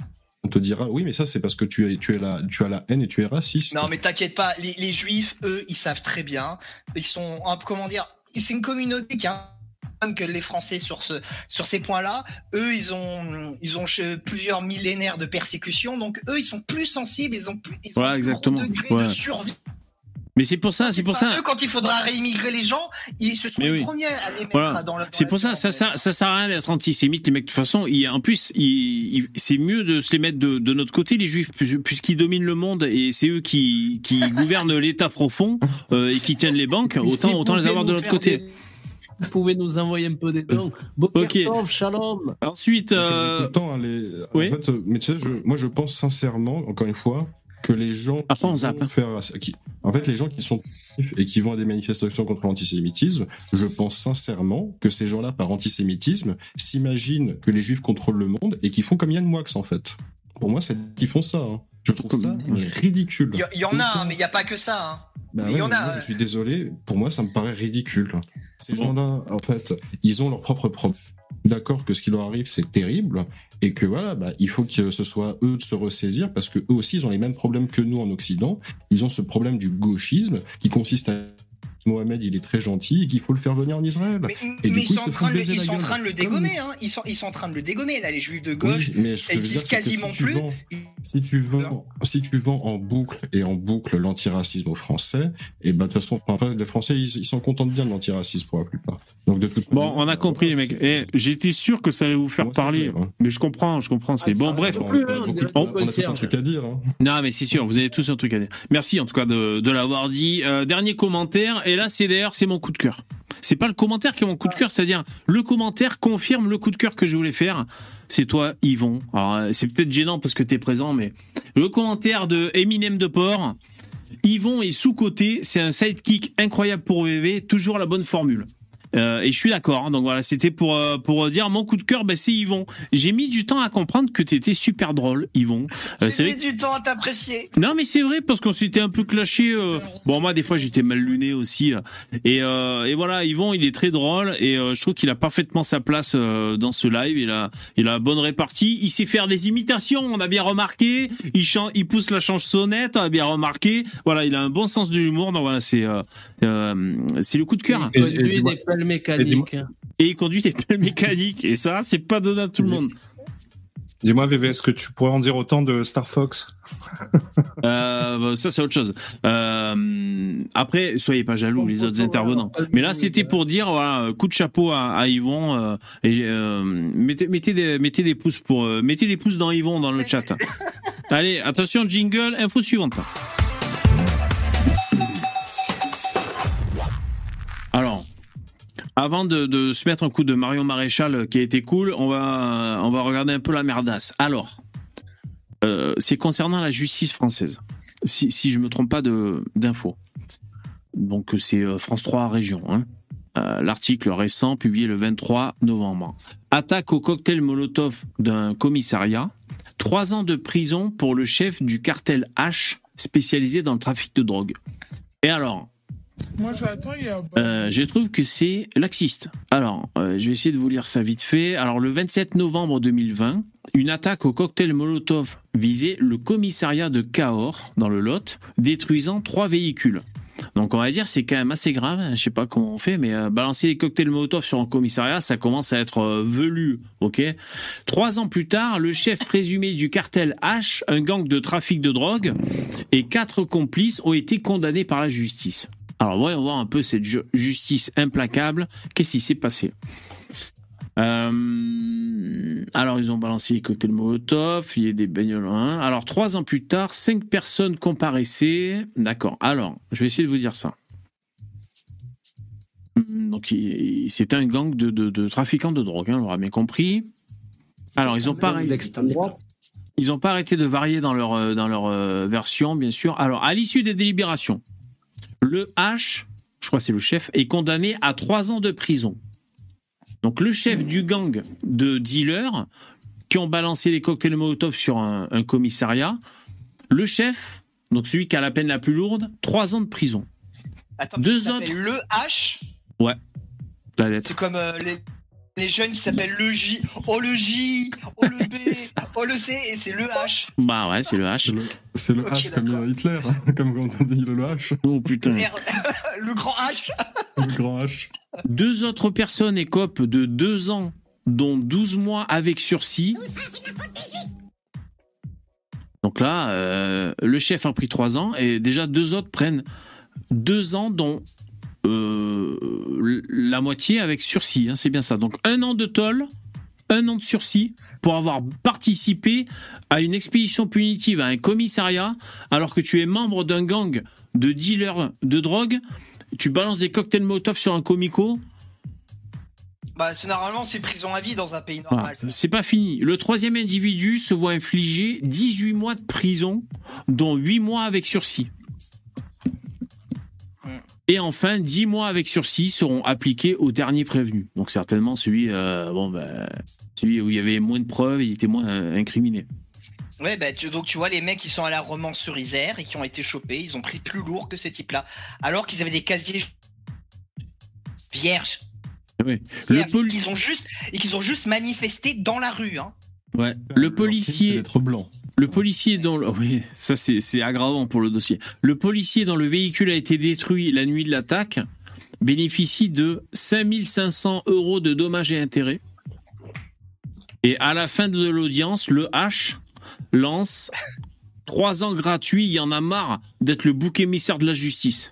on te dira, oui, mais ça, c'est parce que tu, es, tu, es la, tu as la haine et tu es raciste. Non, mais t'inquiète pas, les, les Juifs, eux, ils savent très bien. Ils sont, comment dire, c'est une communauté qui a que les Français sur ce sur ces points-là. Eux, ils ont ils ont plusieurs millénaires de persécution, donc eux, ils sont plus sensibles, ils ont plus, ils ont ouais, un plus exactement. gros degré ouais. de survie. Mais c'est pour ça, c'est pour ça. Eux, quand il faudra réimmigrer les gens, ils se sont mais les oui. premiers à les mettre voilà. dans le. Dans c'est pour ça, ça, ça, ça sert à rien d'être antisémite, les mecs. De toute façon, il, en plus, il, il, c'est mieux de se les mettre de, de notre côté, les Juifs, puisqu'ils dominent le monde et c'est eux qui, qui gouvernent l'État profond euh, et qui tiennent les banques. Autant, autant les avoir de notre côté. Des... Vous pouvez nous envoyer un peu des dons. Ok. Shalom. Ensuite, euh... tout le temps, hein, les... oui. en fait, mais tu sais, je... moi, je pense sincèrement, encore une fois, que les gens Après, on zappe. Faire... qui... en fait, les gens qui sont et qui vont à des manifestations contre l'antisémitisme, je pense sincèrement que ces gens-là, par antisémitisme, s'imaginent que les Juifs contrôlent le monde et qui font comme Yann Moix, en fait. Pour moi, c'est qu'ils font ça. Hein. Je trouve comme... ça mais ridicule. Il y, y en a, hein, mais il n'y a pas que ça. Hein. Bah ouais, y en a, moi, je suis désolé, pour moi ça me paraît ridicule. Ces bon. gens-là, en fait, ils ont leur propre problème. D'accord que ce qui leur arrive c'est terrible et que voilà, bah, il faut que ce soit eux de se ressaisir parce que eux aussi ils ont les mêmes problèmes que nous en Occident. Ils ont ce problème du gauchisme qui consiste à Mohamed, il est très gentil et qu'il faut le faire venir en Israël. Mais, et mais du coup, ils sont, en train, le, ils sont en train de le dégommer, hein. Ils sont, ils sont en train de le dégommer, là, les Juifs de gauche. Oui, mais ça existe quasiment si plus. Vends, si tu vends, si tu vends en boucle et en boucle l'antiracisme aux Français, et ben, de toute façon, les Français, ils, ils sont contents de bien de l'antiracisme pour la plupart. Donc, de toute bon, manière, on a compris, les mecs. Et j'étais sûr que ça allait vous faire moi, parler. Clair, hein. Mais je comprends, je comprends. C'est ah, bon, bref. On, on, on, beaucoup, on, on a tous un truc à dire, hein. Non, mais c'est sûr, vous avez tous un truc à dire. Merci, en tout cas, de, de l'avoir dit. Euh, dernier commentaire. Et là, c'est d'ailleurs, c'est mon coup de cœur. C'est pas le commentaire qui est mon coup de cœur, c'est-à-dire le commentaire confirme le coup de cœur que je voulais faire. C'est toi, Yvon. Alors, c'est peut-être gênant parce que t'es présent, mais le commentaire de Eminem de Port. Yvon est sous-coté, c'est un sidekick incroyable pour V V, toujours la bonne formule. Euh, et je suis d'accord, hein, donc voilà, c'était pour euh, pour dire mon coup de cœur, bah, c'est Yvon. J'ai mis du temps à comprendre que t'étais super drôle, Yvon. Euh, J'ai mis vrai... du temps à t'apprécier. Non, mais c'est vrai parce qu'on s'était un peu clashé. Euh... Bon, moi des fois j'étais mal luné aussi. Euh... Et euh, et voilà, Yvon, il est très drôle et euh, je trouve qu'il a parfaitement sa place euh, dans ce live. Il a il a la bonne répartie. Il sait faire des imitations, on a bien remarqué. Il chante, il pousse la chansonnette, on a bien remarqué. Voilà, il a un bon sens de l'humour. Donc voilà, c'est euh, euh, c'est le coup de cœur. Et, et, et, et, mécanique. Et il conduit des pelles mécaniques. Et ça, c'est pas donné à tout le monde. Dis-moi, V V, est-ce que tu pourrais en dire autant de Star Fox? euh, Ça, c'est autre chose. Euh, après, soyez pas jaloux, les autres intervenants. Mais là, c'était pour dire, voilà, coup de chapeau à, à Yvon. Euh, et, euh, mettez, mettez, des, mettez des pouces pour, euh, mettez des pouces dans Yvon dans le chat. Allez, attention, jingle, info suivante. Alors. Avant de, de se mettre un coup de Marion Maréchal qui a été cool, on va, on va regarder un peu la merdasse. Alors, euh, c'est concernant la justice française, si, si je me trompe pas de, d'infos. Donc c'est France trois Région. Hein. Euh, l'article récent publié le vingt-trois novembre. Attaque au cocktail Molotov d'un commissariat. Trois ans de prison pour le chef du cartel H spécialisé dans le trafic de drogue. Et alors... Moi, j'attends, il y a... euh, je trouve que c'est laxiste. Alors, euh, je vais essayer de vous lire ça vite fait. Alors, le vingt-sept novembre deux mille vingt, une attaque au cocktail Molotov visait le commissariat de Cahors, dans le Lot, détruisant trois véhicules. Donc, on va dire, c'est quand même assez grave. Je sais pas comment on fait, mais euh, balancer des cocktails Molotov sur un commissariat, ça commence à être euh, velu, ok ? Trois ans plus tard, le chef présumé du cartel H, un gang de trafic de drogue, et quatre complices ont été condamnés par la justice. Alors, voyons voir un peu cette ju- justice implacable. Qu'est-ce qui s'est passé ? euh, Alors, ils ont balancé les cocktails Molotov, il y a des bagnoles. Hein. Alors, trois ans plus tard, cinq personnes comparaissaient. D'accord. Alors, je vais essayer de vous dire ça. Donc, il, il, c'était un gang de, de, de trafiquants de drogue, hein, on l'aura bien compris. Alors, ils ont pareil. Ils n'ont pas arrêté de varier dans leur, dans leur euh, version, bien sûr. Alors, à l'issue des délibérations, le H, je crois que c'est le chef, est condamné à trois ans de prison. Donc, le chef du gang de dealers qui ont balancé des cocktails Molotov sur un, un commissariat, le chef, donc celui qui a la peine la plus lourde, trois ans de prison. Attends, Deux autres. Le H. Ouais, la lettre. C'est comme euh, les... Les jeunes qui s'appellent le J, oh le J, oh le B, oh le C, et c'est le H. Bah ouais, c'est le H. C'est le, c'est le okay, H d'accord. Comme Hitler, comme quand on dit le H. Oh putain. Le grand H. Le grand H. Deux autres personnes écopent de deux ans, dont douze mois avec sursis. Donc là, euh, le chef a pris trois ans, et déjà deux autres prennent deux ans, dont Euh, la moitié avec sursis, hein, c'est bien ça. Donc un an de tôle, un an de sursis pour avoir participé à une expédition punitive à un commissariat alors que tu es membre d'un gang de dealers de drogue, tu balances des cocktails Molotov sur un comico. Bah, c'est, normalement, c'est prison à vie dans un pays normal. Voilà, c'est pas fini. Le troisième individu se voit infliger dix-huit mois de prison, dont huit mois avec sursis. Et enfin, dix mois avec sursis seront appliqués au dernier prévenu. Donc certainement celui, euh, bon, bah, celui où il y avait moins de preuves, il était moins euh, incriminé. Ouais, bah, tu, donc tu vois les mecs qui sont à la Romans-sur-Isère et qui ont été chopés, ils ont pris plus lourd que ces types-là, alors qu'ils avaient des casiers vierges. Oui. Vierges, Le poli... qu'ils ont juste et qu'ils ont juste manifesté dans la rue, hein. Ouais. Le policier. C'est d'être blanc. Le policier dont le... oui, ça c'est, c'est aggravant pour le dossier. Le policier dont le véhicule a été détruit la nuit de l'attaque bénéficie de cinq mille cinq cents euros de dommages et intérêts. Et à la fin de l'audience, le H lance trois ans gratuits. Il y en a marre d'être le bouc émissaire de la justice.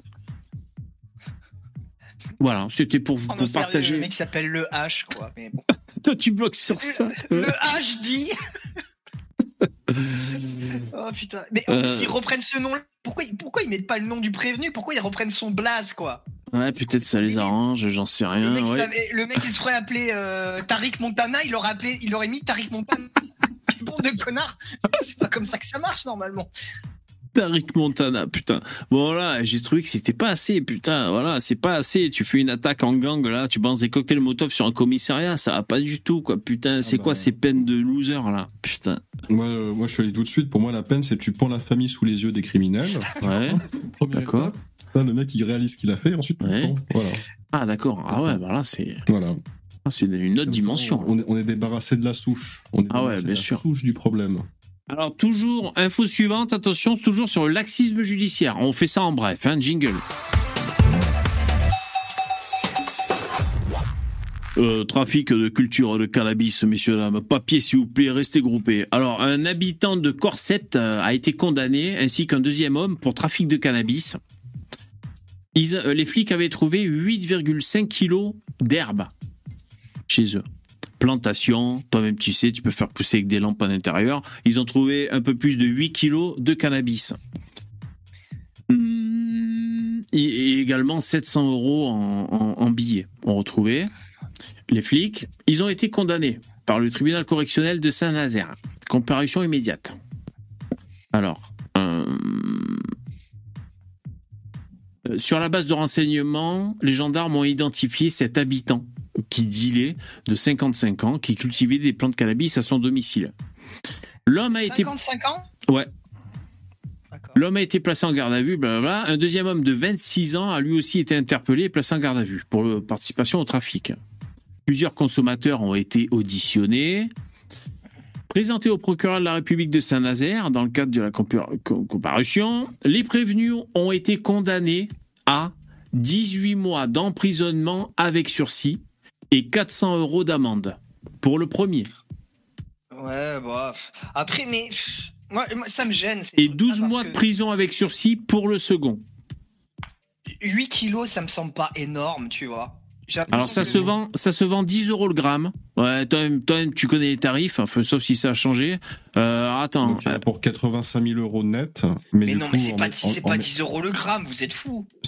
Voilà, c'était pour vous oh non, partager. Sérieux, le mec s'appelle le H, quoi. Mais bon. Toi, tu bloques sur ça. Le, le H dit. Oh putain, mais en plus, euh... ils reprennent ce nom. Pourquoi, pourquoi ils mettent pas le nom du prévenu? Pourquoi ils reprennent son blaze, quoi? Ouais, peut-être ça les arrange, j'en sais rien. Le mec, ouais. savait, le mec il se ferait appeler euh, Tariq Montana, il aurait appelé, il aurait mis Tariq Montana. Bon de connard, c'est pas comme ça que ça marche normalement. Tariq Montana, putain. Bon là, j'ai trouvé que c'était pas assez, putain. Voilà, c'est pas assez. Tu fais une attaque en gang, là, tu balances des cocktails Molotov sur un commissariat, ça va pas du tout, quoi. Putain, c'est ah bah... quoi ces peines de loser là, putain. Moi, euh, moi, je suis allé tout de suite. Pour moi, la peine, c'est que tu pends la famille sous les yeux des criminels. Ouais. D'accord. Là, le mec, il réalise ce qu'il a fait, et ensuite, tu ouais. le pends. Voilà. Ah d'accord. Ah ouais, bah là, c'est. Voilà. Ah, c'est une autre dimension. On est, on est débarrassé de la souche. On est ah ouais, bien de sûr. La souche du problème. Alors toujours, info suivante, attention, toujours sur le laxisme judiciaire. On fait ça en bref, hein, jingle. Euh, trafic de culture de cannabis, messieurs, dames. Papier, s'il vous plaît, restez groupés. Alors, un habitant de Corsept a été condamné, ainsi qu'un deuxième homme, pour trafic de cannabis. Ils, les flics avaient trouvé huit virgule cinq kilos d'herbe chez eux. Plantation, toi-même tu sais, tu peux faire pousser avec des lampes à l'intérieur. Ils ont trouvé un peu plus de huit kilos de cannabis. Et également sept cents euros en, en, en billets. On retrouvait les flics. Ils ont été condamnés par le tribunal correctionnel de Saint-Nazaire. Comparution immédiate. Alors, euh, sur la base de renseignements, les gendarmes ont identifié cet habitant qui dealait de cinquante-cinq ans, qui cultivait des plantes de cannabis à son domicile. L'homme a été... cinquante-cinq ans ? Ouais. D'accord. L'homme a été placé en garde à vue, blablabla. Un deuxième homme de vingt-six ans a lui aussi été interpellé et placé en garde à vue pour participation au trafic. Plusieurs consommateurs ont été auditionnés, présentés au procureur de la République de Saint-Nazaire dans le cadre de la comparution. Les prévenus ont été condamnés à dix-huit mois d'emprisonnement avec sursis et quatre cents euros d'amende pour le premier. Ouais, bah. Après, mais. Moi, ça me gêne. Et douze mois de prison avec sursis pour le second. huit kilos, ça me semble pas énorme, tu vois. Alors, ça, que... se vend, ça se vend dix euros le gramme. Ouais, toi-même, toi-même tu connais les tarifs, enfin, sauf si ça a changé. Euh, attends. Donc, pour quatre-vingt-cinq mille euros net. Mais, mais non, coup, mais c'est pas, en, c'est en, pas en... dix euros le gramme, vous êtes fous. Si,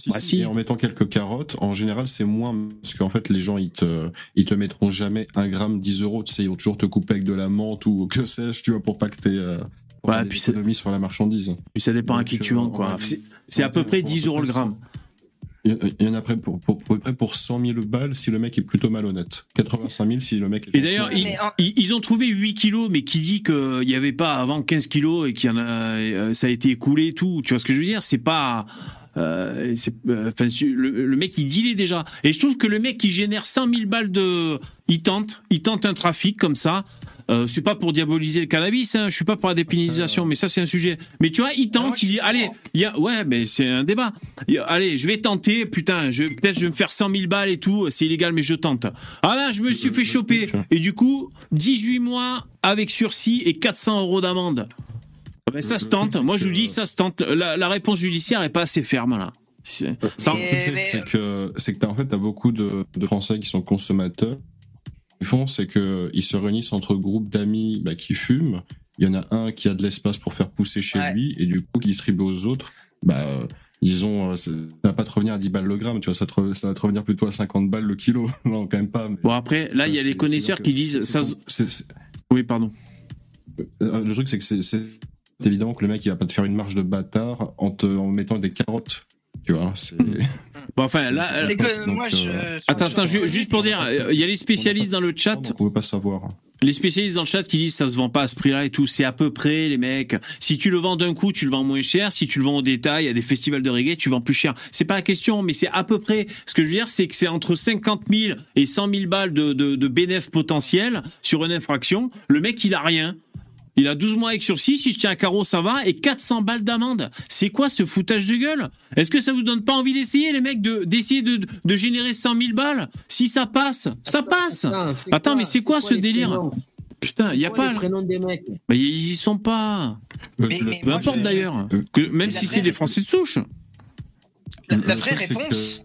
Si, bah, si. Et en mettant quelques carottes, en général, c'est moins, parce qu'en fait, les gens, ils te, ils te mettront jamais un gramme dix euros, tu sais, ils vont toujours te couper avec de la menthe ou que sais-je, tu vois, pour pas que t'aies, euh, pour ouais, faire des économies sur la marchandise. Puis ça dépend Donc, à qui tu vends, quoi. C'est, c'est à peu près dix euros le gramme. Il y en a près pour, pour, pour, pour, pour cent mille balles si le mec est plutôt malhonnête. quatre-vingt-cinq mille si le mec est... Et d'ailleurs, ils, ils, ils ont trouvé huit kilos, mais qui dit qu'il n'y avait pas avant quinze kilos et qu'il y en a, ça a été écoulé et tout. Tu vois ce que je veux dire? C'est pas... Euh, c'est, euh, le, le mec il dilait déjà et je trouve que le mec qui génère cent mille balles de il tente il tente un trafic comme ça, euh, c'est pas pour diaboliser le cannabis, hein, je suis pas pour la dépénalisation, mais ça c'est un sujet, mais tu vois il tente, il dit allez il y a ouais mais c'est un débat, il, allez je vais tenter, putain je, peut-être je vais me faire cent mille balles et tout, c'est illégal mais je tente, ah là je me suis fait choper et du coup dix-huit mois avec sursis et quatre cents euros d'amende. Ben ça se tente. Moi, je vous dis, ça se tente. La, la réponse judiciaire est pas assez ferme là. C'est, ça, c'est, c'est que c'est que t'as en fait t'as beaucoup de, de Français qui sont consommateurs. Ils font, c'est que ils se réunissent entre groupes d'amis bah, qui fument. Il y en a un qui a de l'espace pour faire pousser chez ouais. lui et du coup qui distribue aux autres. Bah ils ont, ça va pas te revenir à dix balles le gramme, tu vois, ça, te, ça va te revenir plutôt à cinquante balles le kilo. Non, quand même pas. Mais bon après, là il y a les connaisseurs qui disent ça. C'est, c'est... Oui, pardon. Le truc c'est que c'est, c'est... C'est évident que le mec il va pas te faire une marche de bâtard en te en mettant des carottes, tu vois. C'est... Bon enfin c'est, là. C'est que donc, moi je. Euh... Attends attends ju- juste pour dire, il y a les spécialistes dans le chat. On pouvait pas savoir. Les spécialistes dans le chat qui disent ça se vend pas à ce prix-là et tout, c'est à peu près les mecs. Si tu le vends d'un coup, tu le vends moins cher. Si tu le vends au détail, à des festivals de reggae, tu vends plus cher. C'est pas la question, mais c'est à peu près. Ce que je veux dire, c'est que c'est entre cinquante mille et cent mille balles de de, de bénéfice potentiel sur une infraction. Le mec il a rien. Il a douze mois avec sursis, si je tiens un carreau, ça va, et quatre cents balles d'amende. C'est quoi ce foutage de gueule? Est-ce que ça vous donne pas envie d'essayer, les mecs, de, d'essayer de, de générer cent mille balles? Si ça passe, ça passe. Attends, Attends mais c'est quoi, c'est quoi ce délire prénoms? Putain, il y a pas... les prénoms des mecs. Bah, ils y sont pas. Mais, mais Peu importe je... d'ailleurs. Que, même si c'est des Français de souche. La, la vraie réponse...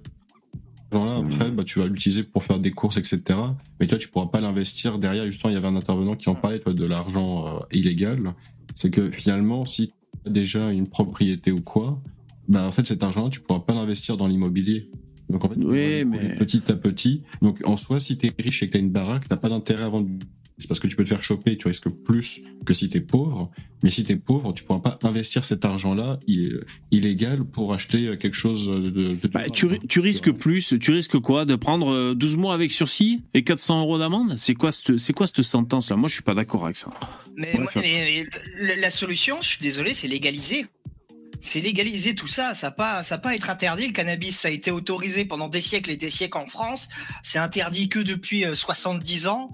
Genre là, après, bah, tu vas l'utiliser pour faire des courses, et cetera. Mais toi, tu pourras pas l'investir. Derrière, justement, il y avait un intervenant qui en parlait, toi, de l'argent euh, illégal. C'est que finalement, si tu as déjà une propriété ou quoi, bah, en fait, cet argent-là, tu pourras pas l'investir dans l'immobilier. Donc, en fait, oui, mais... petit à petit. Donc, en soi, si t'es riche et que t'as une baraque, t'as pas d'intérêt à vendre. C'est parce que tu peux te faire choper, tu risques plus que si t'es pauvre. Mais si t'es pauvre, tu pourras pas investir cet argent-là illégal pour acheter quelque chose de... de bah, tu, tu risques plus, tu risques quoi? De prendre douze mois avec sursis et quatre cents euros d'amende? C'est quoi cette, c'est quoi cette sentence-là? Moi, je suis pas d'accord avec ça. Mais, moi, mais, mais la solution, je suis désolé, c'est légaliser. C'est légaliser tout ça, ça pas, ça pas être interdit. Le cannabis, ça a été autorisé pendant des siècles et des siècles en France. C'est interdit que depuis soixante-dix ans.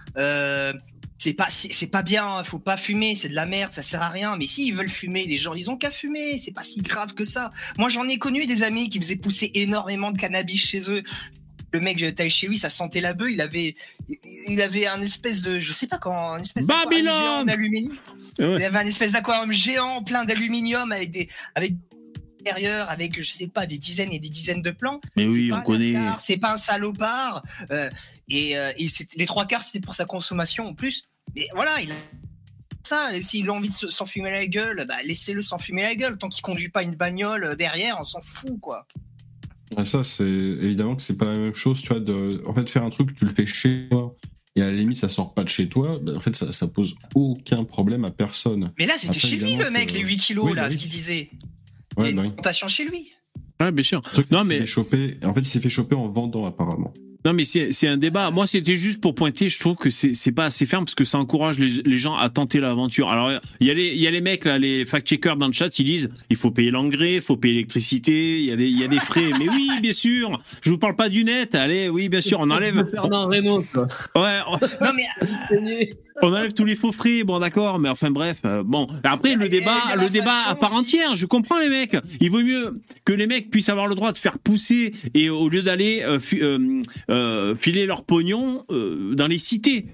Euh, c'est pas, c'est, c'est pas bien, faut pas fumer, c'est de la merde, ça sert à rien. Mais si ils veulent fumer, les gens, ils ont qu'à fumer, c'est pas si grave que ça. Moi, j'en ai connu des amis qui faisaient pousser énormément de cannabis chez eux. Le mec, j'étais chez lui, ça sentait la beuh. Il avait, il avait un espèce de, je sais pas quand, un espèce Babylone d'aluminium. Ouais. Il avait un espèce d'aquarium géant plein d'aluminium avec des, avec intérieur, avec je sais pas des dizaines et des dizaines de plans. Mais oui, on connaît. Star, c'est pas un salopard. Euh, et euh, et c'est, les trois quarts c'était pour sa consommation en plus. Mais voilà, il a ça. Et s'il a envie de s'enfumer la gueule, bah laissez-le s'enfumer la gueule. Tant qu'il conduit pas une bagnole derrière, on s'en fout quoi. Ça, c'est évidemment que c'est pas la même chose, tu vois. De, en fait, faire un truc, tu le fais chez toi. Et à la limite, ça sort pas de chez toi. Ben, en fait, ça, ça pose aucun problème à personne. Mais là, c'était Après, chez lui, le mec, que... les huit kilos, oui, là, bah, ce qu'il disait. Ouais, il y a bah, une plantation chez lui. Ouais, bien sûr. Truc, non, mais. Choper... En fait, il s'est fait choper en vendant, apparemment. Non, mais c'est, c'est un débat. Moi, c'était juste pour pointer. Je trouve que c'est, c'est pas assez ferme parce que ça encourage les, les gens à tenter l'aventure. Alors, il y a les, il y a les mecs, là, les fact-checkers dans le chat, ils disent, il faut payer l'engrais, il faut payer l'électricité, il y a des, il y a des frais. Mais oui, bien sûr. Je vous parle pas du net. Allez, oui, bien sûr, on enlève. Fernand Reynaud, quoi. Ouais. On... Non, mais. On enlève tous les faux frais, bon d'accord, mais enfin bref, euh, bon. Après le débat, le débat à part entière, je comprends les mecs. Il vaut mieux que les mecs puissent avoir le droit de faire pousser et au lieu d'aller euh, fi- euh, euh, filer leur pognon euh, dans les cités.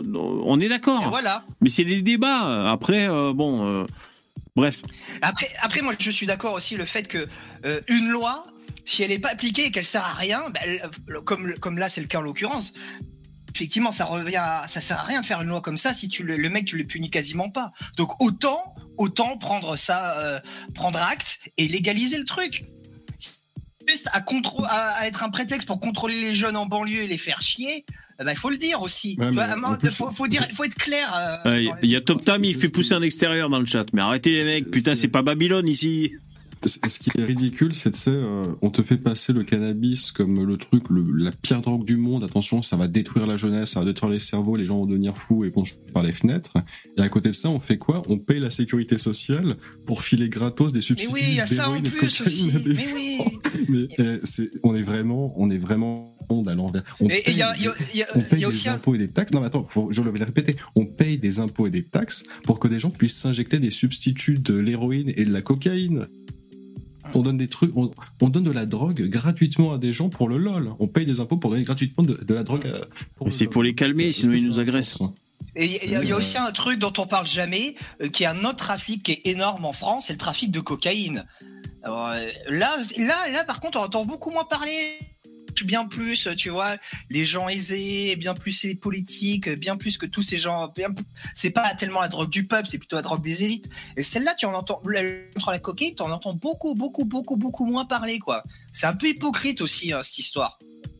On est d'accord. Et voilà. Mais c'est des débats. Après, euh, bon, euh, bref. Après, après, moi je suis d'accord aussi le fait que euh, une loi, si elle n'est pas appliquée et qu'elle sert à rien, bah, elle, comme comme là c'est le cas en l'occurrence. Effectivement, ça revient, à, ça sert à rien de faire une loi comme ça si tu le, le mec tu le punis quasiment pas. Donc autant, autant prendre ça, euh, prendre acte et légaliser le truc. Juste à, contro- à, à être un prétexte pour contrôler les jeunes en banlieue et les faire chier, il bah, faut le dire aussi. Ouais, tu vois, il plus, faut, faut, dire, faut être clair. Il euh, ouais, y a Top Tam, il fait pousser un extérieur dans le chat. Mais arrêtez les mecs, putain, c'est pas Babylone ici. Ce qui est ridicule, c'est que euh, on te fait passer le cannabis comme le truc, le, la pire drogue du monde. Attention, ça va détruire la jeunesse, ça va détruire les cerveaux, les gens vont devenir fous et vont chuter par les fenêtres. Et à côté de ça, on fait quoi? On paye la sécurité sociale pour filer gratos des substituts. Mais oui, il y a ça en plus aussi. Mais oui. Mais euh, c'est, on est vraiment, on est vraiment à l'envers. On et il y a, y a, y a, on paye y a aussi des un... impôts et des taxes. Non, mais attends, faut, je vais le répéter. On paye des impôts et des taxes pour que des gens puissent s'injecter des substituts de l'héroïne et de la cocaïne. On donne des trucs, on, on donne de la drogue gratuitement à des gens pour le lol. On paye des impôts pour donner gratuitement de, de la drogue. À, pour Mais c'est pour les calmer, sinon ils nous agressent. Et il y, y, y a aussi un truc dont on parle jamais, euh, qui est un autre trafic qui est énorme en France, c'est le trafic de cocaïne. Alors, euh, là, là, là, par contre, on entend beaucoup moins parler. Bien plus, tu vois, les gens aisés, bien plus les politiques, bien plus que tous ces gens. Bien, c'est pas tellement la drogue du peuple, c'est plutôt la drogue des élites. Et celle-là, tu en entends, contre la cocaïne, tu en entends beaucoup, beaucoup, beaucoup, beaucoup moins parler, quoi. C'est un peu hypocrite aussi, hein, cette histoire.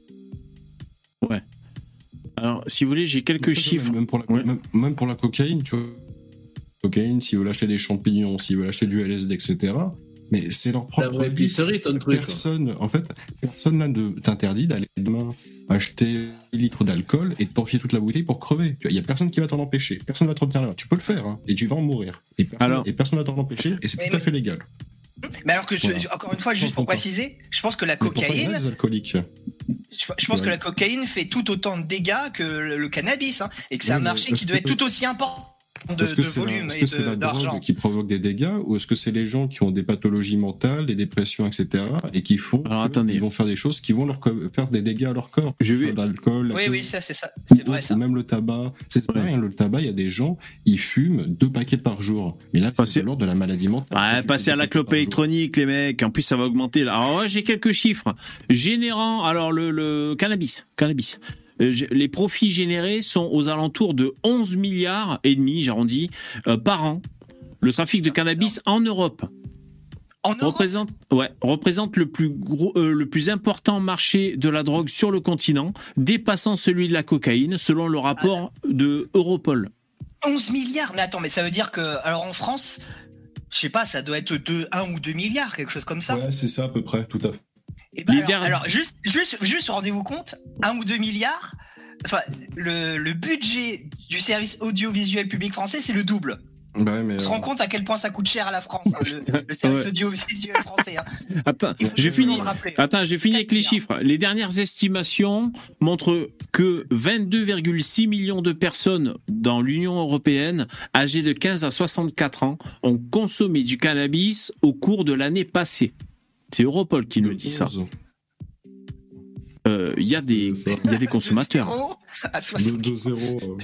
Ouais. Alors, si vous voulez, j'ai quelques chiffres. Même pour, la, ouais. même, même pour la cocaïne, tu vois. Cocaïne, s'ils veulent acheter des champignons, s'ils veulent acheter du L S D, et cetera. Mais c'est leur propre vie. Ton truc, personne, en fait, personne là ne t'interdit d'aller demain acheter un litre d'alcool et de t'enfiler toute la bouteille pour crever. Il y a personne qui va t'en empêcher. Personne va te retenir là. Tu peux le faire, hein, et tu vas en mourir. Et personne, alors, et personne va t'en empêcher, et c'est mais, tout à fait légal. Mais alors que, je, voilà. encore une fois, juste pour préciser, je pense que la cocaïne. Les alcooliques. Je, je pense ouais. que la cocaïne fait tout autant de dégâts que le, le cannabis, hein, et que c'est ouais, un marché qui doit être tout aussi important. De, est-ce que de c'est volume la, est-ce que c'est de, la d'argent drogue qui provoque des dégâts ou est-ce que c'est les gens qui ont des pathologies mentales, des dépressions, et cetera et qui font ils vont faire des choses qui vont leur co- faire des dégâts à leur corps. Je vais... l'alcool, oui, oui, ça, c'est ça, c'est vrai ça. Ou même le tabac. C'est pas rien, le tabac, il y a des gens, ils fument deux paquets par jour. Mais là, passer... c'est de l'ordre de la maladie mentale. Ouais, passer à la clope électronique, les mecs. En plus, ça va augmenter. Là. Alors, ouais, j'ai quelques chiffres. Générant, alors, le, le cannabis. Cannabis. Les profits générés sont aux alentours de onze milliards et demi, j'arrondis, euh, par an. Le trafic de cannabis en Europe. En Europe représente, ouais, représente le plus gros, euh, le plus important marché de la drogue sur le continent, dépassant celui de la cocaïne, selon le rapport ah, de Europol. onze milliards, mais attends, mais ça veut dire que, alors en France, je sais pas, ça doit être deux, un ou deux milliards, quelque chose comme ça. Ouais, c'est ça à peu près, tout à fait. Eh ben alors, alors, juste, juste, juste rendez-vous compte, un ou deux milliards, enfin, le, le budget du service audiovisuel public français, c'est le double. Bah ouais, mais on se rend compte à quel point ça coûte cher à la France, hein, le, le service ouais. audiovisuel français. Hein. Attends, je finis. Attends, je finis avec les chiffres. Les dernières estimations montrent que vingt-deux virgule six millions de personnes dans l'Union européenne, âgées de quinze à soixante-quatre ans, ont consommé du cannabis au cours de l'année passée. C'est Europol qui nous dit ça. Il euh, y a des, il y a des consommateurs. De zéro.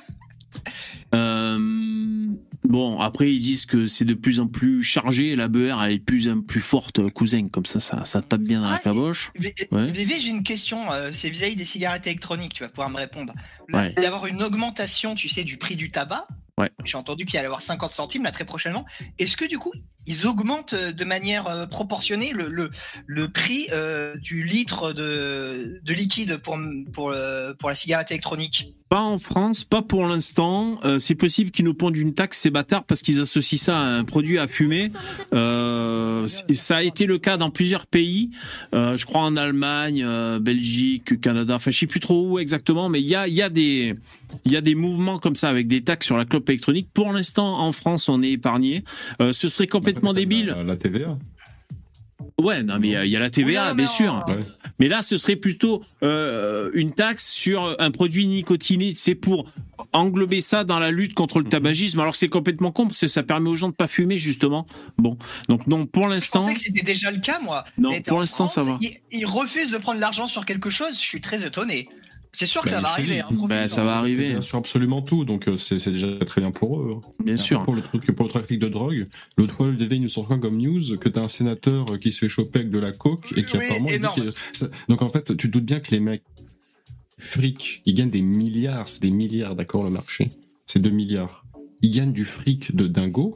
Euh, bon, après ils disent que c'est de plus en plus chargé, la beurre elle est de plus en plus forte, cousin, comme ça, ça, ça tape bien dans ah, la caboche. V V, ouais. V V, j'ai une question, euh, c'est vis-à-vis des cigarettes électroniques, tu vas pouvoir me répondre. Là, ouais. Il va y avoir une augmentation, tu sais, du prix du tabac. Ouais. J'ai entendu qu'il allait y avoir cinquante centimes là très prochainement. Est-ce que du coup ils augmentent de manière euh, proportionnée le, le, le prix euh, du litre de, de liquide pour, pour, euh, pour la cigarette électronique? Pas en France, pas pour l'instant. Euh, c'est possible qu'ils nous pondent une taxe, ces bâtards, parce qu'ils associent ça à un produit à fumer. Euh, ça a été le cas dans plusieurs pays. Euh, je crois en Allemagne, euh, Belgique, Canada. Enfin, je sais plus trop où exactement, mais il y a, il y a des, il y a des mouvements comme ça avec des taxes sur la clope électronique. Pour l'instant, en France, on est épargné. Euh, ce serait complètement débile. La, la T V A. Ouais, non, mais il y a la T V A, oui, bien non, sûr. Ouais. Mais là, ce serait plutôt euh, une taxe sur un produit nicotiné. C'est pour englober ça dans la lutte contre le tabagisme. Alors c'est complètement con parce que ça permet aux gens de pas fumer justement. Bon, donc non, pour l'instant. Je pensais que c'était déjà le cas, moi. Non, pour l'instant, France, ça va. Ils, ils refusent de prendre l'argent sur quelque chose. Je suis très étonné. C'est sûr que bah, ça va arriver. Hein, bah, ça va arriver. Bien sûr, absolument tout. Donc c'est, c'est déjà très bien pour eux. Bien et sûr. Pour le truc, pour le trafic de drogue, l'autre fois, le D V il nous sort comme news que t'as un sénateur qui se fait choper avec de la coke et qui oui, apparemment. Dit qu'il... Donc en fait, tu te doutes bien que les mecs fric, ils gagnent des milliards, c'est des milliards, d'accord, le marché. C'est deux milliards. Ils gagnent du fric de dingo.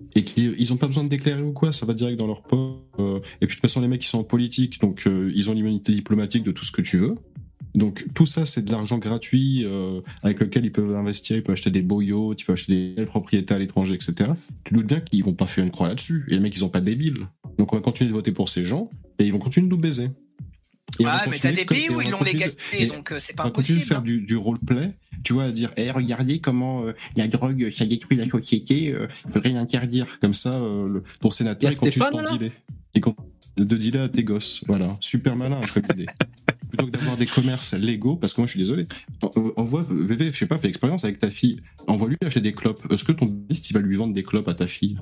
et qui ils ont pas besoin de déclarer ou quoi, ça va direct dans leur poste. Euh, et puis de toute façon les mecs ils sont en politique, donc euh, ils ont l'immunité diplomatique de tout ce que tu veux. Donc tout ça c'est de l'argent gratuit euh, avec lequel ils peuvent investir, ils peuvent acheter des beaux yachts, ils peuvent acheter des belles propriétés à l'étranger, et cetera. Tu doutes bien qu'ils vont pas faire une croix là-dessus. Et les mecs ils ont pas de débiles. Donc on va continuer de voter pour ces gens et ils vont continuer de nous baiser. Et ouais, mais t'as des pays où ils l'ont légalisé, donc euh, c'est pas on va impossible. Continuer de faire du, du roleplay, tu vois, à dire, eh, regardez comment euh, la drogue, ça détruit la société, euh, il faudrait l'interdire. Comme ça, euh, le, ton sénateur, il continue de dealer. Il continue de dealer à tes gosses. Voilà. Super malin, comme idée. Plutôt que d'avoir des commerces légaux, parce que moi, je suis désolé. Envoie, V V, je sais pas, fais l'expérience avec ta fille. Envoie-lui acheter des clopes. Est-ce que ton business, il va lui vendre des clopes à ta fille?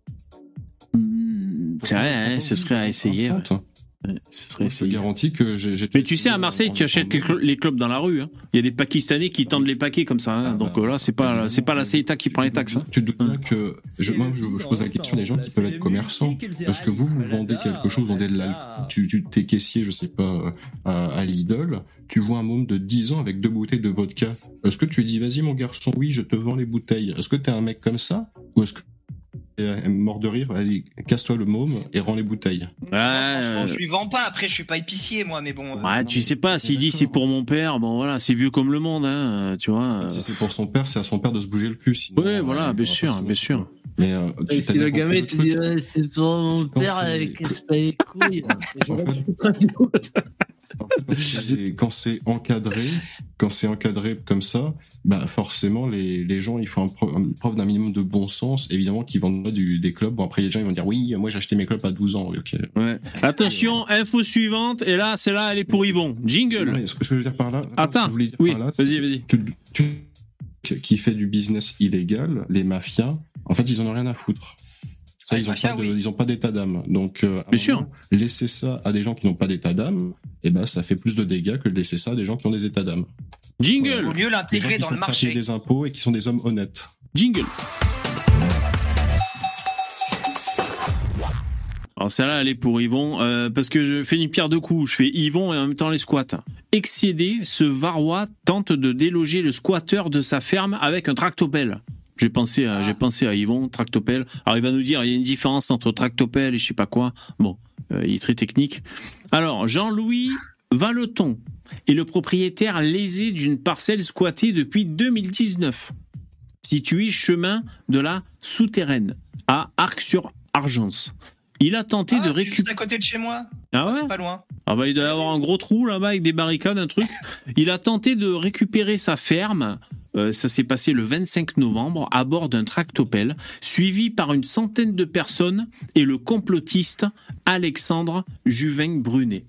C'est vrai, hein, ce serait à essayer. Ouais. Ouais, ce serait je te garantis que j'ai, j'ai... Mais tu sais, à Marseille, tu achètes les, cl- les clopes dans la rue. Hein. Il y a des Pakistanais qui tendent les paquets comme ça. Hein. Ah, donc bah, là, c'est pas, c'est pas la C E T A qui prend les taxes. Hein. Tu te doutes bien que je, moi, je, je pose la question des gens qui peuvent être commerçants. Parce que vous, vous vendez quelque chose, vous vendez de l'alcool. Tu, tu t'es caissier, je sais pas, à, à Lidl. Tu vois un môme de dix ans avec deux bouteilles de vodka. Est-ce que tu lui dis, vas-y mon garçon, oui, je te vends les bouteilles. Est-ce que t'es un mec comme ça? Ou est-ce que mort de rire, allez, casse-toi le môme et rends les bouteilles. Ouais, non, franchement, je lui vends pas, après je suis pas épicier moi, mais bon. Ouais, euh, tu sais pas, s'il dit c'est pour mon père, bon voilà, c'est vieux comme le monde, hein, tu vois. Si c'est pour son père, c'est à son père de se bouger le cul. Sinon, ouais, voilà, euh, bien sûr, bien sûr. Mais euh, tu et si le gamin te dit ouais, c'est pour mon père, casse pas les couilles. En fait, quand c'est encadré, quand c'est encadré comme ça, bah forcément les, les gens, il faut un, pro, un preuve d'un minimum de bon sens, évidemment qu'ils vendent pas du, des clubs. Bon après les gens ils vont dire oui, moi j'ai acheté mes clubs à douze ans. Ok. Ouais. Attention, info suivante et là c'est là elle est pour Yvon. Jingle. Ouais, ce que je veux dire par là. Attends. Dire oui. Par là, vas-y, vas-y. Tu, tu, qui fait du business illégal, les mafias, en fait ils en ont rien à foutre. Ça, ils n'ont pas, oui. ils ont pas d'état d'âme. Donc, euh, bien sûr. Laisser ça à des gens qui n'ont pas d'état d'âme, et ben, ça fait plus de dégâts que de laisser ça à des gens qui ont des états d'âme. Jingle. Il vaut mieux l'intégrer dans le marché. Qui sont des impôts et qui sont des hommes honnêtes. Jingle. Alors celle-là, elle est pour Yvon, euh, parce que je fais une pierre deux coups. Je fais Yvon et en même temps les squats. Excédé, ce Varois tente de déloger le squatteur de sa ferme avec un tractopelle. J'ai pensé à, ah. j'ai pensé à Yvon, tractopelle. Alors il va nous dire, il y a une différence entre tractopelle et je sais pas quoi. Bon, euh, il est très technique. Alors, Jean-Louis Valeton est le propriétaire lésé d'une parcelle squattée depuis deux mille dix-neuf, située chemin de la Souterraine, à Arc-sur-Argence. Il a tenté ah, de récupérer... juste à côté de chez moi. Ah ouais, c'est pas loin. Ah bah, il doit y avoir un gros trou là-bas avec des barricades, un truc. Il a tenté de récupérer sa ferme. Euh, ça s'est passé le vingt-cinq novembre à bord d'un tractopelle, suivi par une centaine de personnes et le complotiste Alexandre Juvin-Brunet.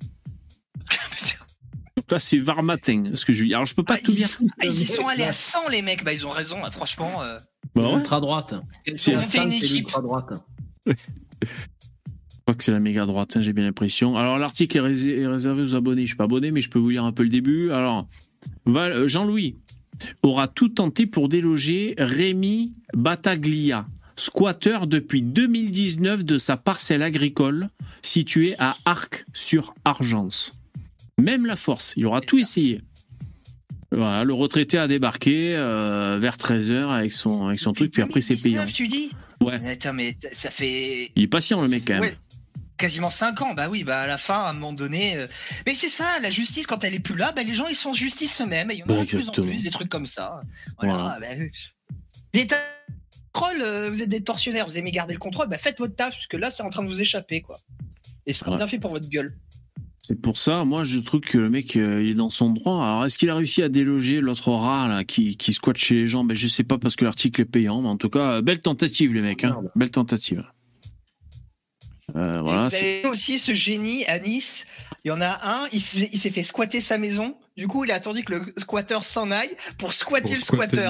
Donc là, c'est Varmatin, ce que je dis. Alors, je peux pas ah, tout dire. Sont, ils y sont allés à cent, les mecs. Bah, ils ont raison, hein, franchement. Euh... Bah ouais. Ultra droite. Ils ont monté une équipe. Ultra droite. Je crois que c'est la méga droite, hein, j'ai bien l'impression. Alors, l'article est, rés- est réservé aux abonnés. Je suis pas abonné, mais je peux vous lire un peu le début. Alors, Val- Jean-Louis aura tout tenté pour déloger Rémi Battaglia, squatteur depuis deux mille dix-neuf de sa parcelle agricole située à Arc-sur-Argence. Même la force, il aura tout essayé. Voilà, le retraité a débarqué euh, vers treize heures avec son, avec son truc, puis après c'est payant. tu dis ? Ouais. Attends, mais ça fait... Il est patient le mec quand même. Ouais. Quasiment cinq ans, bah oui, bah à la fin, à un moment donné... Euh... Mais c'est ça, la justice, quand elle est plus là, bah les gens, ils sont justice eux-mêmes, et il y en a ouais, de plus en plus, des trucs comme ça. Voilà, voilà. Bah, euh... L'État contrôle, euh, vous êtes des tortionnaires, vous aimez garder le contrôle, bah faites votre taf, parce que là, c'est en train de vous échapper, quoi. Et ce sera ouais. bien fait pour votre gueule. C'est pour ça, moi, je trouve que le mec, euh, il est dans son droit. Alors, est-ce qu'il a réussi à déloger l'autre rat, là, qui, qui squatte chez les gens? Ben, je sais pas, parce que l'article est payant, mais en tout cas, belle tentative, les mecs, hein. Belle tentative. Euh, voilà, vous avez aussi ce génie à Nice. Il y en a un, il s'est, il s'est fait squatter sa maison. Du coup, il a attendu que le squatter s'en aille pour squatter pour le squatter.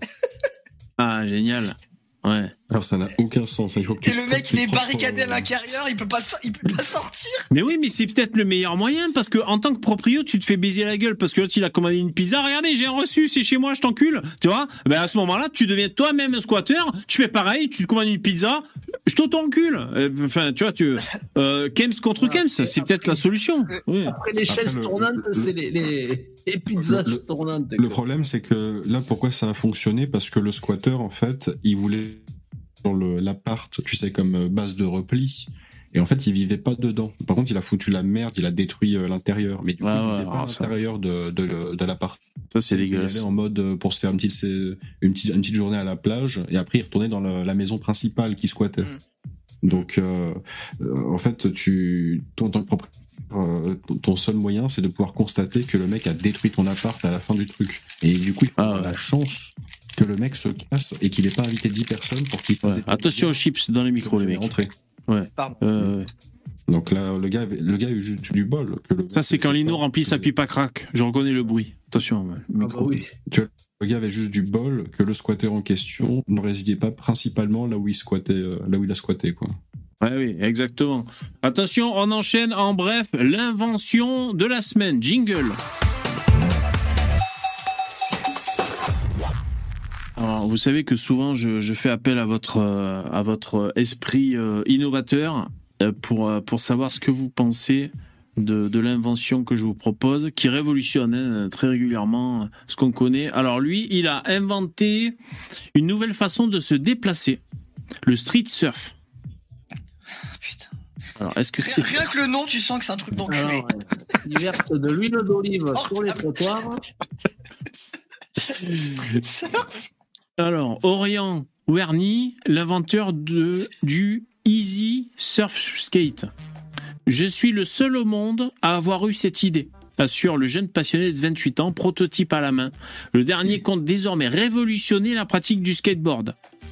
Ah, génial. Ouais. Alors ça n'a aucun sens. Il faut que et le mec il est barricadé à l'intérieur, il peut pas, il peut pas sortir. Mais oui, mais c'est peut-être le meilleur moyen parce que en tant que proprio, tu te fais baiser la gueule parce que l'autre il a commandé une pizza. Regardez, j'ai un reçu, c'est chez moi, je t'encule. Tu vois? Ben à ce moment-là, tu deviens toi-même un squatter. Tu fais pareil, tu te commandes une pizza, je t'encule. Enfin, tu vois, tu euh, Kems contre ouais, Kems, c'est après, peut-être la solution. Oui. Après les chaises après, tournantes, le, c'est les, les, les pizzas le, tournantes. Le problème, c'est que là, pourquoi ça a fonctionné? Parce que le squatter, en fait, il voulait sur le, l'appart, tu sais, comme base de repli. Et en fait, il vivait pas dedans. Par contre, il a foutu la merde, il a détruit euh, l'intérieur. Mais du coup, ouais, il vivait ouais, pas à l'intérieur de, de, de l'appart. Ça, c'est il dégueulasse. Il allait en mode euh, pour se faire une petite, une petite, une petite journée à la plage. Et après, il retournait dans le, la maison principale qu'il squattait. Mmh. Donc, euh, euh, en fait, tu, ton, ton, euh, ton seul moyen, c'est de pouvoir constater que le mec a détruit ton appart à la fin du truc. Et du coup, il faut ah, avoir ouais. la chance que le mec se casse et qu'il n'ait pas invité dix personnes pour qu'il fasse. Ouais. Attention aux chips dans les micros, les mecs. Rentrer. Ouais. Euh, ouais. Donc là, le gars, le gars a eu juste du bol. Que le ça, c'est quand Lino remplit sa pipe à crack. Je reconnais le bruit. Attention, le micro. Ah bah oui. Tu vois, le gars avait juste du bol que le squatteur en question ne résidait pas principalement là où il squattait, euh, là où il a squatté, quoi. Ouais, oui, exactement. Attention, on enchaîne en bref l'invention de la semaine. Jingle. Alors, vous savez que souvent, je, je fais appel à votre, euh, à votre esprit euh, innovateur euh, pour, euh, pour savoir ce que vous pensez de, de l'invention que je vous propose, qui révolutionne hein, très régulièrement ce qu'on connaît. Alors lui, il a inventé une nouvelle façon de se déplacer, le street surf. Putain. Alors, est-ce que rien, c'est... rien que le nom, tu sens que c'est un truc d'enculé. Alors, ouais. Il verse de l'huile d'olive oh, sur les trottoirs. Street surf. Alors, Orion Werny, l'inventeur de, du Easy Surf Skate. Je suis le seul au monde à avoir eu cette idée, assure le jeune passionné de vingt-huit ans, prototype à la main. Le dernier compte désormais révolutionner la pratique du skateboard.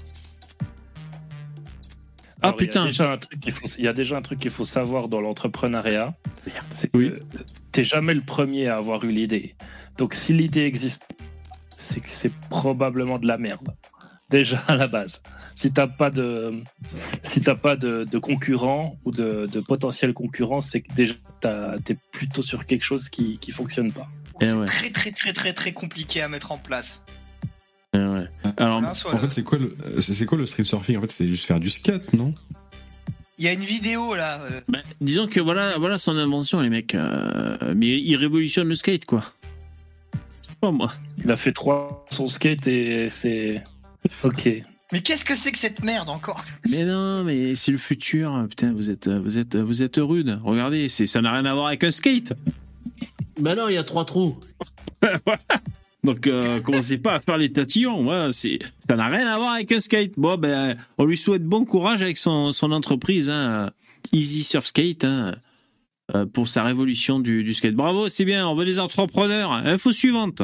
Ah Alors, putain. Il y a déjà un truc qu'il faut, il y a déjà un truc qu'il faut savoir dans l'entrepreneuriat, c'est que oui. t'es jamais le premier à avoir eu l'idée. Donc si l'idée existe, c'est que c'est probablement de la merde. Déjà à la base. Si t'as pas de, si t'as pas de, de concurrents ou de, de potentiels concurrents, c'est que déjà t'as, t'es plutôt sur quelque chose qui qui fonctionne pas. C'est ouais. très très très très très compliqué à mettre en place. Et ouais. Alors, en fait, c'est quoi le, c'est, c'est quoi le street surfing ? En fait, c'est juste faire du skate, non ? Il y a une vidéo là. Euh... Ben, disons que voilà, voilà son invention, les mecs. Euh, mais il révolutionne le skate, quoi. Oh, moi. Il a fait trois son skate et c'est ok. Mais qu'est-ce que c'est que cette merde encore ? Mais non, mais c'est le futur. Putain, vous êtes, vous êtes, vous êtes rude. Regardez, c'est, ça n'a rien à voir avec un skate. Bah non, il y a trois trous. Donc, euh, commencez pas à faire les tatillons. Ouais, c'est, ça n'a rien à voir avec un skate. Bon, ben, on lui souhaite bon courage avec son, son entreprise, hein, Easy Surf Skate, hein, euh, pour sa révolution du, du skate. Bravo, c'est bien. On veut des entrepreneurs. Info suivante.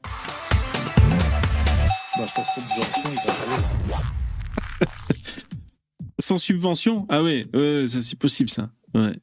Bah, sans subvention, il va falloir. Sans subvention ? Ah ouais, ouais, ça c'est possible ça. Ouais.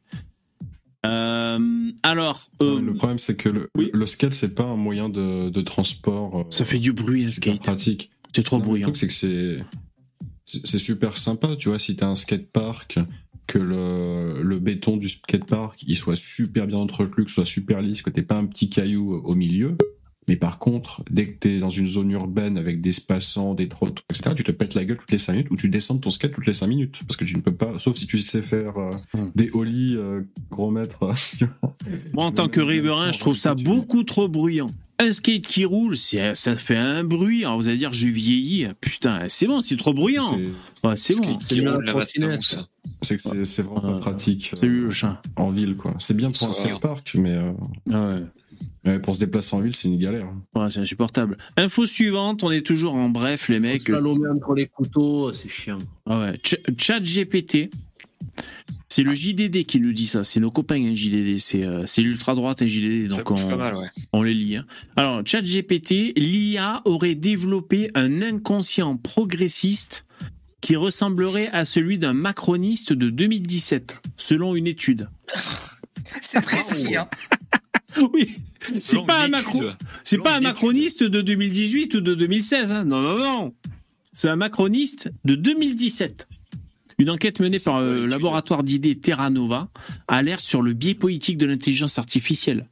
Euh, alors, euh, le problème c'est que le, oui. le skate c'est pas un moyen de, de transport. Euh, ça fait du bruit un skate. Pratique. C'est trop bruyant. Le truc c'est que c'est, c'est c'est super sympa, tu vois, si t'as un skatepark, que le le béton du skatepark il soit super bien entretenu, que ce soit super lisse, que t'aies pas un petit caillou au milieu. Mais par contre, dès que t'es dans une zone urbaine avec des passants, des trottoirs, et cetera, tu te pètes la gueule toutes les cinq minutes ou tu descends de ton skate toutes les cinq minutes. Parce que tu ne peux pas, sauf si tu sais faire euh, mmh. des ollies euh, gros mètres. Moi, en tant que riverain, je trouve ça beaucoup trop bruyant. Un skate qui roule, c'est, ça fait un bruit. Alors vous allez dire, je vieillis. Putain, c'est bon, c'est trop bruyant. C'est, ouais, c'est bon. Qui roule, là-bas, c'est pas ça. C'est que c'est, c'est vraiment euh, pas pratique. C'est lui le chat. En ville, quoi. C'est bien pour un skatepark, mais. Euh... Ouais. Ouais, pour se déplacer en ville, c'est une galère. Ouais, c'est insupportable. Info suivante, on est toujours en bref, les mecs. Slalomer entre les couteaux, c'est chiant. Ah ouais. Ch- ChatGPT, c'est le J D D qui nous dit ça. C'est nos copains, hein, J D D. C'est, euh, c'est l'ultra-droite, hein, J D D. Donc ça on, pas mal, ouais. on les lit. Hein. Alors, ChatGPT, l'I A aurait développé un inconscient progressiste qui ressemblerait à celui d'un macroniste de deux mille dix-sept, selon une étude. C'est précis, hein. Oui, c'est pas, un macro... c'est pas un macroniste de deux mille dix-huit ou de deux mille seize. Hein. Non, non, non. C'est un macroniste de deux mille dix-sept. Une enquête menée par le laboratoire d'idées Terra Nova alerte sur le biais politique de l'intelligence artificielle.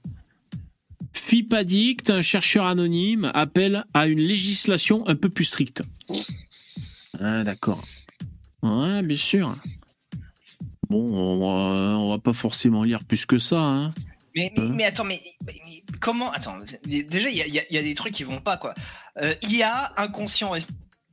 FIPADICT, un chercheur anonyme, appelle à une législation un peu plus stricte. Ah, d'accord. Ouais, bien sûr. Bon, on va, on va pas forcément lire plus que ça, hein. Mais, mais, mais attends, mais, mais comment... Attends, déjà, il y a, y a des trucs qui vont pas, quoi. Euh, I A, inconscient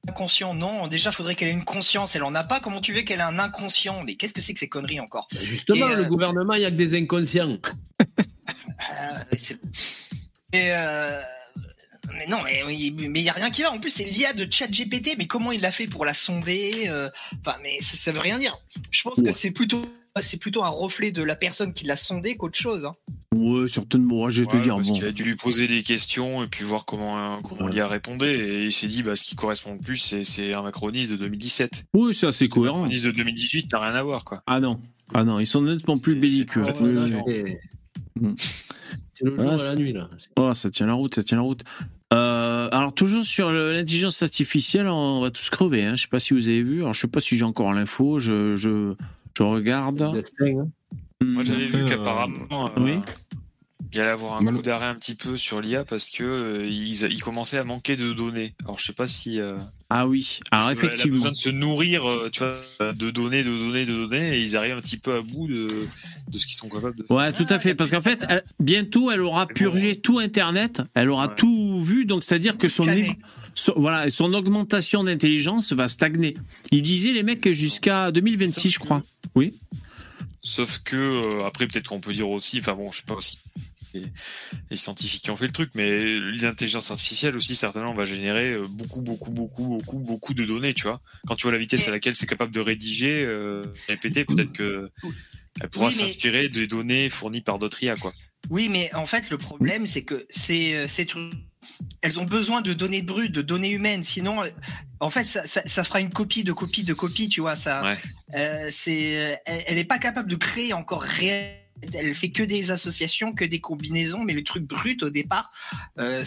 inconscient, non. Déjà, faudrait qu'elle ait une conscience. Elle en a pas. Comment tu veux qu'elle ait un inconscient? Mais qu'est-ce que c'est que ces conneries encore? Justement, et, le euh... gouvernement, il y a que des inconscients. euh, c'est... Et euh... Mais non, mais il mais y a rien qui va. En plus, c'est l'I A de ChatGPT. Mais comment il l'a fait pour la sonder? euh... Enfin, mais ça, ça veut rien dire. Je pense ouais. que c'est plutôt, c'est plutôt un reflet de la personne qui l'a sondé qu'autre chose. Hein. Ouais, certainement. Je vais ouais, te dire. Parce bon. qu'il a dû lui poser des questions et puis voir comment comment ouais. l'I A répondait. Et il s'est dit, bah, ce qui correspond le plus, c'est, c'est un macroniste de deux mille dix-sept. Oui, c'est assez cohérent. Un macroniste de deux mille dix-huit, t'as rien à voir, quoi. Ah non, ah non, ils sont nettement plus belliqueux. C'est, oui, oui, oui. C'est le jour ah, à la nuit là. Oh, ça tient la route, ça tient la route. Euh, alors toujours sur le, l'intelligence artificielle, on va tous crever. Hein. Je sais pas si vous avez vu. Alors je sais pas si j'ai encore l'info. Je je, je regarde. Hein. Moi j'avais vu qu'apparemment. Euh, oui. Il allait avoir un coup d'arrêt un petit peu sur l'I A parce que euh, ils, ils commençaient à manquer de données. Alors je sais pas si. Euh, ah oui. Alors effectivement. Elle a besoin de se nourrir, euh, tu vois, de données, de données, de données, et ils arrivent un petit peu à bout de de ce qu'ils sont capables de faire. Ouais, tout à fait. Parce qu'en fait, elle, bientôt, elle aura purgé bon. tout Internet. Elle aura ouais. tout vu. Donc c'est-à-dire que son, son voilà, son augmentation d'intelligence va stagner. Il disait les mecs jusqu'à deux mille vingt-six, je crois. Oui. Sauf que euh, après, peut-être qu'on peut dire aussi. Enfin bon, je sais pas aussi. Les scientifiques qui ont fait le truc, mais l'intelligence artificielle aussi certainement va générer beaucoup, beaucoup, beaucoup, beaucoup, beaucoup de données, tu vois. Quand tu vois la vitesse à laquelle c'est capable de rédiger, euh, répéter, peut-être que elle pourra oui, mais... s'inspirer des données fournies par d'autres I A, quoi. Oui, mais en fait, le problème, c'est que c'est, c'est elles ont besoin de données brutes, de données humaines. Sinon, en fait, ça, ça, ça fera une copie de copie de copie, tu vois. Ça, ouais. euh, c'est, elle n'est pas capable de créer encore réel. Elle fait que des associations, que des combinaisons, mais le truc brut au départ, euh,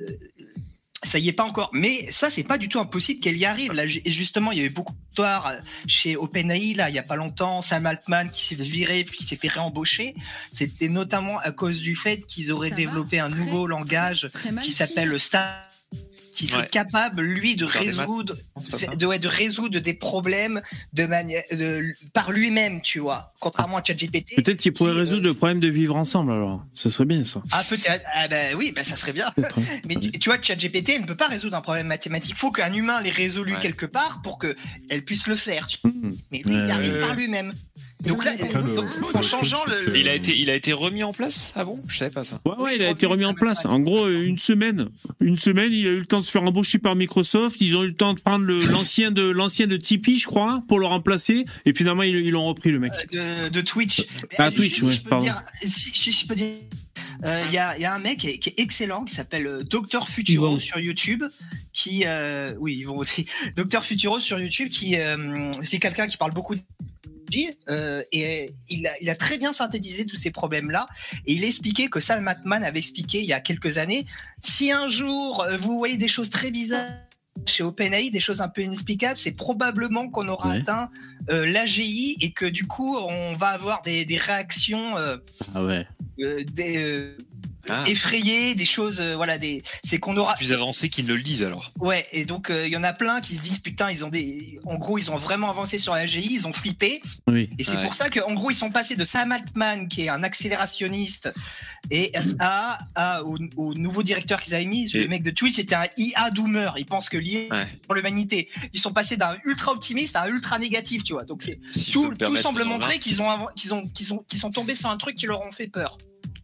ça y est pas encore. Mais ça, c'est pas du tout impossible qu'elle y arrive. Là, justement, il y a eu beaucoup d'histoires chez OpenAI, là, il y a pas longtemps, Sam Altman qui s'est fait virer puis qui s'est fait réembaucher. C'était notamment à cause du fait qu'ils auraient ça développé un très, nouveau langage qui s'appelle le Star. Qui serait ouais. capable, lui, de résoudre, de, ouais, de résoudre des problèmes de manière, de, par lui-même, tu vois. Contrairement à ChatGPT. Peut-être qu'il pourrait qui, résoudre euh, le problème de vivre ensemble, alors. Ça serait bien, ça. Ah, peut-être. Ah, ben oui, ben ça serait bien. Mais tu, tu vois, ChatGPT, elle ne peut pas résoudre un problème mathématique. Il faut qu'un humain l'ait résolu ouais. quelque part pour qu'elle puisse le faire. Tu... Mmh. Mais lui, euh... il arrive par lui-même. Donc là, en changeant le. Il a été, il a été remis en place. Ah bon? Je savais pas ça. Ouais, ouais, il a été remis en place. En gros, une semaine, une semaine, il a eu le temps de se faire embaucher par Microsoft. Ils ont eu le temps de prendre le, l'ancien de, l'ancien de Tipeee, je crois, pour le remplacer. Et puis finalement, ils, ils l'ont repris, le mec. De, de Twitch. Ah, Twitch, si ouais. Je peux dire, si, si je peux dire. Il euh, y, a, y a un mec qui est, qui est excellent qui s'appelle Docteur Futuro sur YouTube qui euh, oui ils vont aussi Docteur Futuro sur YouTube qui euh, c'est quelqu'un qui parle beaucoup de Euh, et il a, il a très bien synthétisé tous ces problèmes-là et il a expliqué que Sam Altman avait expliqué il y a quelques années, si un jour vous voyez des choses très bizarres chez OpenAI, des choses un peu inexplicables, c'est probablement qu'on aura ouais. atteint euh, l'A G I et que du coup on va avoir des, des réactions euh, ah ouais. euh, des, euh, Ah. effrayés, des choses, euh, voilà, des, c'est qu'on aura plus avancé qu'ils ne le disent alors. Ouais, et donc il euh, y en a plein qui se disent putain, ils ont des, en gros, ils ont vraiment avancé sur la G I, ils ont flippé. Oui. Et c'est ouais. pour ça que, en gros, ils sont passés de Sam Altman, qui est un accélérationniste, et à, à au, au nouveau directeur qu'ils avaient mis, et... le mec de Twitch, c'était un I A doomer. Ils pensent que l'I A ouais. pour l'humanité. Ils sont passés d'un ultra optimiste à un ultra négatif, tu vois. Donc c'est si tout, tout semble montrer qu'ils ont, qu'ils ont, qu'ils ont, qu'ils sont tombés sur un truc qui leur ont fait peur.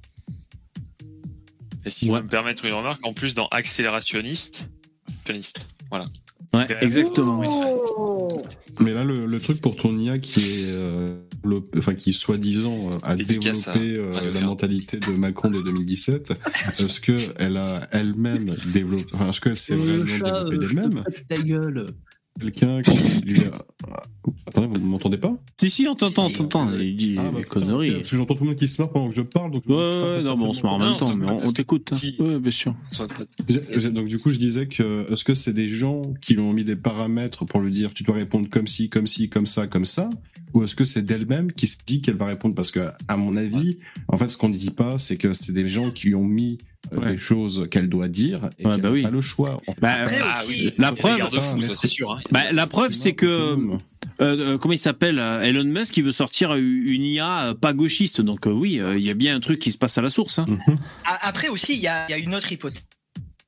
Et si ouais. je peux me permettre une remarque, en plus dans accélérationniste, pianiste, voilà. Ouais, exactement. Oh. Mais là, le, le truc pour ton I A qui est, euh, le, enfin, qui soi-disant a développé euh, la mentalité de Macron de deux mille dix-sept, est-ce que elle a elle-même développé, enfin, est-ce qu'elle s'est vraiment développée d'elle-même? Ta gueule. Quelqu'un qui lui a... Attendez, vous ne m'entendez pas? Si, si, on t'entend, on t'entend. Il dit ah, bah, des conneries. Parce que j'entends tout le monde qui se marre pendant que je parle. Donc ouais, ouais, non, mais on se marre en même temps, mais on, on t'écoute. Hein. Ouais, bien sûr. Donc, du coup, je disais que, est-ce que c'est des gens qui lui ont mis des paramètres pour lui dire, tu dois répondre comme ci, comme ci, comme ça, comme ça? Ou est-ce que c'est d'elle-même qui se dit qu'elle va répondre? Parce que, à mon avis, en fait, ce qu'on ne dit pas, c'est que c'est des gens qui lui ont mis ouais. des choses qu'elle doit dire et ouais, qu'elle bah n'a oui. pas le choix. Bah, Après, ah, oui. La preuve, fou, ça, c'est sûr. Hein. Bah, la preuve, c'est que euh, comment il s'appelle, Elon Musk, qui veut sortir une I A pas gauchiste. Donc euh, oui, il euh, y a bien un truc qui se passe à la source. Hein. Après aussi, il y a, y a une autre hypothèse.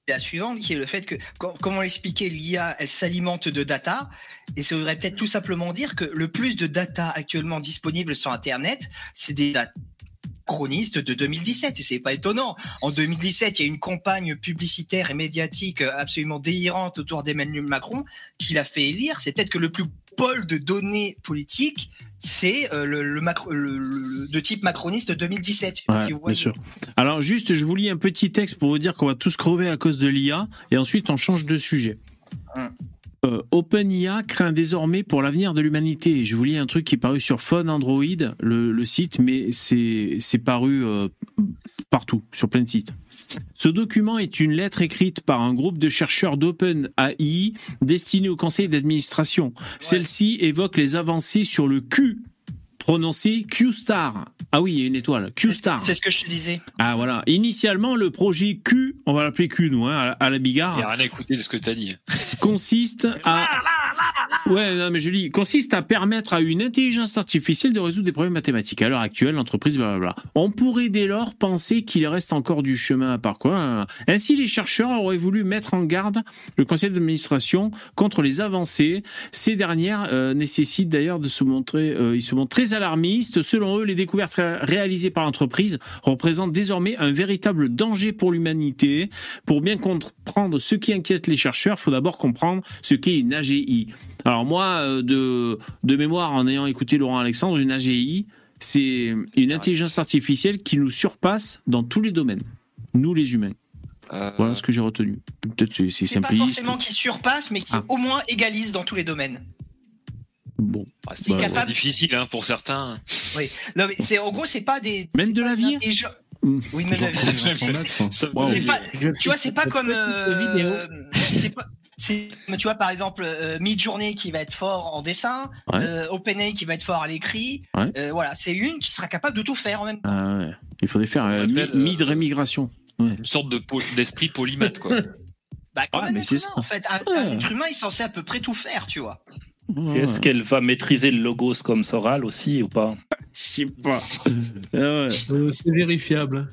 la suivante, qui est le fait que, comme on l'expliquait, l'I A, elle s'alimente de data, et ça voudrait peut-être tout simplement dire que le plus de data actuellement disponible sur Internet, c'est des data chronistes de deux mille dix-sept, et c'est pas étonnant. En deux mille dix-sept, il y a une campagne publicitaire et médiatique absolument délirante autour d'Emmanuel Macron qui l'a fait élire. C'est peut-être que le plus pôle de données politiques, c'est euh, le, le, macro, le, le de type macroniste deux mille dix-sept. Ouais, si bien sûr. Alors juste, je vous lis un petit texte pour vous dire qu'on va tous crever à cause de l'I A, et ensuite on change de sujet. Hum. Euh, OpenIA craint désormais pour l'avenir de l'humanité. Je vous lis un truc qui est paru sur Phone Android, le, le site, mais c'est, c'est paru euh, partout, sur plein de sites. Ce document est une lettre écrite par un groupe de chercheurs d'OpenAI destinée au conseil d'administration. Ouais. Celle-ci évoque les avancées sur le Q, prononcé Q-Star. Ah oui, il y a une étoile, Q-Star. C'est ce que je te disais. Ah voilà. Initialement, le projet Q, on va l'appeler Q, nous, hein, à, à la bigarre. Il n'y a rien à écouter de ce que tu as dit. Consiste à... Ouais, non, mais je lis. Consiste à permettre à une intelligence artificielle de résoudre des problèmes mathématiques. À l'heure actuelle, l'entreprise, blablabla. On pourrait dès lors penser qu'il reste encore du chemin à parcourir. Ainsi, les chercheurs auraient voulu mettre en garde le conseil d'administration contre les avancées. Ces dernières euh, nécessitent d'ailleurs de se montrer, euh, ils se montrent très alarmistes. Selon eux, les découvertes ré- réalisées par l'entreprise représentent désormais un véritable danger pour l'humanité. Pour bien comprendre ce qui inquiète les chercheurs, il faut d'abord comprendre ce qu'est une A G I. Alors moi, de, de mémoire, en ayant écouté Laurent Alexandre, une A G I, c'est une intelligence artificielle qui nous surpasse dans tous les domaines, nous les humains. Euh... Voilà ce que j'ai retenu. Peut-être c'est, c'est, c'est simpliste. Pas forcément qui surpasse, mais qui ah. au moins égalise dans tous les domaines. Bon, ah, c'est bah, capable... difficile hein, pour certains. Oui, non, mais c'est en gros, c'est pas des. Même de la vie. Je... Oui, même de la vie. Tu vois, c'est pas comme. Euh... C'est pas. C'est, tu vois, par exemple, euh, Midjourney qui va être fort en dessin, ouais. euh, OpenAI qui va être fort à l'écrit. Ouais. Euh, voilà, c'est une qui sera capable de tout faire en même temps. Ah ouais. Il faudrait faire euh, mi- mid-rémigration. Ouais. Une sorte de po- d'esprit polymath, quoi. Bah, comme ah, un être humain, en fait. Un, ouais. un être humain, il est censé à peu près tout faire, tu vois. Ouais. Est-ce qu'elle va maîtriser le logos comme Soral aussi ou pas? Je sais pas. Ah ouais. euh, c'est vérifiable.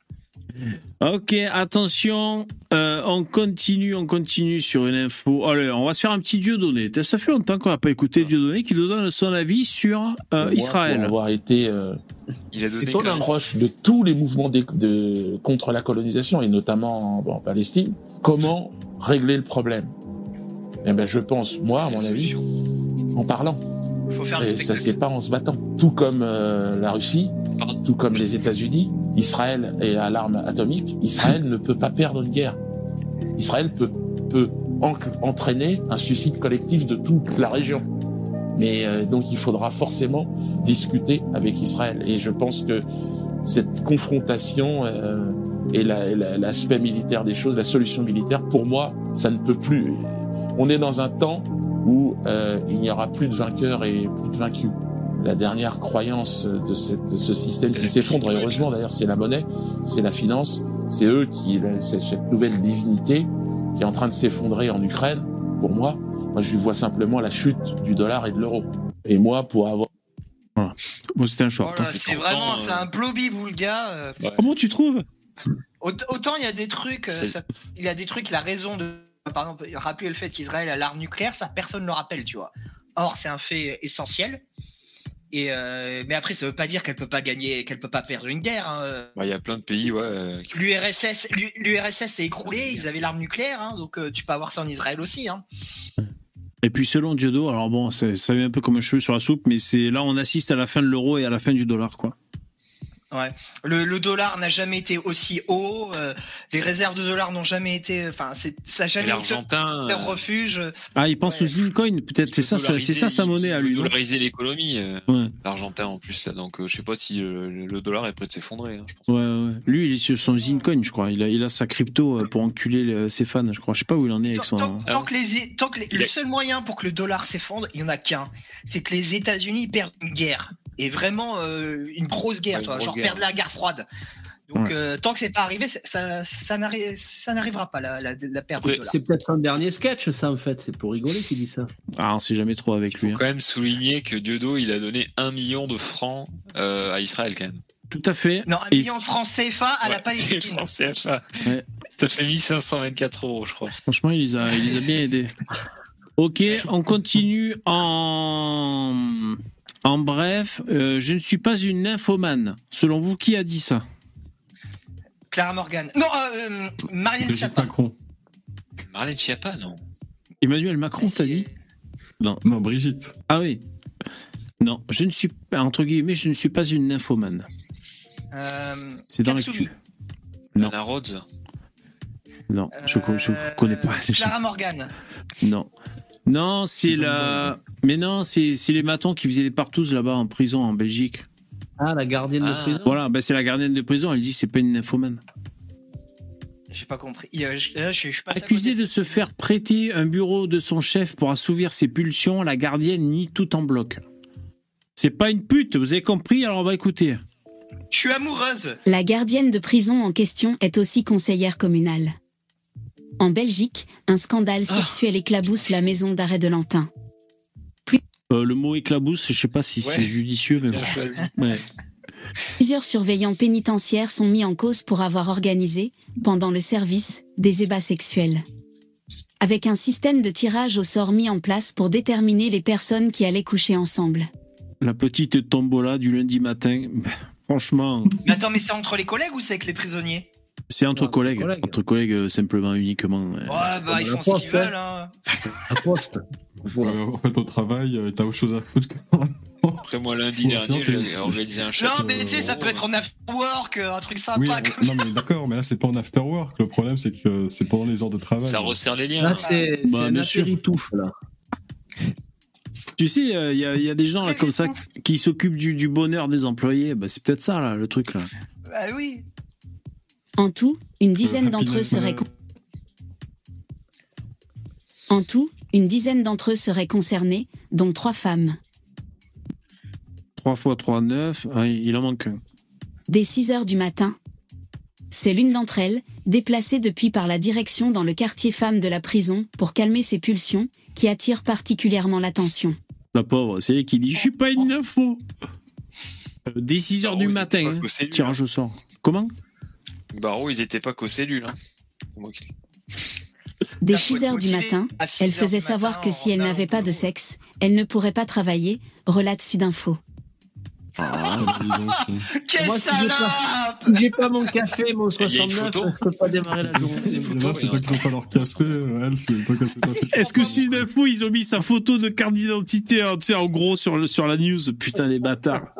Ok, attention, euh, on continue, on continue sur une info. Allez, on va se faire un petit Dieudonné. Ça fait longtemps qu'on n'a pas écouté Dieudonné qui nous donne son avis sur euh, moi, Israël. Pour avoir été euh, Il a donné proche de tous les mouvements de, de, contre la colonisation et notamment en, en Palestine, comment régler le problème? Eh ben, je pense, moi, à mon avis, en parlant. Faut faire et ça, c'est pas en se battant. Tout comme euh, la Russie, Pardon. tout comme les États-Unis. Israël est à l'arme atomique. Israël ne peut pas perdre une guerre. Israël peut, peut en, entraîner un suicide collectif de toute la région. Mais euh, donc il faudra forcément discuter avec Israël. Et je pense que cette confrontation euh, et la, la, l'aspect militaire des choses, la solution militaire, pour moi, ça ne peut plus. On est dans un temps où euh, il n'y aura plus de vainqueurs et plus de vaincus. La dernière croyance de, cette, de ce système qui s'effondre, et heureusement d'ailleurs, c'est la monnaie, c'est la finance, c'est eux qui, c'est cette nouvelle divinité qui est en train de s'effondrer en Ukraine. Pour moi, moi je vois simplement la chute du dollar et de l'euro. Et moi, pour avoir... Voilà. Bon, c'était un short. Voilà, c'est vraiment, euh... c'est un blobby, vous le gars. Euh... Ouais. Comment tu trouves? Autant il y a des trucs, euh, ça, il y a des trucs, la raison de, par exemple, rappeler le fait qu'Israël a l'arme nucléaire, ça personne ne le rappelle, tu vois. Or, c'est un fait essentiel. Et euh, mais après, ça veut pas dire qu'elle peut pas gagner, qu'elle peut pas perdre une guerre. Hein. Bah, y a plein de pays, ouais. Euh... L'U R S S, l'U R S S s'est écroulé, ils avaient l'arme nucléaire, hein, donc euh, tu peux avoir ça en Israël aussi. Hein. Et puis selon Diodo, alors bon, c'est, ça vient un peu comme un cheveu sur la soupe, mais c'est là on assiste à la fin de l'euro et à la fin du dollar, quoi. Ouais. Le, le dollar n'a jamais été aussi haut. Euh, les réserves de dollars n'ont jamais été. Enfin, c'est ça n'a jamais été l'Argentin, leur refuge. Ah, il pense ouais. aux Incoins, peut-être. C'est ça, c'est ça sa monnaie à lui. Dollariser l'économie, euh, ouais. l'Argentin en plus là. Donc, euh, je sais pas si le, le dollar est prêt de s'effondrer. Hein, je pense. Ouais, ouais. Lui, il est sur son Zincoin, je crois. Il a, il a sa crypto pour enculer le, ses fans. Je crois. Je sais pas où il en est avec son. Tant, tant que les, tant que les, le seul moyen pour que le dollar s'effondre, il y en a qu'un. C'est que les États-Unis perdent une guerre. Et vraiment euh, une grosse guerre, ouais, toi, genre guerre. Perdre la guerre froide. Donc ouais. euh, tant que c'est pas arrivé, ça, ça, n'arrive, ça n'arrivera pas la, la, la perte de dollars. C'est peut-être un dernier sketch, ça en fait. C'est pour rigoler qu'il dit ça. Ah, on sait jamais trop avec lui. Il faut hein. quand même souligner que Diodo, il a donné un million de francs euh, à Israël quand même. Tout à fait. Non, un million de francs C F A à ouais, la Palestine. C'est francs C F A. Ouais. T'as fait mille cinq cent vingt-quatre euros, je crois. Franchement, il les a, il les a bien aidés. Ok, on continue en, en bref. Euh, je ne suis pas une nymphomane. Selon vous, qui a dit ça? Clara Morgan. Non, euh, Marlène Schiappa. Macron. Marlène Schiappa, non. Emmanuel Macron, t'as dit? Non. Non, Brigitte. Ah oui. Non, je ne suis pas, entre guillemets, je ne suis pas une nymphomane. Euh, C'est dans l'actu. Non. Anna Rhodes. Non, je ne euh, connais pas. Clara Morgan. Non. Non, c'est la. Mais non, c'est les matons qui faisaient des partouzes là-bas en prison en Belgique. Ah, la gardienne ah. de prison. Voilà, ben c'est la gardienne de prison. Elle dit c'est pas une nymphomane. J'ai pas compris. Je, je, je, je suis pas Accusée de se faire prêter un bureau de son chef pour assouvir ses pulsions, la gardienne nie tout en bloc. C'est pas une pute, vous avez compris? Alors on va écouter. Je suis amoureuse. La gardienne de prison en question est aussi conseillère communale. En Belgique, un scandale ah. sexuel éclabousse la maison d'arrêt de Lantin. Plus... Euh, le mot éclabousse, je sais pas si ouais, c'est judicieux, mais bon. Ouais. Plusieurs surveillants pénitentiaires sont mis en cause pour avoir organisé, pendant le service, des ébats sexuels. Avec un système de tirage au sort mis en place pour déterminer les personnes qui allaient coucher ensemble. La petite tombola du lundi matin, franchement... Mais attends, mais c'est entre les collègues ou c'est avec les prisonniers? C'est entre non, collègues, collègues, entre collègues euh, simplement, uniquement. Ouais, ouais bah ils font ce qu'ils veulent. Hein. À poste. Voilà. Euh, en fait, au travail, euh, t'as autre chose à foutre que... Après, moi, lundi bon, dernier, j'ai organisé un chat. Non, mais tu sais, ça peut être en after work, un truc sympa oui, comme non, ça. mais d'accord, mais là, c'est pas en after work. Le problème, c'est que c'est pendant les heures de travail. Ça resserre les liens. Là, c'est bah, un apéritouf, là. Tu sais, il euh, y, y a des gens là comme ça qui s'occupent du, du bonheur des employés. Bah, c'est peut-être ça, là, le truc, là. Bah oui. En tout, une dizaine euh, d'entre eux seraient... Con... En tout, une dizaine d'entre eux seraient concernés, dont trois femmes. trois fois trois, neuf. Ah, il en manque un. Dès six heures du matin. C'est l'une d'entre elles, déplacée depuis par la direction dans le quartier femmes de la prison pour calmer ses pulsions, qui attirent particulièrement l'attention. La pauvre, c'est elle qui dit « Je suis pas une info !» Dès six heures du matin, hein, tirage au sort. Comment? Barreau, ils étaient pas qu'aux cellules. Hein. Dès six heures du matin, elle faisait savoir que si elle n'avait pas de sexe, elle ne pourrait pas travailler, relate Sudinfo. Ah, quelle salope! Si j'ai pas mon café, mon soixante-neuf, je peux pas démarrer la journée. Là, c'est pas qu'ils ont pas leur café, elle, c'est pas qu'elle s'est pas fait. Est-ce que Sudinfo, ils ont mis sa photo de carte d'identité, hein, tu sais, en gros, sur, le, sur la news? Putain, les bâtards.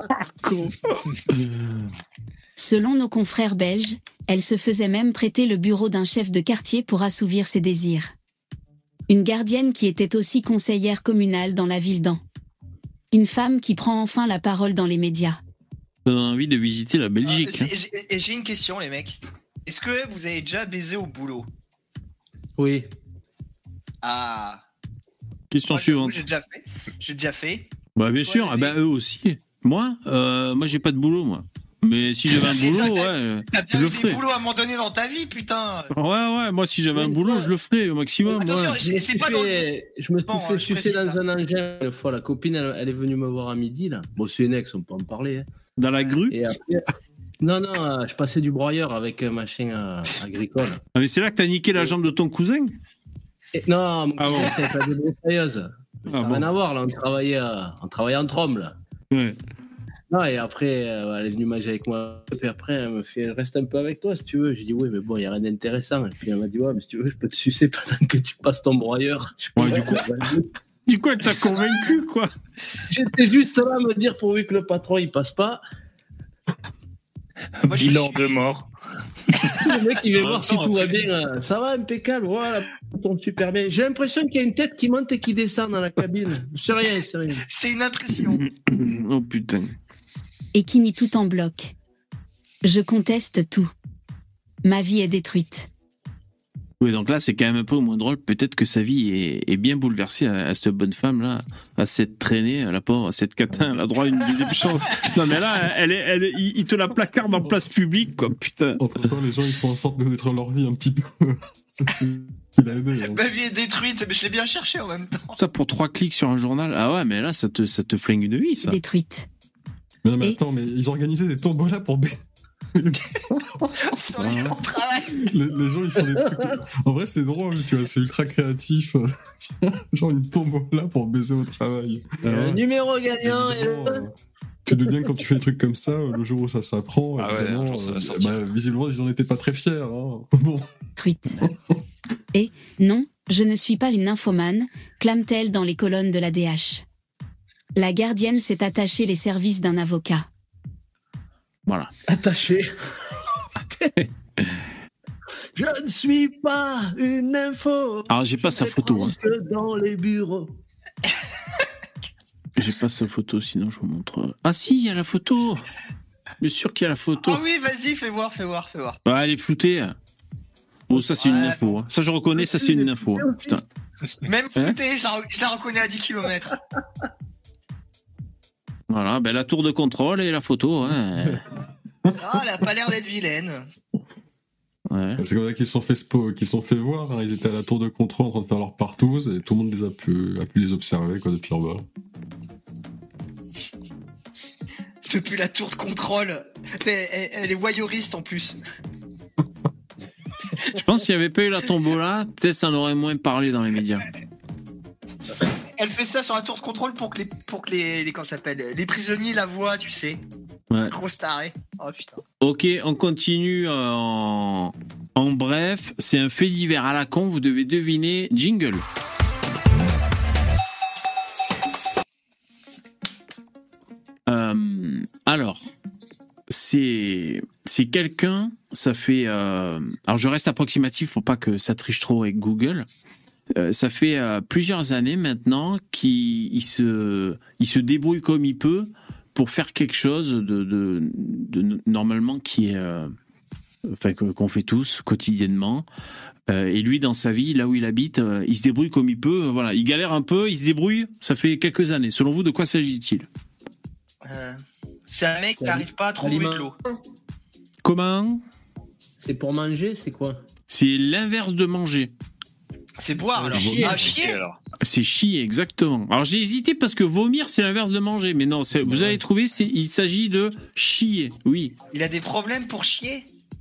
Selon nos confrères belges, elle se faisait même prêter le bureau d'un chef de quartier pour assouvir ses désirs. Une gardienne qui était aussi conseillère communale dans la ville d'An. Une femme qui prend enfin la parole dans les médias. Ça donne envie de visiter la Belgique. Euh, J'ai une question, les mecs. Est-ce que vous avez déjà baisé au boulot? Oui. Ah. Question moi, suivante. J'ai déjà fait. J'ai déjà fait. Bah bien sûr. Ah bah eux aussi. Moi, euh, moi j'ai pas de boulot, moi. Mais si j'avais un boulot, ouais, t'as bien je le eu ferais. des boulots à un moment donné dans ta vie, putain. Ouais, ouais, moi si j'avais un boulot, je le ferais au maximum. Attention, ouais. c'est pas dans le... Je me suis bon, fait sucer dans ça. un engin une fois. La copine, elle, elle est venue me voir à midi, là. Bon, c'est une ex, on peut en parler. Hein. Dans la grue? Et après... Non, non, euh, je passais du broyeur avec un machin euh, agricole. Ah, mais c'est là que t'as niqué la jambe de ton cousin? Et... Non, mon ah cousin, bon. c'est pas débroussailleuse. Ah ça n'a bon. rien à voir, là. On travaillait, euh, on travaillait en trombe, là. Ouais. Non, et après, euh, elle est venue manger avec moi. Et puis après, elle me fait, elle reste un peu avec toi si tu veux. J'ai dit, oui, mais bon, il n'y a rien d'intéressant. Et puis elle m'a dit, ouais, mais si tu veux, je peux te sucer pendant que tu passes ton broyeur. Ouais, du coup, du coup, elle t'a convaincu, quoi. J'étais juste là à me dire, pourvu que le patron, il passe pas. Moi, bilan de mort. Le mec, il vient voir si tout va bien. Ça va, impeccable. Voilà, ça tourne super bien. J'ai l'impression qu'il y a une tête qui monte et qui descend dans la cabine. C'est rien, c'est rien. C'est une impression. Oh putain. Et qui nie tout en bloc. Je conteste tout. Ma vie est détruite. Oui, donc là, c'est quand même un peu moins drôle. Peut-être que sa vie est, est bien bouleversée à, à cette bonne femme-là, à cette traînée, à la pauvre, à cette catin, elle a droit à une deuxième chance. Non, mais là, elle est, elle est, il, il te la placarde en place publique, quoi, putain. Entre-temps, les gens, ils font en sorte de détruire leur vie un petit peu. Il a aidé, hein. Ma vie est détruite, mais je l'ai bien cherché en même temps. Ça, pour trois clics sur un journal. Ah ouais, mais là, ça te, ça te flingue une vie, ça. Détruite. Mais non, mais Et... attends, mais ils organisaient des tombolas pour, ba... Sur les temps de travail. Les, les gens, ils font des trucs. En vrai, c'est drôle, tu vois, c'est ultra créatif. Genre une tombola pour baiser au travail. Le numéro gagnant est le... Tu te doutes bien que quand tu fais des trucs comme ça, le jour où ça s'apprend, ah ouais, évidemment, ça va euh, bah, visiblement, ils en étaient pas très fiers. Hein. Bon. Truite. Et non, je ne suis pas une nymphomane, clame-t-elle dans les colonnes de la D H. La gardienne s'est attachée les services d'un avocat. Voilà. Attaché. Je ne suis pas une info. Alors, j'ai pas sa photo. Hein. Que dans les bureaux. J'ai pas sa photo, sinon je vous montre. Ah si, il y a la photo. Bien sûr qu'il y a la photo. Ah oui, vas-y, fais voir, fais voir, fais voir. Ah, elle est floutée. Oh, ça c'est ouais, une info. Hein. Ça je reconnais, ça c'est une info. Hein. Putain. Même floutée, hein, je, la, je la reconnais à dix kilomètres. Voilà, ben la tour de contrôle et la photo. Hein. Ah, elle a pas l'air d'être vilaine. Ouais. C'est comme ça qu'ils se sont fait, spo- qu'ils sont fait voir. Hein. Ils étaient à la tour de contrôle en train de faire leur partouze et tout le monde les a pu, a pu les observer quoi, depuis en bas. Fait plus la tour de contrôle. Elle, elle, elle est voyeuriste en plus. Je pense qu'il n'y avait pas eu la tombola, peut-être ça en aurait moins parlé dans les médias. Elle fait ça sur la tour de contrôle pour que les, pour que les, les, comment ça s'appelle, les prisonniers la voient, tu sais. Ouais. Trop staré. Oh putain. Ok, on continue euh, en... en bref. C'est un fait divers à la con, vous devez deviner. Jingle. Euh, alors, c'est c'est quelqu'un, ça fait... Euh, alors je reste approximatif pour pas que ça triche trop avec Google. Euh, ça fait euh, plusieurs années maintenant qu'il il se, il se débrouille comme il peut pour faire quelque chose de, de, de normalement qui est, euh, enfin qu'on fait tous quotidiennement. Euh, et lui, dans sa vie, là où il habite, euh, il se débrouille comme il peut. Euh, voilà, il galère un peu, il se débrouille. Ça fait quelques années. Selon vous, de quoi s'agit-il ? euh, C'est un mec qui n'arrive pas à trouver de l'eau. Comment ? C'est pour manger, c'est quoi ? C'est l'inverse de manger. C'est boire alors. Chier. Ah, chier alors. C'est chier, exactement. Alors j'ai hésité parce que vomir, c'est l'inverse de manger. Mais non, c'est, vous avez trouvé, c'est, il s'agit de chier, oui. Il a des problèmes pour chier ?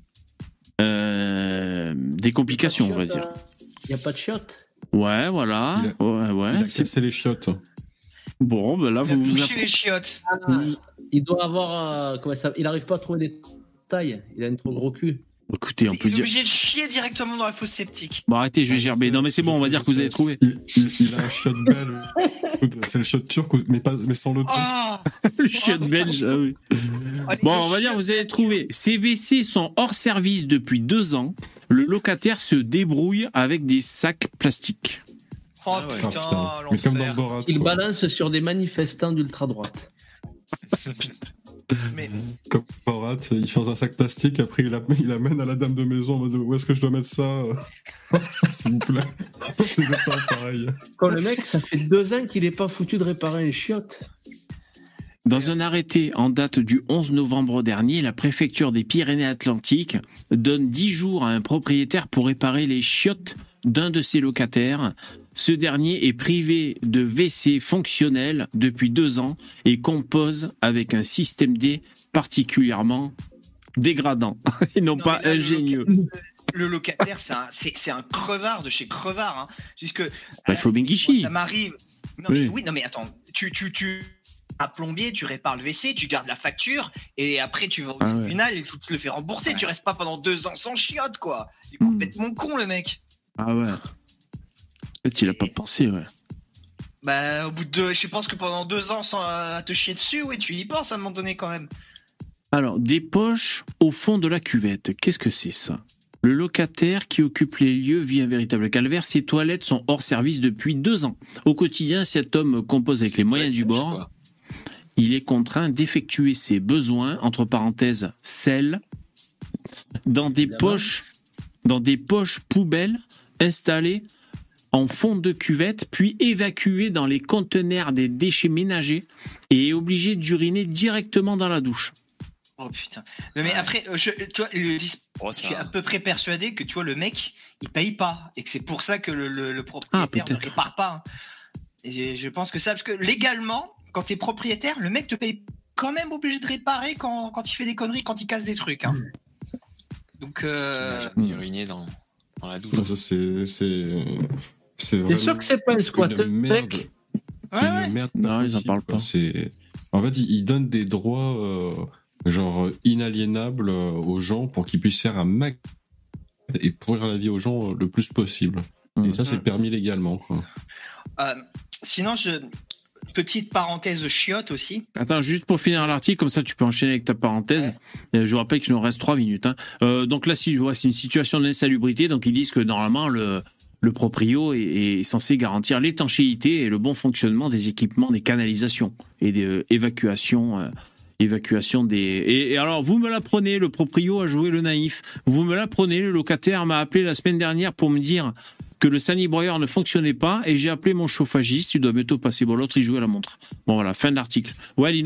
Euh, des complications, on va dire. Il n'y a pas de chiottes ? Ouais, voilà. Il a, ouais, ouais. il a cassé les chiottes. Bon, ben là, il vous... a vous touché app... les chiottes. Ah, il doit avoir... Euh, comment ça, il n'arrive pas à trouver des tailles. Il a un trop gros cul. Écoutez, on peut il est dire... obligé de chier directement dans la fosse septique. Bon, arrêtez, je vais gerber. Non, mais c'est bon, on va dire que vous avez trouvé. Il, il, il a un chiotte belge. C'est le chiotte turc, mais, pas, mais sans le truc. Oh le chiotte oh, belge, ah oui. Bon, on va dire que vous avez trouvé. Ces W C sont hors service depuis deux ans. Le locataire se débrouille avec des sacs plastiques. Oh ah ouais. putain, ah, putain. Mais comme dans Borat, il balance sur des manifestants d'ultra-droite. Mais... Comme Borat, il fait dans un sac plastique, après il, a, il amène à la dame de maison en mode où est-ce que je dois mettre ça s'il vous plaît. C'est pas pareil. Quand le mec, ça fait deux ans qu'il n'est pas foutu de réparer une chiotte. Dans un arrêté en date du onze novembre dernier, la préfecture des Pyrénées-Atlantiques donne dix jours à un propriétaire pour réparer les chiottes d'un de ses locataires. Ce dernier est privé de W C fonctionnel depuis deux ans et compose avec un système D particulièrement dégradant et non, non pas là, ingénieux. Le, loca- le locataire, c'est un, c'est, c'est un crevard de chez crevard. Hein, puisque, bah, il faut bien guicher. Ça m'arrive. Non, oui. Mais, oui, non mais attends, tu... tu, tu... un plombier, tu répares le W C, tu gardes la facture et après tu vas au ah tribunal ouais. et tu te le fais rembourser. Ouais. Tu restes pas pendant deux ans sans chiotte, quoi. Il est complètement mmh. con, le mec. Ah ouais. Peut-être qu'il a pas pensé, ouais. Bah, au bout de deux, je pense que pendant deux ans sans euh, te chier dessus, oui, tu y penses à un moment donné quand même. Alors, des poches au fond de la cuvette. Qu'est-ce que c'est ça ? Le locataire qui occupe les lieux vit un véritable calvaire. Ses toilettes sont hors service depuis deux ans. Au quotidien, cet homme compose avec les moyens ouais, du bord. Quoi. Il est contraint d'effectuer ses besoins, entre parenthèses, sel, dans des Évidemment. poches, dans des poches poubelles installées en fond de cuvette, puis évacuées dans les conteneurs des déchets ménagers et est obligé d'uriner directement dans la douche. Oh putain. Non, mais après, je, tu vois, le, oh, je suis à peu près persuadé que tu vois, le mec, il paye pas et que c'est pour ça que le, le, le propriétaire ah, ne répare pas. Et je pense que ça, parce que légalement, quand t'es propriétaire, le mec te paye quand même obligé de réparer quand, quand il fait des conneries, quand il casse des trucs. Hein. Donc. Euh... Jamais uriné dans, dans la douche. Ça, c'est, c'est, c'est T'es sûr que c'est pas un squatter merde. Ouais, ouais. Merde, non, ils en parlent pas. C'est... En fait, ils, ils donnent des droits euh, genre inaliénables euh, aux gens pour qu'ils puissent faire un max et pourrir la vie aux gens le plus possible. Mmh. Et ça, c'est permis légalement. Quoi. Euh, sinon, je... petite parenthèse chiotte aussi. Attends, juste pour finir l'article, comme ça tu peux enchaîner avec ta parenthèse. Ouais. Je vous rappelle qu'il nous reste trois minutes. Hein. Euh, donc là, c'est une situation d'insalubrité. Donc ils disent que normalement, le, le proprio est, est censé garantir l'étanchéité et le bon fonctionnement des équipements, des canalisations et des euh, évacuations. Euh, évacuation des... Et, et alors, vous me l'apprenez, le proprio a joué le naïf. Vous me l'apprenez, le locataire m'a appelé la semaine dernière pour me dire que le sanibroyeur ne fonctionnait pas et j'ai appelé mon chauffagiste, il doit bientôt passer. Bon, l'autre, il jouait à la montre. Bon, voilà, fin de l'article. Ouais, Lino ?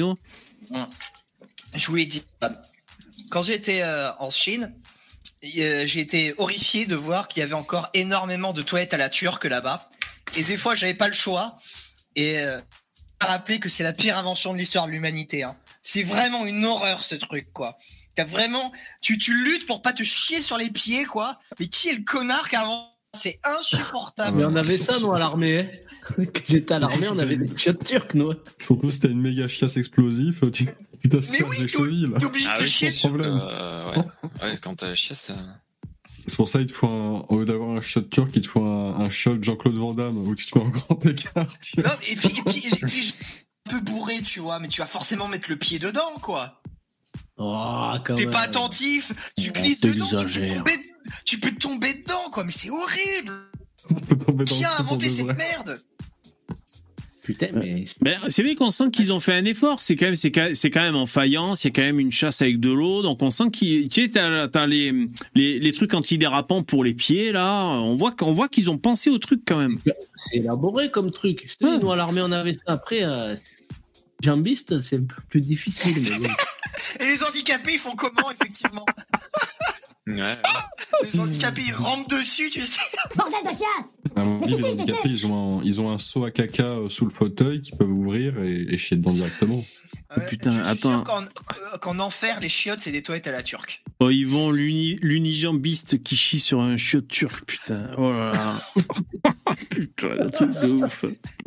Je vous l'ai dit. Quand j'étais euh, en Chine, euh, j'ai été horrifié de voir qu'il y avait encore énormément de toilettes à la turque là-bas. Et des fois, j'avais pas le choix. Et euh, rappeler que c'est la pire invention de l'histoire de l'humanité. Hein. C'est vraiment une horreur, ce truc, quoi. T'as vraiment... Tu, tu luttes pour pas te chier sur les pieds, quoi. Mais qui est le connard qui a inventé? C'est insupportable. Mais on avait ça, nous, à l'armée. Hein. Quand j'étais à l'armée, on avait des chiottes turques, nous. Surtout si t'as une méga chiasse explosive, tu tu t'asperges oui, des chevilles. T'es obligé de te chier sans problème. Euh, ouais. ouais, quand t'as la chiasse... Ça... C'est pour ça qu'il te faut un, au lieu d'avoir un shot turc, il te faut un, un shot Jean-Claude Van Damme où tu te mets en grand écart. Tu non, et puis, et puis, et puis je suis un peu bourré, tu vois, mais tu vas forcément mettre le pied dedans, quoi. Oh, T'es même. pas attentif, tu glisses oh, dedans, tu peux, tomber, tu peux tomber dedans, quoi, mais c'est horrible. Qui a inventé cette vrai. merde? Putain, mais... Ben, c'est vrai qu'on sent qu'ils ont fait un effort. C'est quand même, c'est, c'est quand même en faïence. Il y a quand même une chasse avec de l'eau. Donc on sent qu'ils, tu sais, t'as, t'as les, les, les trucs antidérapants pour les pieds là. On voit, on voit qu'ils ont pensé au truc quand même. C'est élaboré comme truc. Je te dis, ouais. Nous à l'armée on avait ça. Après, euh, jambiste, c'est un peu plus difficile. Mais bon. Et les handicapés, ils font comment effectivement? Ouais. Les handicapés, ils rentrent dessus, tu sais. Bordel de chiasse! À mon avis, les handicapés, ils ont, un, ils ont un seau à caca sous le fauteuil qu'ils peuvent ouvrir et, et chier dedans directement. Ouais, putain, attends. Qu'en, qu'en enfer, les chiottes, c'est des toilettes à la turque. Oh, ils vont l'uni, l'unijambiste qui chie sur un chiotte turc, putain. Oh là là. Putain, un truc de ouf.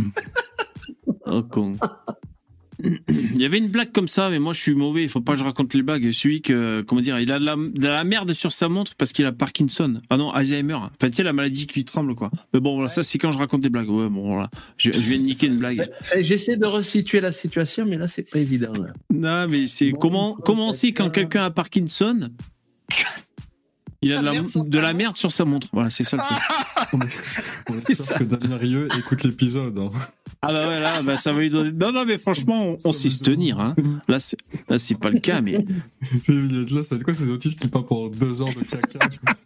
Oh, con. Il y avait une blague comme ça, mais moi je suis mauvais, il faut pas que je raconte les blagues. Celui que, comment dire, il a de la, de la merde sur sa montre parce qu'il a Parkinson. Ah non, Alzheimer. Enfin, tu sais, la maladie qui tremble, quoi. Mais bon, voilà, ouais. Ça c'est quand je raconte des blagues. Ouais, bon, voilà. Je, je viens de niquer une blague. J'essaie de resituer la situation, mais là c'est pas évident. Là. Non, mais c'est bon, comment, comment on sait quand quelqu'un a Parkinson? Il a de la, de la merde sur sa montre. Voilà, c'est ça le truc. C'est ça. Que Damien Rieu écoute l'épisode. Hein. Ah bah ouais, là, bah, ça va lui donner... Non, non, mais franchement, on, on sait se tenir. Hein. Là, c'est, là, c'est pas le cas, mais... Là, c'est quoi ces autistes qui parlent pendant deux heures de caca?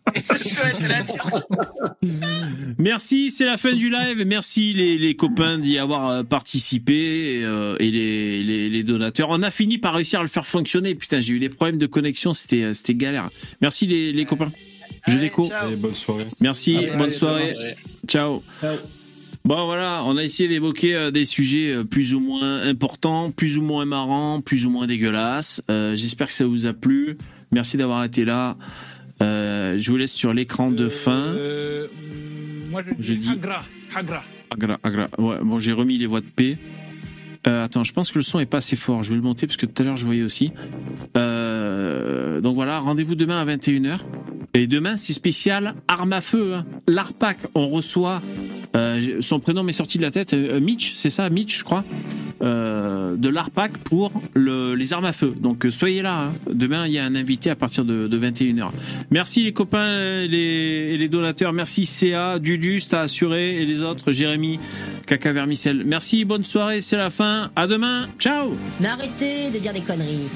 Merci, c'est la fin du live. Merci les, les copains d'y avoir participé et, euh, et les, les, les donateurs. On a fini par réussir à le faire fonctionner. Putain, j'ai eu des problèmes de connexion, c'était, c'était galère. Merci les, les copains. Je déco. Allez, bonne soirée. Merci, allez, bonne allez, soirée. soirée. Ciao. Ciao. Bon voilà, on a essayé d'évoquer euh, des sujets euh, plus ou moins importants, plus ou moins marrants, plus ou moins dégueulasses. Euh, j'espère que ça vous a plu. Merci d'avoir été là. Euh, je vous laisse sur l'écran de fin. Euh, moi je, je dis Agra, Agra. Agra, Agra. Ouais, bon, j'ai remis les voix de paix. Euh, attends, je pense que le son est pas assez fort. Je vais le monter parce que tout à l'heure je voyais aussi. Euh, donc voilà, rendez-vous demain à vingt et une heures. Et demain c'est spécial arme à feu. Hein. L'ARPAC, on reçoit. Euh, son prénom m'est sorti de la tête. Euh, Mitch, c'est ça, Mitch, je crois. Euh, de l'ARPAC pour le, les armes à feu. Donc euh, soyez là. Hein. Demain il y a un invité à partir de, de vingt et une heures. Merci les copains et les, les donateurs. Merci C A, Dudus, t'as assuré et les autres. Jérémy, Caca Vermicelle. Merci, bonne soirée, c'est la fin. À demain, ciao. Mais arrêtez de dire des conneries.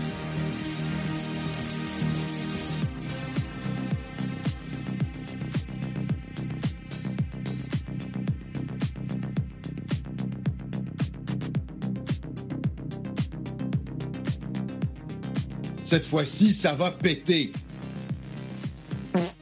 Cette fois-ci, ça va péter.